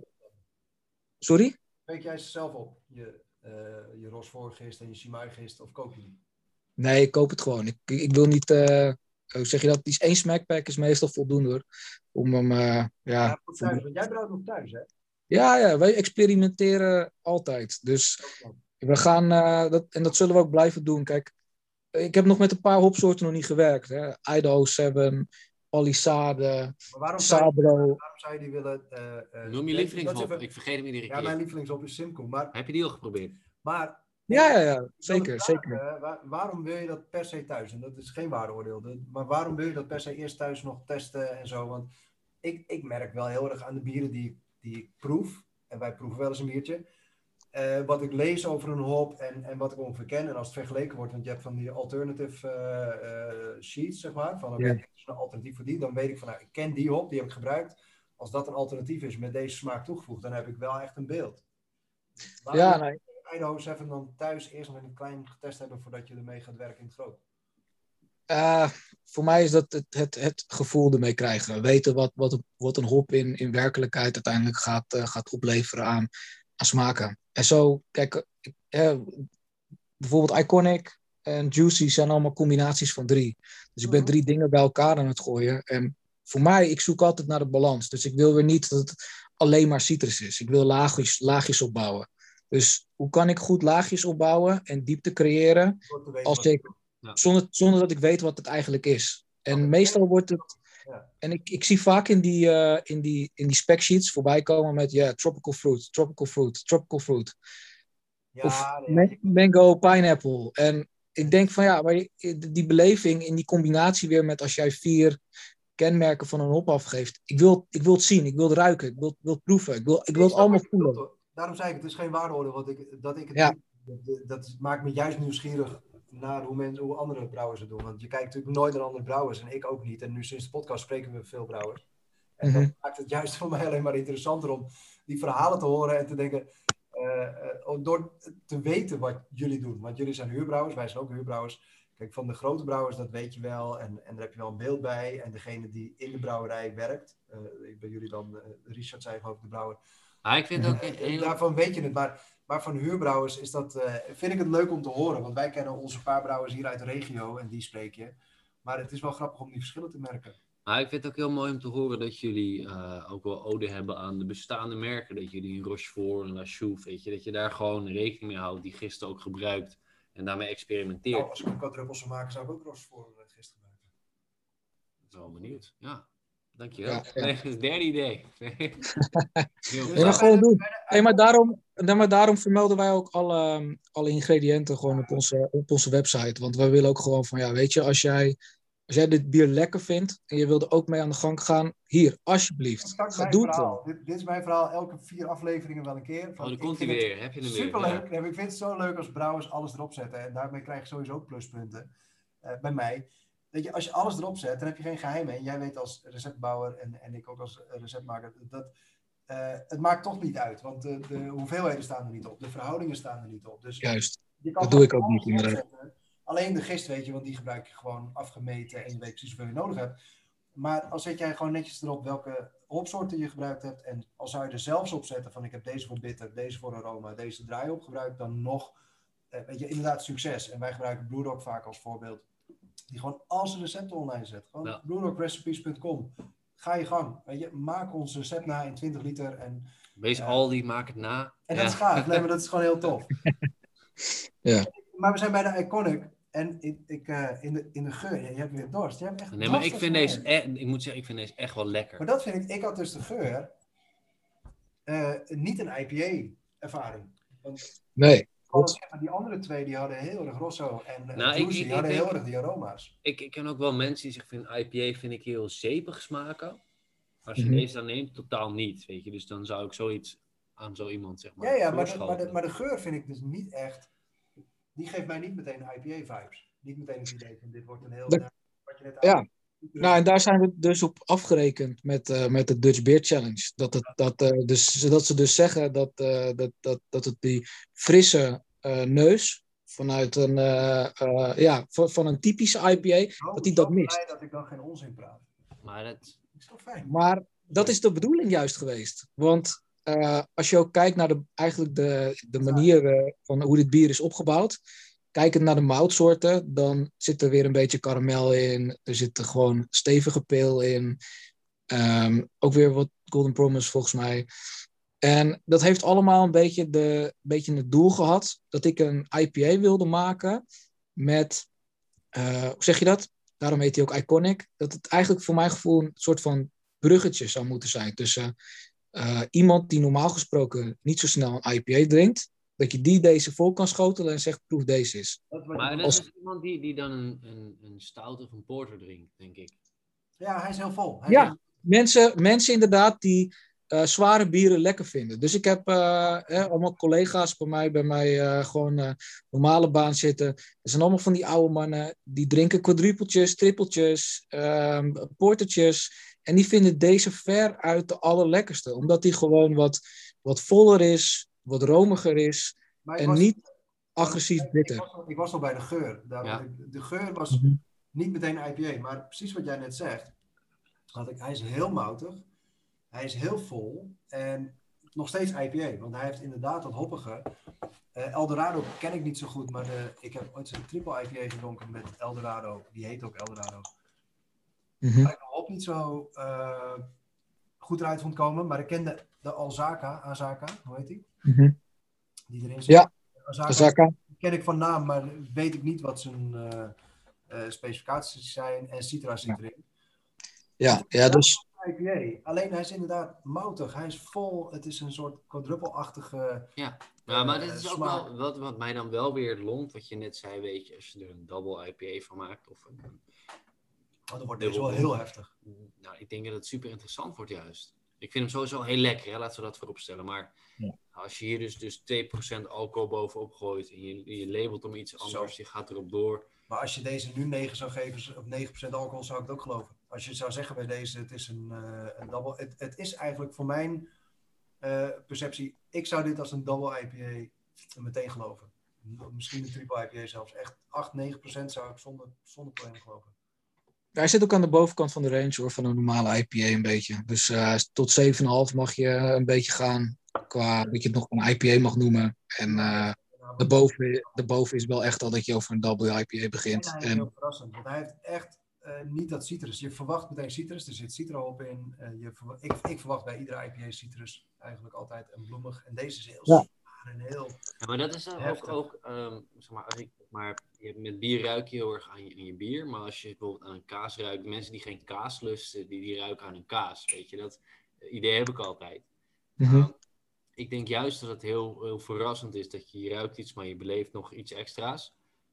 Sorry? Week jij ze zelf op? Je, uh, je Rochefort gist en je Chimay gist, of koop je die? Nee, ik koop het gewoon. Ik, ik wil niet... Uh, hoe zeg je dat? Die één smackpack is meestal voldoende hoor. Om hem... Uh, ja, ja voor thuis, want jij brouwt nog thuis, hè? Ja, ja, wij experimenteren altijd. Dus we gaan... Uh, dat, en dat zullen we ook blijven doen. Kijk, ik heb nog met een paar hopsoorten nog niet gewerkt. Hè? Idaho zeven, Palisade, waarom Sabro. Zou je, waarom zou je die willen... Uh, uh, Noem je lievelingshop. Ik vergeet hem iedere ja, keer. Ja, mijn lievelingshop is Simcoe. Maar... Heb je die al geprobeerd? Maar... Ja, ja, ja. Zeker, vragen, zeker. Waar, waarom wil je dat per se thuis? En dat is geen waardeoordeel. Maar waarom wil je dat per se eerst thuis nog testen en zo? Want ik, ik merk wel heel erg aan de bieren die, die ik proef. En wij proeven wel eens een biertje. Uh, wat ik lees over een hop en, en wat ik ongeveer ken. En als het vergeleken wordt, want je hebt van die alternative uh, uh, sheets, zeg maar. Van oké, okay, ja. dit is een alternatief voor die. Dan weet ik van, nou, ik ken die hop, die heb ik gebruikt. Als dat een alternatief is met deze smaak toegevoegd, dan heb ik wel echt een beeld. Waarom ja, nee. Idaho zeven dan thuis eerst nog in het klein getest hebben voordat je ermee gaat werken in het groot? Uh, voor mij is dat het, het, het gevoel ermee krijgen. Weten wat, wat, wat een hop in, in werkelijkheid uiteindelijk gaat, uh, gaat opleveren aan, aan smaken. En zo, kijk, uh, bijvoorbeeld Iconic en Juicy zijn allemaal combinaties van drie. Dus ik ben drie dingen bij elkaar aan het gooien. En voor mij, ik zoek altijd naar de balans. Dus ik wil weer niet dat het alleen maar citrus is. Ik wil laagjes, laagjes opbouwen. Dus hoe kan ik goed laagjes opbouwen en diepte creëren als ik, ja. zonder, zonder dat ik weet wat het eigenlijk is. En okay. meestal wordt het... Ja. En ik, ik zie vaak in die, uh, in die, in die spec sheets voorbij komen met ja, yeah, tropical fruit, tropical fruit, tropical fruit. Ja, of nee, mango, pineapple. En ik denk van ja, maar die beleving in die combinatie weer met als jij vier kenmerken van een hop afgeeft. Ik wil, ik wil het zien, ik wil het ruiken, ik wil, ik wil het proeven, ik wil, ik wil het allemaal voelen. Daarom zei ik, het is geen waardeoordeel wat ik, dat ik het ja. doe. Dat, dat maakt me juist nieuwsgierig naar hoe, mensen, hoe andere brouwers het doen. Want je kijkt natuurlijk nooit naar andere brouwers en ik ook niet. En nu sinds de podcast spreken we veel brouwers. En mm-hmm. dat maakt het juist voor mij alleen maar interessanter om die verhalen te horen en te denken... Uh, uh, door te weten wat jullie doen. Want jullie zijn huurbrouwers, wij zijn ook huurbrouwers. Kijk, van de grote brouwers, dat weet je wel. En, en daar heb je wel een beeld bij. En degene die in de brouwerij werkt. Uh, bij jullie dan, uh, Richard zei geloof ik de brouwer. Ah, ik vind ook een heel... Daarvan weet je het. Maar, maar van huurbrouwers is dat, uh, vind ik het leuk om te horen. Want wij kennen onze paar brouwers hier uit de regio. En die spreek je. Maar het is wel grappig om die verschillen te merken. Maar ik vind het ook heel mooi om te horen dat jullie uh, ook wel ode hebben aan de bestaande merken. Dat jullie Rochefort en La Chouffe, weet je, dat je daar gewoon rekening mee houdt, die gisten ook gebruikt en daarmee experimenteert. Nou, als ik een quadruppels zou maken, zou ik ook Rochefort gist gebruiken. Ik ben wel benieuwd, ja. Dankjewel. Ja, ja. Nee, dat is het derde idee. Nee, maar gewoon doen. Nee, maar daarom, maar daarom vermelden wij ook alle, alle ingrediënten gewoon op onze, op onze website. Want wij willen ook gewoon van, ja, weet je, als jij... Als jij dit bier lekker vindt en je wilt er ook mee aan de gang gaan, hier, alsjeblieft. Ga doen het. Dit, dit is mijn verhaal, elke vier afleveringen wel een keer. Van, oh, dan komt hij weer. Heb je hem superleuk. weer? Ja. Ik vind het zo leuk als brouwers alles erop zetten. En daarmee krijg je sowieso pluspunten. Uh, bij mij. Weet je, als je alles erop zet, dan heb je geen geheimen. En jij weet als receptbouwer en, en ik ook als receptmaker, dat uh, het maakt toch niet uit. Want de, de hoeveelheden staan er niet op. De verhoudingen staan er niet op. Dus juist, je kan dat doe ik ook niet meer. Alleen de gist weet je, want die gebruik je gewoon afgemeten en je weet precies hoeveel je nodig hebt. Maar als zet jij gewoon netjes erop welke hopsoorten je gebruikt hebt. En als zou je er zelfs op zetten van ik heb deze voor bitter, deze voor aroma, deze draai-hop gebruikt, dan nog, eh, weet je, inderdaad succes. En wij gebruiken Blue Dog vaak als voorbeeld. Die gewoon al zijn recepten online zet. Gewoon ja. blue dog recipes punt com. ga je gang. Weet je, maak ons recept na in twintig liter. En, Wees uh, Aldi, maak het na. En ja. dat is gaaf. Nee, maar dat is gewoon heel tof. Ja. Maar we zijn bij de Iconic. En ik, ik, uh, in, de, in de geur, je, je hebt weer dorst. Je hebt echt nee, maar ik vind deze, e- ik moet zeggen, ik vind deze echt wel lekker. Maar dat vind ik, ik had dus de geur, uh, niet een I P A-ervaring. Want, nee. Zeggen, die andere twee die hadden heel erg Rosso en uh, nou, Juicy, die hadden ik heel erg die aroma's. Ik, ik ken ook wel mensen die zeggen van I P A vind ik heel zeepig smaken. Als je mm-hmm. deze dan neemt, totaal niet, weet je. Dus dan zou ik zoiets aan zo iemand, zeg maar, ja, ja, maar de, maar, de, maar de geur vind ik dus niet echt, die geeft mij niet meteen I P A-vibes. Niet meteen het idee van dit wordt een heel... De, uh, wat je net ja, aan, nou en daar zijn we dus op afgerekend met, uh, met de Dutch Beer Challenge. Dat, het, dat, uh, dus, dat ze dus zeggen dat, uh, dat, dat, dat het die frisse uh, neus vanuit een, uh, uh, ja, van, van een typische I P A, oh, dat die dat mist. Ik ben blij dat ik dan geen onzin praat. Maar dat is toch fijn. Maar dat is de bedoeling juist geweest. Want uh, als je ook kijkt naar de, eigenlijk de, de manier uh, van hoe dit bier is opgebouwd, kijkend naar de moutsoorten, dan zit er weer een beetje karamel in. Er zit er gewoon stevige peel in. Um, ook weer wat Golden Promise volgens mij. En dat heeft allemaal een beetje, de, beetje het doel gehad dat ik een I P A wilde maken met, uh, hoe zeg je dat? Daarom heet hij ook Iconic. Dat het eigenlijk voor mijn gevoel een soort van bruggetje zou moeten zijn tussen uh, iemand die normaal gesproken niet zo snel een I P A drinkt, dat je die deze vol kan schotelen en zegt, proef deze is. Maar dat Als... is iemand die, die dan een, een, een stout of een porter drinkt, denk ik. Ja, hij is heel vol. Hij ja, is... mensen, mensen inderdaad die uh, zware bieren lekker vinden. Dus ik heb uh, eh, allemaal collega's bij mij, bij mij uh, gewoon uh, normale baan zitten. Dat zijn allemaal van die oude mannen, die drinken quadrupeltjes, trippeltjes, uh, portertjes. En die vinden deze ver uit de allerlekkerste. Omdat die gewoon wat, wat voller is, wat romiger is. En was, niet agressief bitter. Ik was, ik was al bij de geur. Daar, ja. ik, de geur was mm-hmm. niet meteen I P A. Maar precies wat jij net zegt. Had ik, hij is heel moutig. Hij is heel vol. En nog steeds I P A. Want hij heeft inderdaad dat hoppige. Uh, Eldorado ken ik niet zo goed. Maar de, ik heb ooit een triple I P A gedronken met Eldorado. Die heet ook Eldorado. Mm-hmm. Waar ik de hop niet zo uh, goed eruit vond komen. Maar ik kende de Alzaka. Azaka, hoe heet die? Mm-hmm. Die erin zit. Ja, Azaka, Azaka. Ken ik van naam, maar weet ik niet wat zijn uh, uh, specificaties zijn. En Citra zit ja. erin. Ja, ja, dus... I P A. Alleen hij is inderdaad moutig. Hij is vol. Het is een soort quadruppelachtige ja. Ja, maar dit is uh, ook wel wat, wat mij dan wel weer longt. Wat je net zei, weet je. Als je er een double I P A van maakt. Of een, oh, dan wordt deze wel heel heftig. Nou, ik denk dat het super interessant wordt juist. Ik vind hem sowieso heel lekker. Hè? Laten we dat voorop stellen. Maar ja. als je hier dus, dus twee procent alcohol bovenop gooit. En je, je labelt hem iets anders. Zo. Je gaat erop door. Maar als je deze nu negen zou geven, op negen procent alcohol, zou ik het ook geloven. Als je zou zeggen bij deze, het is een, uh, een double... Het, het is eigenlijk voor mijn uh, perceptie... Ik zou dit als een double I P A meteen geloven. Misschien een triple I P A zelfs. Echt acht, negen procent zou ik zonder, zonder probleem geloven. Ja, hij zit ook aan de bovenkant van de range hoor, van een normale I P A een beetje. Dus uh, tot zeven komma vijf mag je een beetje gaan. Qua dat je het nog een I P A mag noemen. En... Uh, Daarboven, daarboven is wel echt al dat je over een double I P A begint. En hij is heel verrassend, want hij heeft echt uh, niet dat citrus. Je verwacht meteen citrus, er zit citra op in. Uh, je verwacht, ik, ik verwacht bij iedere I P A citrus eigenlijk altijd een bloemig. En deze is heel ja. zwaar en heel ja, maar dat is dan ook, ook um, zeg maar, als ik, maar je hebt met bier ruik je heel erg aan je, aan je bier. Maar als je bijvoorbeeld aan een kaas ruikt, mensen die geen kaas lusten, die, die ruiken aan een kaas. Weet je, dat idee heb ik altijd. Mm-hmm. Um, Ik denk juist dat het heel, heel verrassend is dat je, je ruikt iets, maar je beleeft nog iets extra's.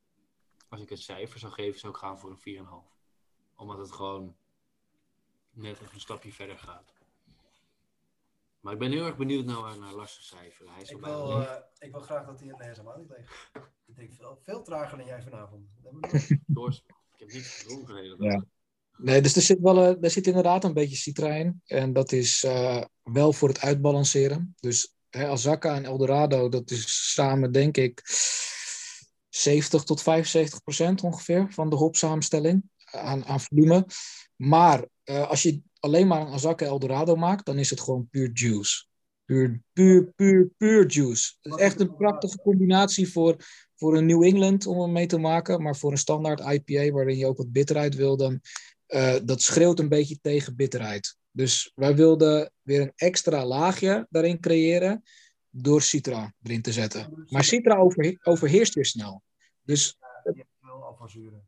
Als ik een cijfer zou geven, zou ik gaan voor een vier komma vijf. Omdat het gewoon net even een stapje verder gaat. Maar ik ben heel erg benieuwd naar, naar Lars' cijfer. Hij is ik, wil, uh, ik wil graag dat hij het nee, helemaal niet leeg. Ik denk veel, veel trager dan jij vanavond. Doors, ik heb niet gedronken de hele dag. Ja. Nee, dus er zit, wel, uh, er zit inderdaad een beetje citra in. En dat is uh, wel voor het uitbalanceren. Dus hè, Azaka en Eldorado, dat is samen denk ik zeventig tot vijfenzeventig procent ongeveer van de hopsamenstelling aan, aan volume. Maar uh, als je alleen maar een Azaka Eldorado maakt, dan is het gewoon puur juice. Puur, puur, puur, puur juice. Het is echt een prachtige combinatie voor, voor een New England om hem mee te maken. Maar voor een standaard I P A, waarin je ook wat bitterheid wil, dan uh, dat schreeuwt een beetje tegen bitterheid. Dus wij wilden weer een extra laagje daarin creëren door Citra erin te zetten. Maar Citra over, overheerst weer snel. Dus je hebt wel alfazuren.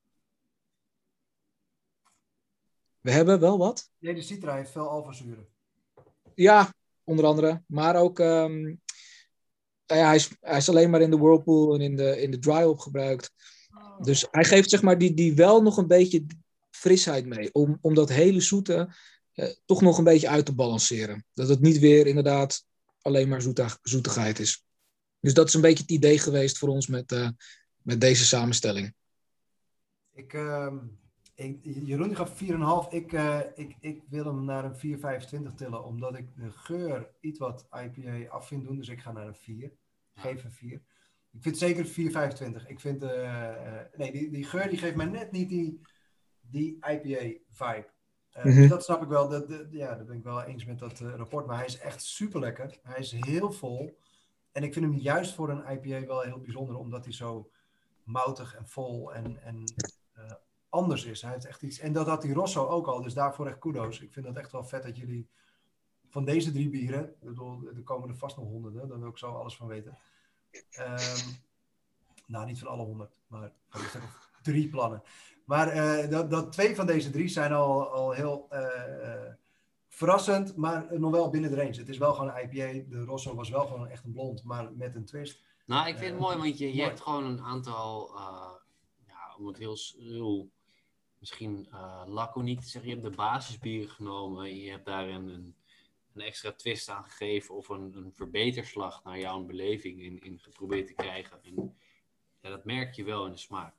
We hebben wel wat? Nee, de Citra heeft veel alfazuren. Ja, onder andere. Maar ook, um, nou ja, hij, is, hij is alleen maar in de whirlpool en in de, in de dry-hop gebruikt. Oh. Dus hij geeft zeg maar die, die wel nog een beetje frisheid mee. Om, om dat hele zoete uh, toch nog een beetje uit te balanceren. Dat het niet weer inderdaad alleen maar zoetig, zoetigheid is. Dus dat is een beetje het idee geweest voor ons met, uh, met deze samenstelling. Ik... Uh... Ik, Jeroen die gaf vier komma vijf. Ik, uh, ik, ik wil hem naar een vier komma vijfentwintig tillen, omdat ik de geur iets wat I P A af vind doen. Dus ik ga naar een vier. Geef een vier. Ik vind zeker vier komma vijfentwintig. Ik vind, uh, uh, nee, die, die geur die geeft mij net niet die, die I P A-vibe. Uh, mm-hmm. Dus dat snap ik wel. De, de, ja, daar ben ik wel eens met dat uh, rapport. Maar hij is echt super lekker. Hij is heel vol. En ik vind hem juist voor een I P A wel heel bijzonder, omdat hij zo moutig en vol en... en uh, anders is. Hij heeft echt iets. En dat had die Rosso ook al. Dus daarvoor echt kudos. Ik vind dat echt wel vet dat jullie van deze drie bieren, ik bedoel, er komen er vast nog honderden, daar wil ik zo alles van weten. Um, nou, niet van alle honderd, maar van drie plannen. Maar uh, dat, dat twee van deze drie zijn al, al heel uh, uh, verrassend, maar nog wel binnen de range. Het is wel gewoon een I P A. De Rosso was wel gewoon echt een blond, maar met een twist. Nou, ik vind uh, het mooi, want je, je mooi. hebt gewoon een aantal, uh, ja, om het heel, heel misschien uh, laconiek te zeggen, je hebt de basisbieren genomen en je hebt daar een, een, een extra twist aan gegeven of een, een verbeterslag naar jouw beleving in, in geprobeerd te krijgen. En ja, dat merk je wel in de smaak.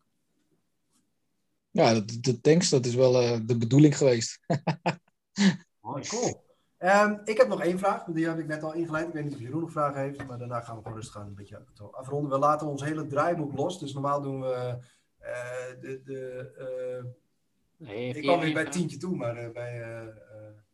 Ja, dat, dat denk ik, dat is wel uh, de bedoeling geweest. Mooi, cool. Um, ik heb nog één vraag, die heb ik net al ingeleid. Ik weet niet of Jeroen nog vragen heeft, maar daarna gaan we gewoon rustig aan een beetje afronden. We laten ons hele draaiboek los, dus normaal doen we uh, de... de uh, Nee, ik kwam weer bij tientje toe, maar uh, bij uh, uh,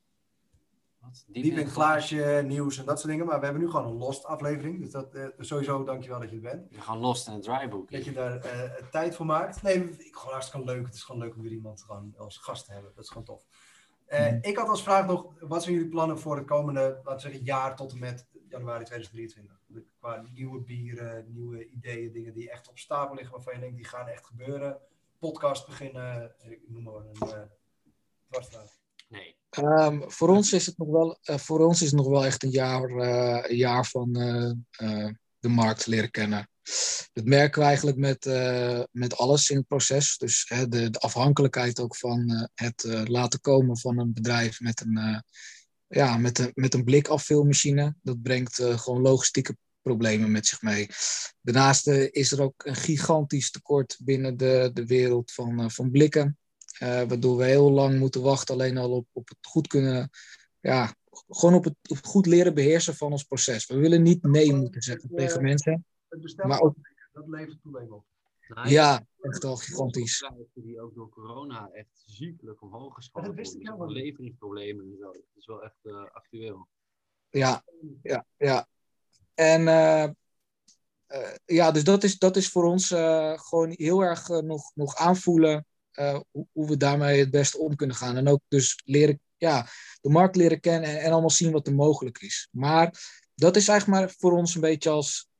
wat? Diep, diep in het glaasje, nieuws en dat soort dingen. Maar we hebben nu gewoon een Lost aflevering. Dus dat, uh, sowieso dankjewel dat je er bent. Je gaat Lost in het draaiboek. Dat je daar uh, tijd voor maakt. Nee, ik, gewoon hartstikke leuk. Het is gewoon leuk om weer iemand gewoon als gast te hebben. Dat is gewoon tof. Uh, mm. Ik had als vraag nog, wat zijn jullie plannen voor het komende, laten we zeggen, jaar tot en met januari tweeduizend drieëntwintig? Qua nieuwe bieren, nieuwe ideeën, dingen die echt op stapel liggen waarvan je denkt, die gaan echt gebeuren. Podcast beginnen, ik noem maar een uh, dwarsstraat. Nee. Um, voor ons is het nog wel, uh, voor ons is het nog wel echt een jaar, uh, een jaar van uh, uh, de markt leren kennen. Dat merken we eigenlijk met, uh, met alles in het proces. Dus uh, de, de afhankelijkheid ook van uh, het uh, laten komen van een bedrijf met een, uh, ja, met een, met een blikafvulmachine. Dat brengt uh, gewoon logistieke problemen met zich mee. Daarnaast uh, is er ook een gigantisch tekort binnen de, de wereld van, uh, van blikken. Uh, waardoor we heel lang moeten wachten alleen al op, op het goed kunnen... Ja, gewoon op het, op het goed leren beheersen van ons proces. We willen niet nee moeten zeggen tegen uh, mensen. Het bestellen, maar ook, dat levert het probleem op. Nou, ja, echt al gigantisch. Die ook door corona echt ziekelijk omhoog geschoten worden. Dus ook leveringsproblemen en zo. Dat is wel echt uh, actueel. Ja, ja, ja. En uh, uh, ja, dus dat is, dat is voor ons uh, gewoon heel erg uh, nog, nog aanvoelen uh, hoe, hoe we daarmee het beste om kunnen gaan. En ook dus leren, ja, de markt leren kennen en, en allemaal zien wat er mogelijk is. Maar dat is eigenlijk maar voor ons een beetje als,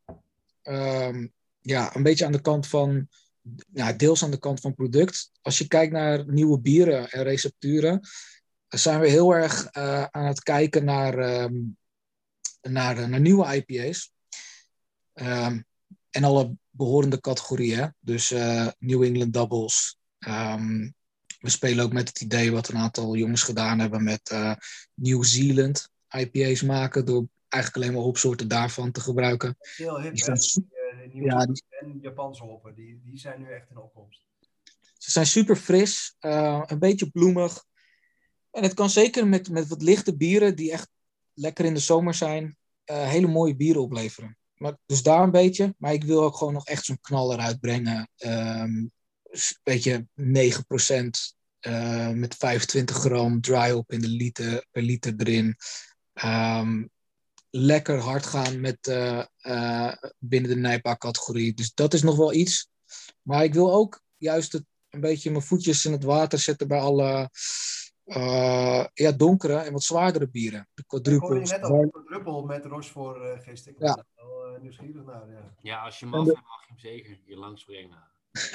um, ja, een beetje aan de kant van, ja, deels aan de kant van product. Als je kijkt naar nieuwe bieren en recepturen, zijn we heel erg uh, aan het kijken naar... Um, Naar, naar nieuwe I P A's. Um, en alle behorende categorieën. Dus uh, New England Doubles. Um, we spelen ook met het idee wat een aantal jongens gedaan hebben met uh, New Zealand I P A's maken. Door eigenlijk alleen maar hopsoorten daarvan te gebruiken. Heel hip, die staan, de Nieuw ja, die, en Japanse hoppen. Die, die zijn nu echt in opkomst. Ze zijn super fris. Uh, een beetje bloemig. En het kan zeker met, met wat lichte bieren die echt lekker in de zomer zijn, uh, hele mooie bieren opleveren. Maar, dus daar een beetje. Maar ik wil ook gewoon nog echt zo'n knaller uitbrengen. Um, weet je, negen procent uh, met vijfentwintig gram dry-hop in de liter, per liter erin. Um, lekker hard gaan met, uh, uh, binnen de N Y P A-categorie. Dus dat is nog wel iets. Maar ik wil ook juist het, een beetje mijn voetjes in het water zetten bij alle uh, ja, donkere en wat zwaardere bieren. De quadruples. Ik hoorde je net al een druppel met Rochefort uh, gisteren. Ik was ja. daar wel uh, nieuwsgierig naar. Ja. ja, als je hem af hebt, mag je hem zeker hier langs brengen.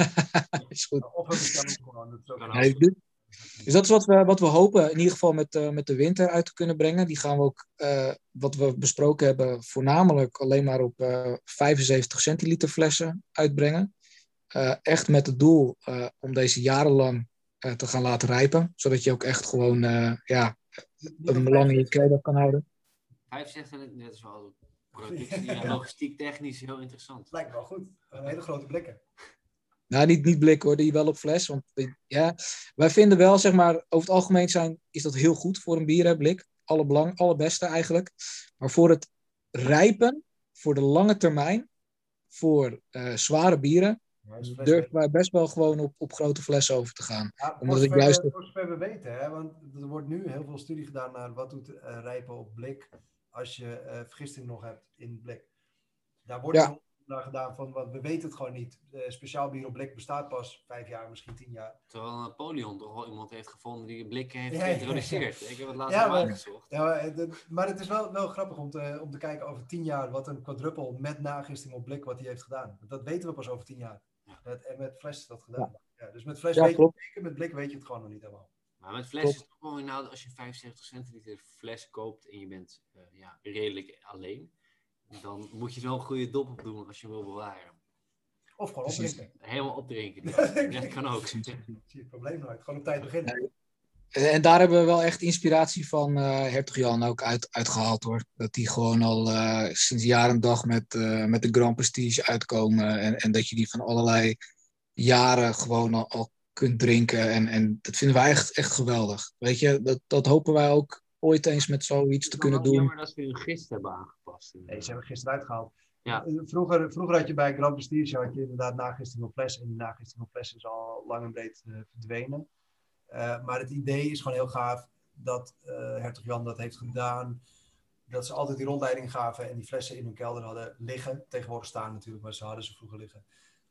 Is goed. Of we bestellen gewoon. Dat is ook ja, dit, dus dat is wat we, wat we hopen in ieder geval met, uh, met de winter uit te kunnen brengen. Die gaan we ook, uh, wat we besproken hebben, voornamelijk alleen maar op uh, vijfenzeventig centiliter flessen uitbrengen. Uh, echt met het doel uh, om deze jarenlang uh, te gaan laten rijpen. Zodat je ook echt gewoon uh, ja, een belang in je kelder kan houden. vijfenzestig, dat is wel productie, ja, logistiek technisch heel interessant. Lijkt wel goed. Een hele grote blikken. Nou, niet, niet blik hoor, die wel op fles. Want ja, wij vinden wel, zeg maar, over het algemeen zijn, is dat heel goed voor een bier, hè, blik. Alle belang, allerbeste eigenlijk. Maar voor het rijpen, voor de lange termijn, voor uh, zware bieren, ja, durven wij best wel gewoon op, op grote flessen over te gaan. Ja, Omdat voor, het juist... we, voor zover we weten, hè, want er wordt nu heel veel studie gedaan naar wat doet uh, rijpen op blik als je uh, vergisting nog hebt in blik. Daar wordt ja. naar gedaan van, want we weten het gewoon niet. Uh, speciaal bier op blik bestaat pas vijf jaar, misschien tien jaar. Terwijl Napoleon toch wel iemand heeft gevonden die blikken heeft ja, geïntroduceerd. Ja, ja. Ik heb het laatst ja, maar, uitgezocht. Ja, maar, de, maar het is wel, wel grappig om te, om te kijken over tien jaar wat een quadruppel met nagisting op blik wat hij heeft gedaan. Dat weten we pas over tien jaar. Ja. Met, en met fles is dat gedaan. Ja. Ja, dus met fles ja, weet klopt. je het, met blik weet je het gewoon nog niet helemaal. Maar met fles klopt. Is het gewoon inderdaad, als je vijfenzeventig centiliter fles koopt en je bent uh, ja, redelijk alleen, dan moet je er wel een goede dop op doen als je wil bewaren. Of gewoon opdrinken. Helemaal opdrinken. Dat kan ook. Zie je het probleem nooit. Gewoon op tijd beginnen. En daar hebben we wel echt inspiratie van uh, Hertog Jan ook uit, uitgehaald hoor. Dat die gewoon al uh, sinds jaar en dag met, uh, met de Grand Prestige uitkomen. En, en dat je die van allerlei jaren gewoon al, al kunt drinken. En, en dat vinden wij echt, echt geweldig. Weet je, dat, dat hopen wij ook ooit eens met zoiets te kunnen doen. Jammer dat ze hun gist hebben aangepast. Nee, ze hebben gisteren uitgehaald. Ja. Vroeger, vroeger had je bij Grand Prestige had je inderdaad nagisting op fles. En die nagisting op fles is al lang en breed uh, verdwenen. Uh, maar het idee is gewoon heel gaaf dat uh, Hertog Jan dat heeft gedaan. Dat ze altijd die rondleiding gaven en die flessen in hun kelder hadden liggen. Tegenwoordig staan natuurlijk, maar ze hadden ze vroeger liggen.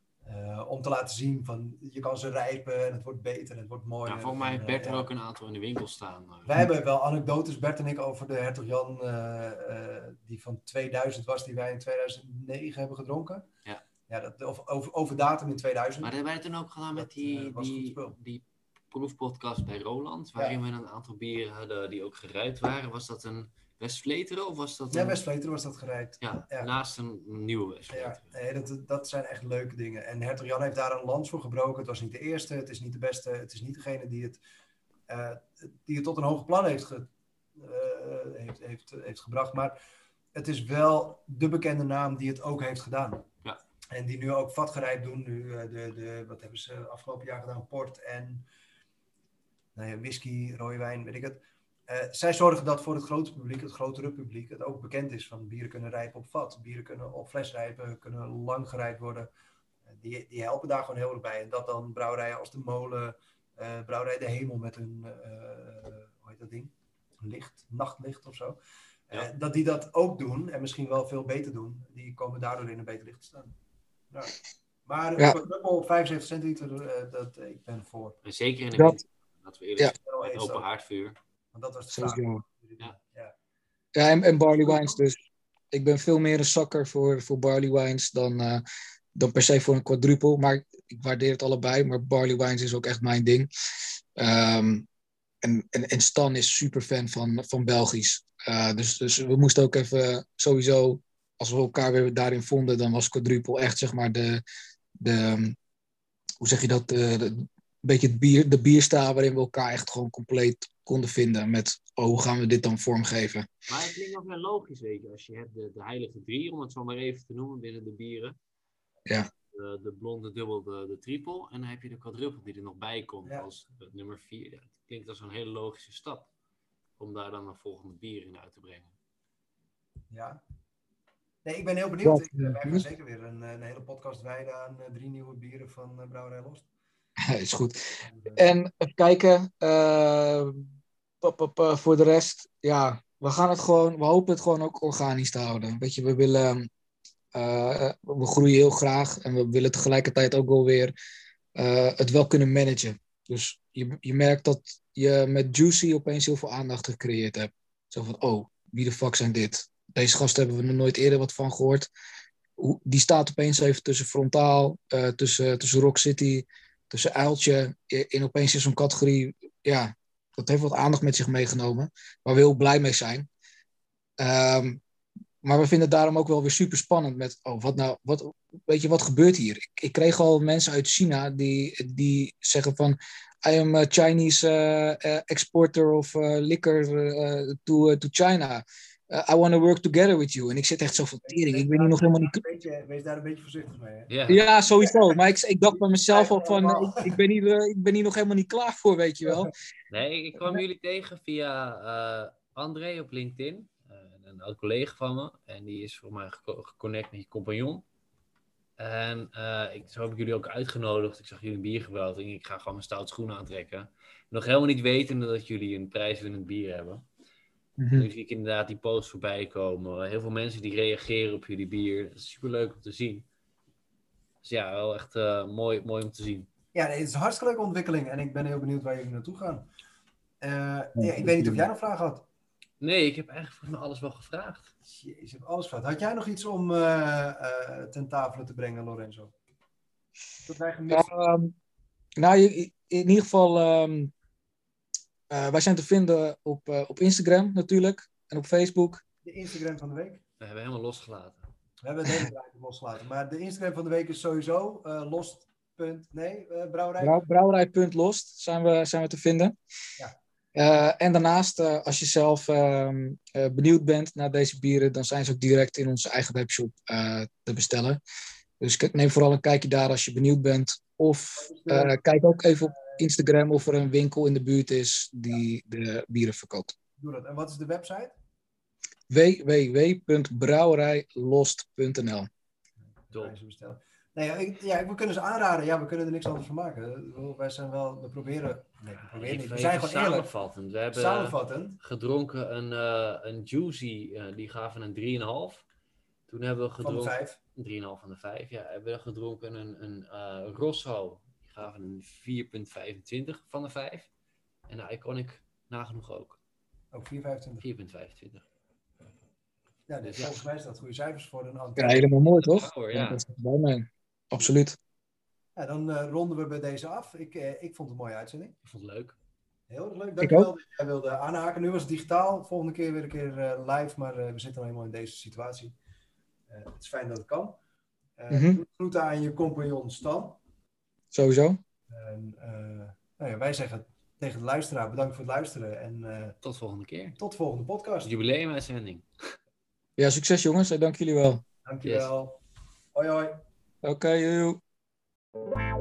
Uh, om te laten zien van je kan ze rijpen en het wordt beter en het wordt mooier. Ja, volgens mij heeft Bert er uh, ook een aantal in de winkel staan. Maar... Wij hebben wel anekdotes, Bert en ik, over de Hertog Jan uh, uh, die van tweeduizend was, die wij in tweeduizend negen hebben gedronken. Ja. Ja, dat, of over, over datum in tweeduizend. Maar dat hebben wij toen ook gedaan met die, dat, uh, die, die proefpodcast bij Roland, waarin ja. we een aantal bieren hadden die ook gerijpt waren. Was dat een Westvleteren of was dat een... Ja, Westvleteren was dat gerijpt. Ja, ja, naast een nieuwe Westvleteren. Ja, nee, dat, dat zijn echt leuke dingen. En Hertog Jan heeft daar een lans voor gebroken. Het was niet de eerste, het is niet de beste, het is niet degene die het, uh, die het tot een hoger plan heeft, ge, uh, heeft, heeft, heeft gebracht. Maar het is wel de bekende naam die het ook heeft gedaan. Ja. En die nu ook vatgerijpt doen. Nu, uh, de, de, wat hebben ze afgelopen jaar gedaan? Port en nou ja, whisky, rode wijn, weet ik het. Uh, zij zorgen dat voor het grote publiek, het grotere publiek, het ook bekend is van bieren kunnen rijpen op vat. Bieren kunnen op fles rijpen, kunnen lang gerijpt worden. Uh, die, die helpen daar gewoon heel erg bij. En dat dan brouwerijen als de Molen, uh, brouwerij De Hemel met hun, uh, hoe heet dat ding? Licht, nachtlicht of zo. Uh, ja. Dat die dat ook doen en misschien wel veel beter doen. Die komen daardoor in een beter licht te staan. Ja. Maar ja. Op vijfenzeventig centiliter, uh, dat, uh, ik ben ervoor. En zeker in de winter. Dat we eerlijk ja. met open haardvuur. Want dat was de vraag. Ja, ja. ja en, en barley wines dus. Ik ben veel meer een zakker voor, voor barley wines dan, uh, dan per se voor een quadruple. Maar ik waardeer het allebei. Maar barley wines is ook echt mijn ding. Um, en, en, en Stan is super fan van, van Belgisch. Uh, dus, dus we moesten ook even sowieso, als we elkaar weer daarin vonden, dan was quadruple echt zeg maar de, de hoe zeg je dat, de, de, een beetje het bier, de bierstaal waarin we elkaar echt gewoon compleet konden vinden met, oh, hoe gaan we dit dan vormgeven? Maar het klinkt ook wel logisch, weet je, als je hebt de, de heilige drie, om het zo maar even te noemen, binnen de bieren. Ja. De, de blonde dubbel, de, de triple, en dan heb je de quadruple die er nog bij komt ja. als nummer vier. Ja, het klinkt als een hele logische stap, om daar dan een volgende bier in uit te brengen. Ja. Nee, ik ben heel benieuwd. Ik, uh, wij gaan zeker weer een, een hele podcast wijden aan uh, drie nieuwe bieren van uh, Brouwerij Lost. Is goed. En even kijken. Uh, p- p- p- voor de rest, ja, we gaan het gewoon, we hopen het gewoon ook organisch te houden. Weet je, we willen, uh, we groeien heel graag en we willen tegelijkertijd ook wel weer uh, het wel kunnen managen. Dus je, je merkt dat je met Juicy opeens heel veel aandacht gecreëerd hebt. Zo van, oh, wie de fuck zijn dit? Deze gasten hebben we nog nooit eerder wat van gehoord. Hoe, die staat opeens even tussen Frontaal, uh, tussen, tussen Rock City, tussen Uiltje. In, in opeens in zo'n categorie, ja, dat heeft wat aandacht met zich meegenomen. Waar we heel blij mee zijn. Um, maar we vinden het daarom ook wel weer super spannend met, oh, wat nou, wat, weet je, wat gebeurt hier? Ik, ik kreeg al mensen uit China die, die zeggen van, I am a Chinese uh, uh, exporter of uh, liquor uh, to, uh, to China. Uh, I want to work together with you. En ik zit echt zo van, tering, ik ben hier nog helemaal niet... Beetje, wees daar een beetje voorzichtig mee, hè? Yeah. Ja, sowieso. Maar ik, ik dacht bij mezelf al van, ik, ik, ben hier, uh, ik ben hier nog helemaal niet klaar voor, weet je wel. Nee, ik kwam jullie tegen via uh, André op LinkedIn. Een oud collega van me. En die is voor mij geconnect met je compagnon. En uh, ik, zo heb ik jullie ook uitgenodigd. Ik zag jullie een bier gebrouwd. En ik ga gewoon mijn stoute schoenen aantrekken. Nog helemaal niet wetende dat jullie een prijswinnend bier hebben. Mm-hmm. Nu zie ik inderdaad die posts voorbij komen. Heel veel mensen die reageren op jullie bier. Dat is super leuk om te zien. Dus ja, wel echt uh, mooi, mooi om te zien. Ja, nee, het is een hartstikke leuke ontwikkeling. En ik ben heel benieuwd waar jullie naartoe gaan. Uh, ja, ik weet niet of jij nog vragen had. Nee, ik heb eigenlijk volgens mij alles wel gevraagd. Jezus, je hebt alles gevraagd. Had jij nog iets om uh, uh, ten tafel te brengen, Lorenzo? Dat wij gemist ja, um, Nou, in ieder geval, um, uh, wij zijn te vinden op, uh, op Instagram natuurlijk en op Facebook. De Instagram van de week? We hebben helemaal losgelaten. We hebben het hele draadje losgelaten. Maar de Instagram van de week is sowieso uh, lost. Nee, uh, brouwerij. Brouw, brouwerij.lost zijn we, zijn we te vinden. Ja. Uh, en daarnaast, uh, als je zelf uh, uh, benieuwd bent naar deze bieren, dan zijn ze ook direct in onze eigen webshop uh, te bestellen. Dus neem vooral een kijkje daar als je benieuwd bent. Of uh, kijk ook even op Instagram of er een winkel in de buurt is die de bieren verkoopt. Doe dat. En wat is de website? w w w punt brouwerijlost punt n l. Nee, ja, ik, ja, we kunnen ze aanraden. Ja, we kunnen er niks anders van maken. Wij zijn wel, we proberen... Nee, we proberen niet. We zijn gewoon eerlijk. Samenvattend. We hebben Samenvattend. gedronken een, uh, een Juicy, uh, die gaven een drie komma vijf. Toen hebben we gedronken... Van de vijf. drie komma vijf van de vijf, ja. Hebben we gedronken een, een uh, Rosso. Die gaven een vier komma vijfentwintig van de vijf. En de Iconic nagenoeg ook. Ook vier komma vijfentwintig. vier komma vijfentwintig. Ja, dus volgens ja. mij is dat goede cijfers voor een enquête. Ja, helemaal mooi, toch? Power, ja. Dat is bij mij. Absoluut. Ja, dan uh, ronden we bij deze af. Ik, uh, ik vond het een mooie uitzending. Ik vond het leuk. Heel erg leuk. Dankjewel dat jij wilde aanhaken. Nu was het digitaal. Volgende keer weer een keer uh, live. Maar uh, we zitten al helemaal in deze situatie. Uh, het is fijn dat het kan. Uh, mm-hmm. Groeten aan je compagnon Stan. Sowieso. En, uh, nou ja, wij zeggen tegen de luisteraar bedankt voor het luisteren. En, uh, tot volgende keer. Tot de volgende podcast. Jubileumuitzending. Ja, succes jongens. Dank jullie wel. Dankjewel. Yes. Hoi hoi. Oké, okay, joe.